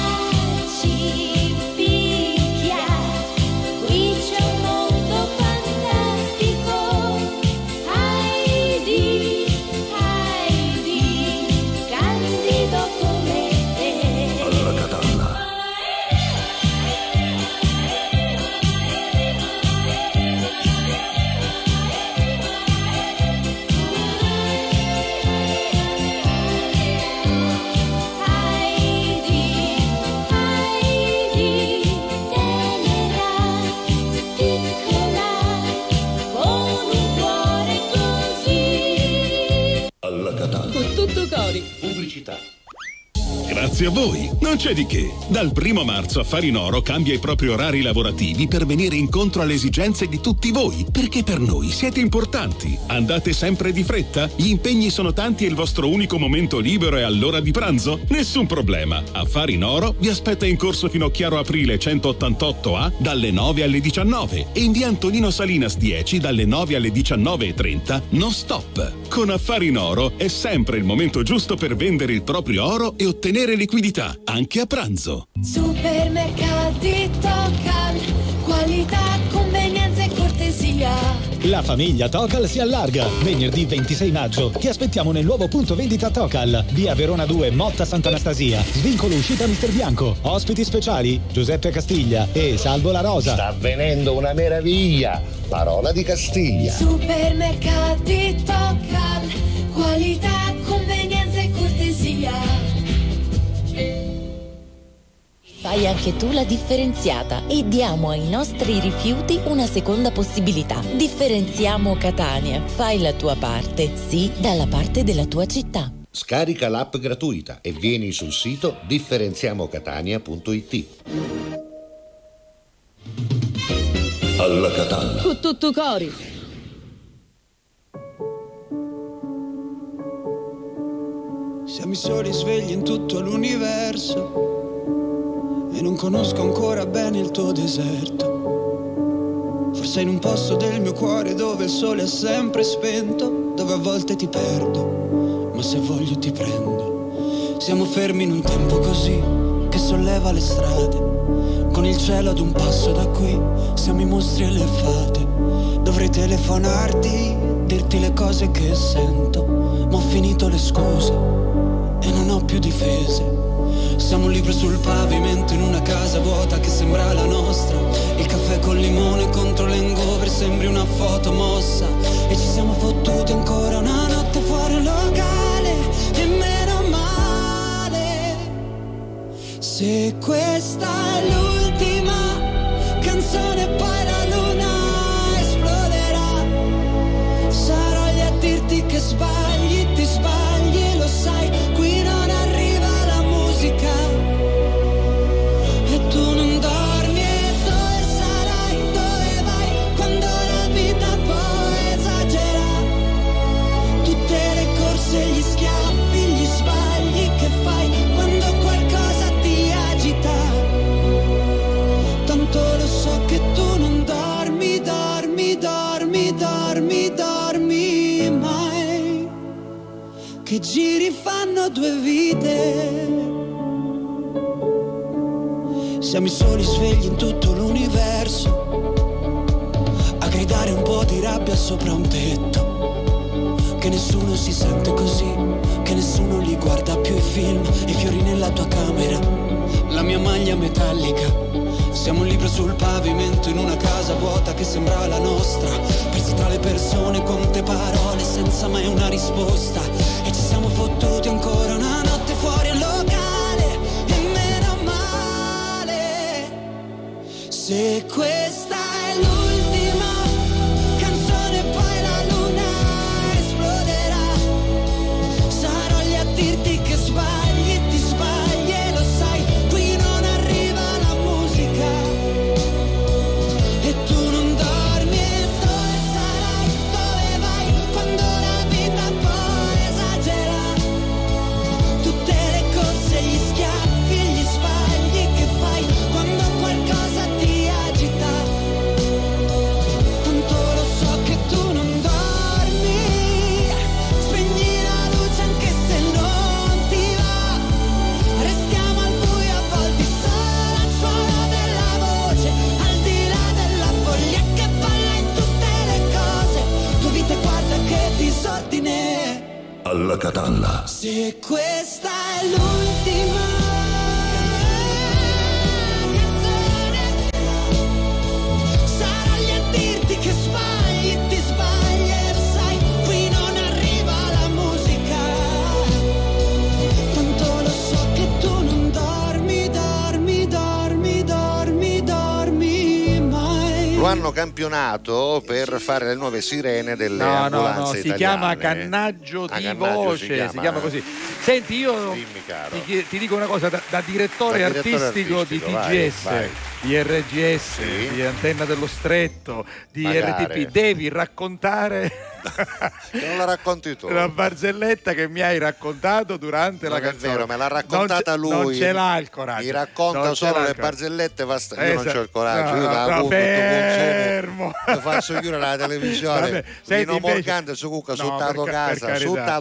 Grazie a voi, non c'è di che. Dal 1 marzo Affari in Oro cambia i propri orari lavorativi per venire incontro alle esigenze di tutti voi, perché per noi siete importanti. Andate sempre di fretta? Gli impegni sono tanti e il vostro unico momento libero è all'ora di pranzo? Nessun problema. Affari in Oro vi aspetta in corso Finocchiaro Aprile 188A dalle 9 alle 19 e in via Antonino Salinas 10 dalle 9 alle 19:30 non stop. Con Affari in Oro è sempre il momento giusto per vendere il proprio oro e ottenere liquidità, anche a pranzo. Supermercati Tocal, qualità, convenienza e cortesia. La famiglia Tocal si allarga. Venerdì 26 maggio ti aspettiamo nel nuovo punto vendita Tocal, via Verona 2, Motta Sant'Anastasia. Svincolo uscita Mister Bianco. Ospiti speciali Giuseppe Castiglia e Salvo La Rosa. Sta avvenendo una meraviglia. Parola di Castiglia. Supermercati Tocal, qualità, convenienza e cortesia. Fai anche tu la differenziata e diamo ai nostri rifiuti una seconda possibilità. Differenziamo Catania. Fai la tua parte, sì, dalla parte della tua città. Scarica l'app gratuita e vieni sul sito differenziamocatania.it. Alla Catalla. Con tutto cori. Siamo i soli svegli in tutto l'universo e non conosco ancora bene il tuo deserto. Forse in un posto del mio cuore dove il sole è sempre spento, dove a volte ti perdo, ma se voglio ti prendo. Siamo fermi in un tempo così che solleva le strade, con il cielo ad un passo da qui, siamo i mostri e le fate. Dovrei telefonarti, dirti le cose che sento, ma ho finito le scuse e non ho più difese. Siamo un libro sul pavimento in una casa vuota che sembra la nostra. Il caffè col limone contro l'hangover sembri una foto mossa. E ci siamo fottuti ancora una notte fuori un locale, e meno male. Se questa è l'ultima canzone poi la luna esploderà. Sarò lì a dirti che sbagli, ti sbagli e lo sai. Qui non arriva la musica e tu non dormi. E dove sarai, dove vai, quando la vita poi esagera? Tutte le corse, gli schiaffi, gli sbagli che fai quando qualcosa ti agita. Tanto lo so che tu non dormi, dormi, dormi, dormi, dormi mai. Che giri fanno due vite. Siamo i soli svegli in tutto l'universo, a gridare un po' di rabbia sopra un tetto. Che nessuno si sente così, che nessuno li guarda più i film. I fiori nella tua camera, la mia maglia metallica. Siamo un libro sul pavimento in una casa vuota che sembra la nostra. Persi tra le persone, conte parole senza mai una risposta. E ci siamo fottuti ancora una notte fuori al locale, e meno male. Se questa è l'ultima canzone poi la luna esploderà. Sarò lì a dirti che sbagli, ti sbagli e lo sai. Qui non arriva la musica e tu non dormi. E dove sarai, dove vai, quando la vita poi esagera? Tutte le corse, gli schiaffi, gli sbagli che fai quando qualcosa ti agita. Tanto lo so che tu non dormi. Spegni la luce anche se non ti va. Restiamo al buio avvolti solo al suono della voce, al di là della foglia che balla in tutte le cose. Tua vita guarda che disordine. Alla Catalla. Se questa è l'ultima canzone, sarò lì a dirti che sbagli, ti sbagli e lo sai. Qui non arriva la musica. Tanto lo so che tu non dormi, dormi, dormi, dormi, dormi mai. fanno campionato per fare le nuove sirene delle ambulanze si italiane. chiama cannaggio di voce, si chiama così. Senti, io ti dico una cosa, da direttore artistico di TGS, vai. di RGS, di Antenna dello Stretto, di RTP, devi raccontare che non la racconti tu, la barzelletta che mi hai raccontato durante la canzone. È vero, me l'ha raccontata lui. Non ce l'ha il coraggio. Mi racconta solo le barzellette, basta. Io non c'ho il coraggio, io da fermo. Lo faccio chiudere la televisione. Lino Morgante su cucca sottato casa,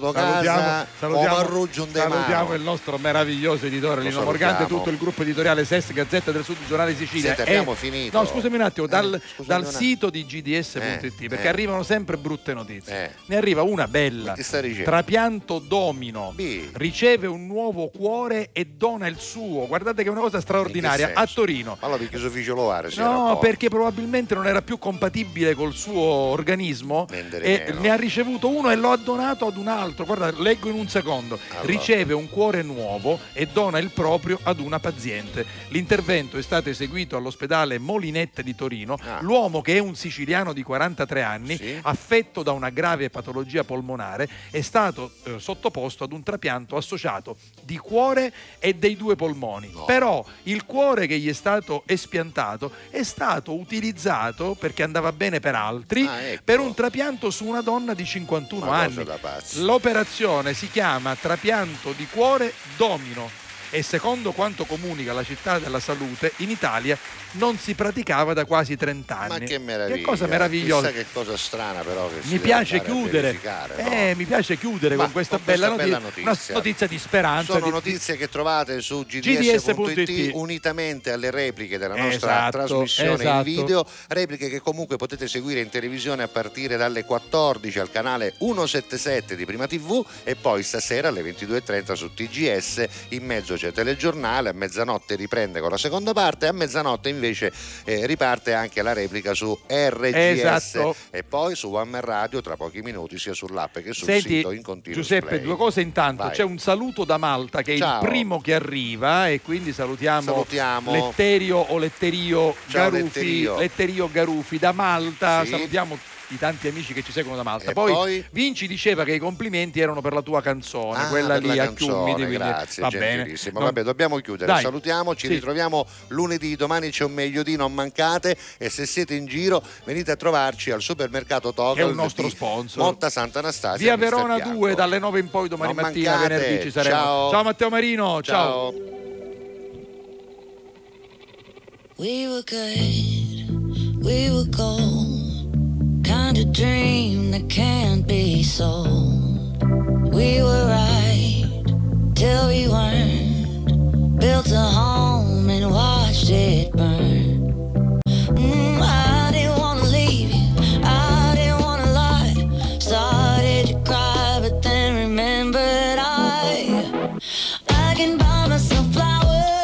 come arruggio un demano. Salutiamo il nostro meraviglioso editore Lino Morgante, tutto il gruppo editoriale SES Gazzetta del Sud, Giornale Sicilia. Senti, abbiamo finito. No, scusami un attimo, dal sito di gds.it, perché arrivano sempre brutte notizie. Ne arriva una bella. Trapianto Domino riceve un nuovo cuore e dona il suo. Guardate che è una cosa straordinaria a Torino. Allora perché Sofficio no, perché probabilmente non era più compatibile col suo organismo e ne ha ricevuto uno e lo ha donato ad un altro. Guarda, leggo in un secondo. Riceve un cuore nuovo e dona il proprio ad una paziente. L'intervento è stato eseguito all'ospedale Molinette di Torino. L'uomo, che è un siciliano di 43 anni, affetto da una grave patologia polmonare, è stato sottoposto ad un trapianto associato di cuore e dei due polmoni. Però il cuore che gli è stato espiantato è stato utilizzato, perché andava bene per altri, per un trapianto su una donna di 51 anni. L'operazione si chiama trapianto di cuore Domino e, secondo quanto comunica la città della salute, in Italia non si praticava da quasi 30 anni. Ma che meraviglia! Che cosa meravigliosa! Chissà che cosa strana, però, che mi piace chiudere. Mi piace chiudere con questa bella notizia. Una notizia di speranza. Sono notizie che trovate su gds.it unitamente alle repliche della nostra trasmissione in video, repliche che comunque potete seguire in televisione a partire dalle 14 al canale 177 di Prima TV e poi stasera alle 22:30 su TGS. In mezzo c'è telegiornale, a mezzanotte riprende con la seconda parte, a mezzanotte invece riparte anche la replica su RGS e poi su One Man Radio tra pochi minuti, sia sull'app che sul sito in continuo Giuseppe, display. due cose intanto. Vai. C'è un saluto da Malta che è il primo che arriva e quindi salutiamo. Letterio o Letterio Garufi, Letterio Garufi da Malta. Salutiamo i tanti amici che ci seguono da Malta. Poi Vinci diceva che i complimenti erano per la tua canzone, quella lì a Chiumidi. Grazie, va gentilissimo. bene. Vabbè, dobbiamo chiudere. Dai. Salutiamo, ci ritroviamo lunedì. Domani c'è un meglio di, non mancate. E se siete in giro, venite a trovarci al supermercato Tocal, che è un nostro sponsor. Motta Sant'Anastasia, via Verona 2, dalle 9 in poi domani mattina, venerdì ci saremo. Ciao Matteo Marino. Ciao. We were good, we were gold, kind of dream that can't be sold. We were right till we weren't, built a home and watched it burn. I didn't want to leave you, I didn't want to lie, started to cry but then remembered I can buy myself flowers.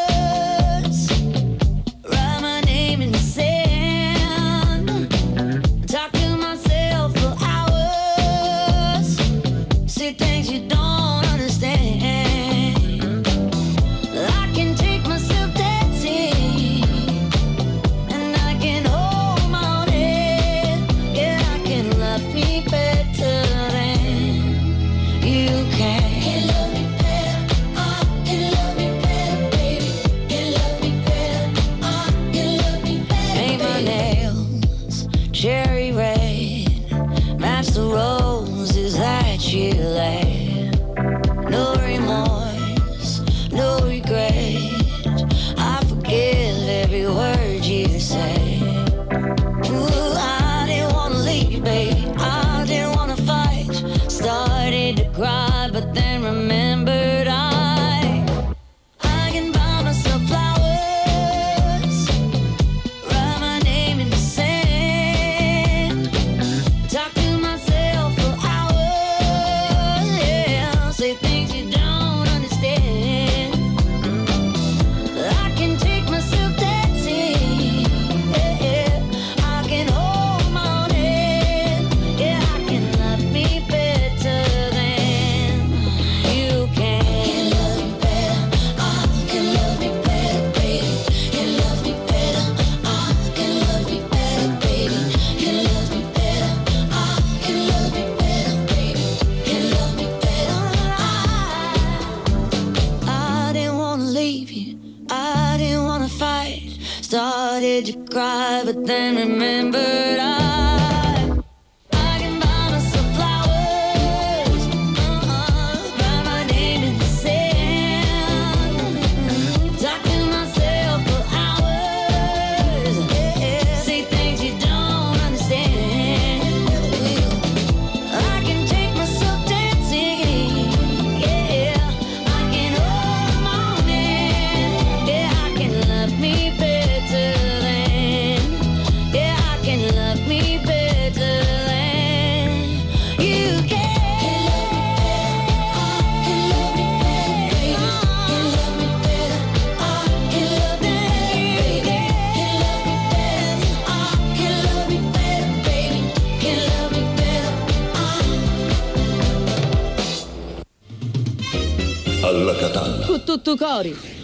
Cherry red, match the roses that you laid. No remorse, no regret, I forgive every word you say. Ooh, I didn't wanna leave, baby, I didn't wanna fight. Started to cry, but then remembered I can buy myself flowers. Yeah. to cry, but then remembered I can buy myself flowers, write my name in the sand, talk to myself for hours, say things you don't understand. I can take myself dancing, yeah, I can hold the morning, yeah, I can love me better than, yeah, I can love me better than you can. Can love me better, can love me better, can love me better, baby, can love me better. Alla Catalla. Con tutto cori.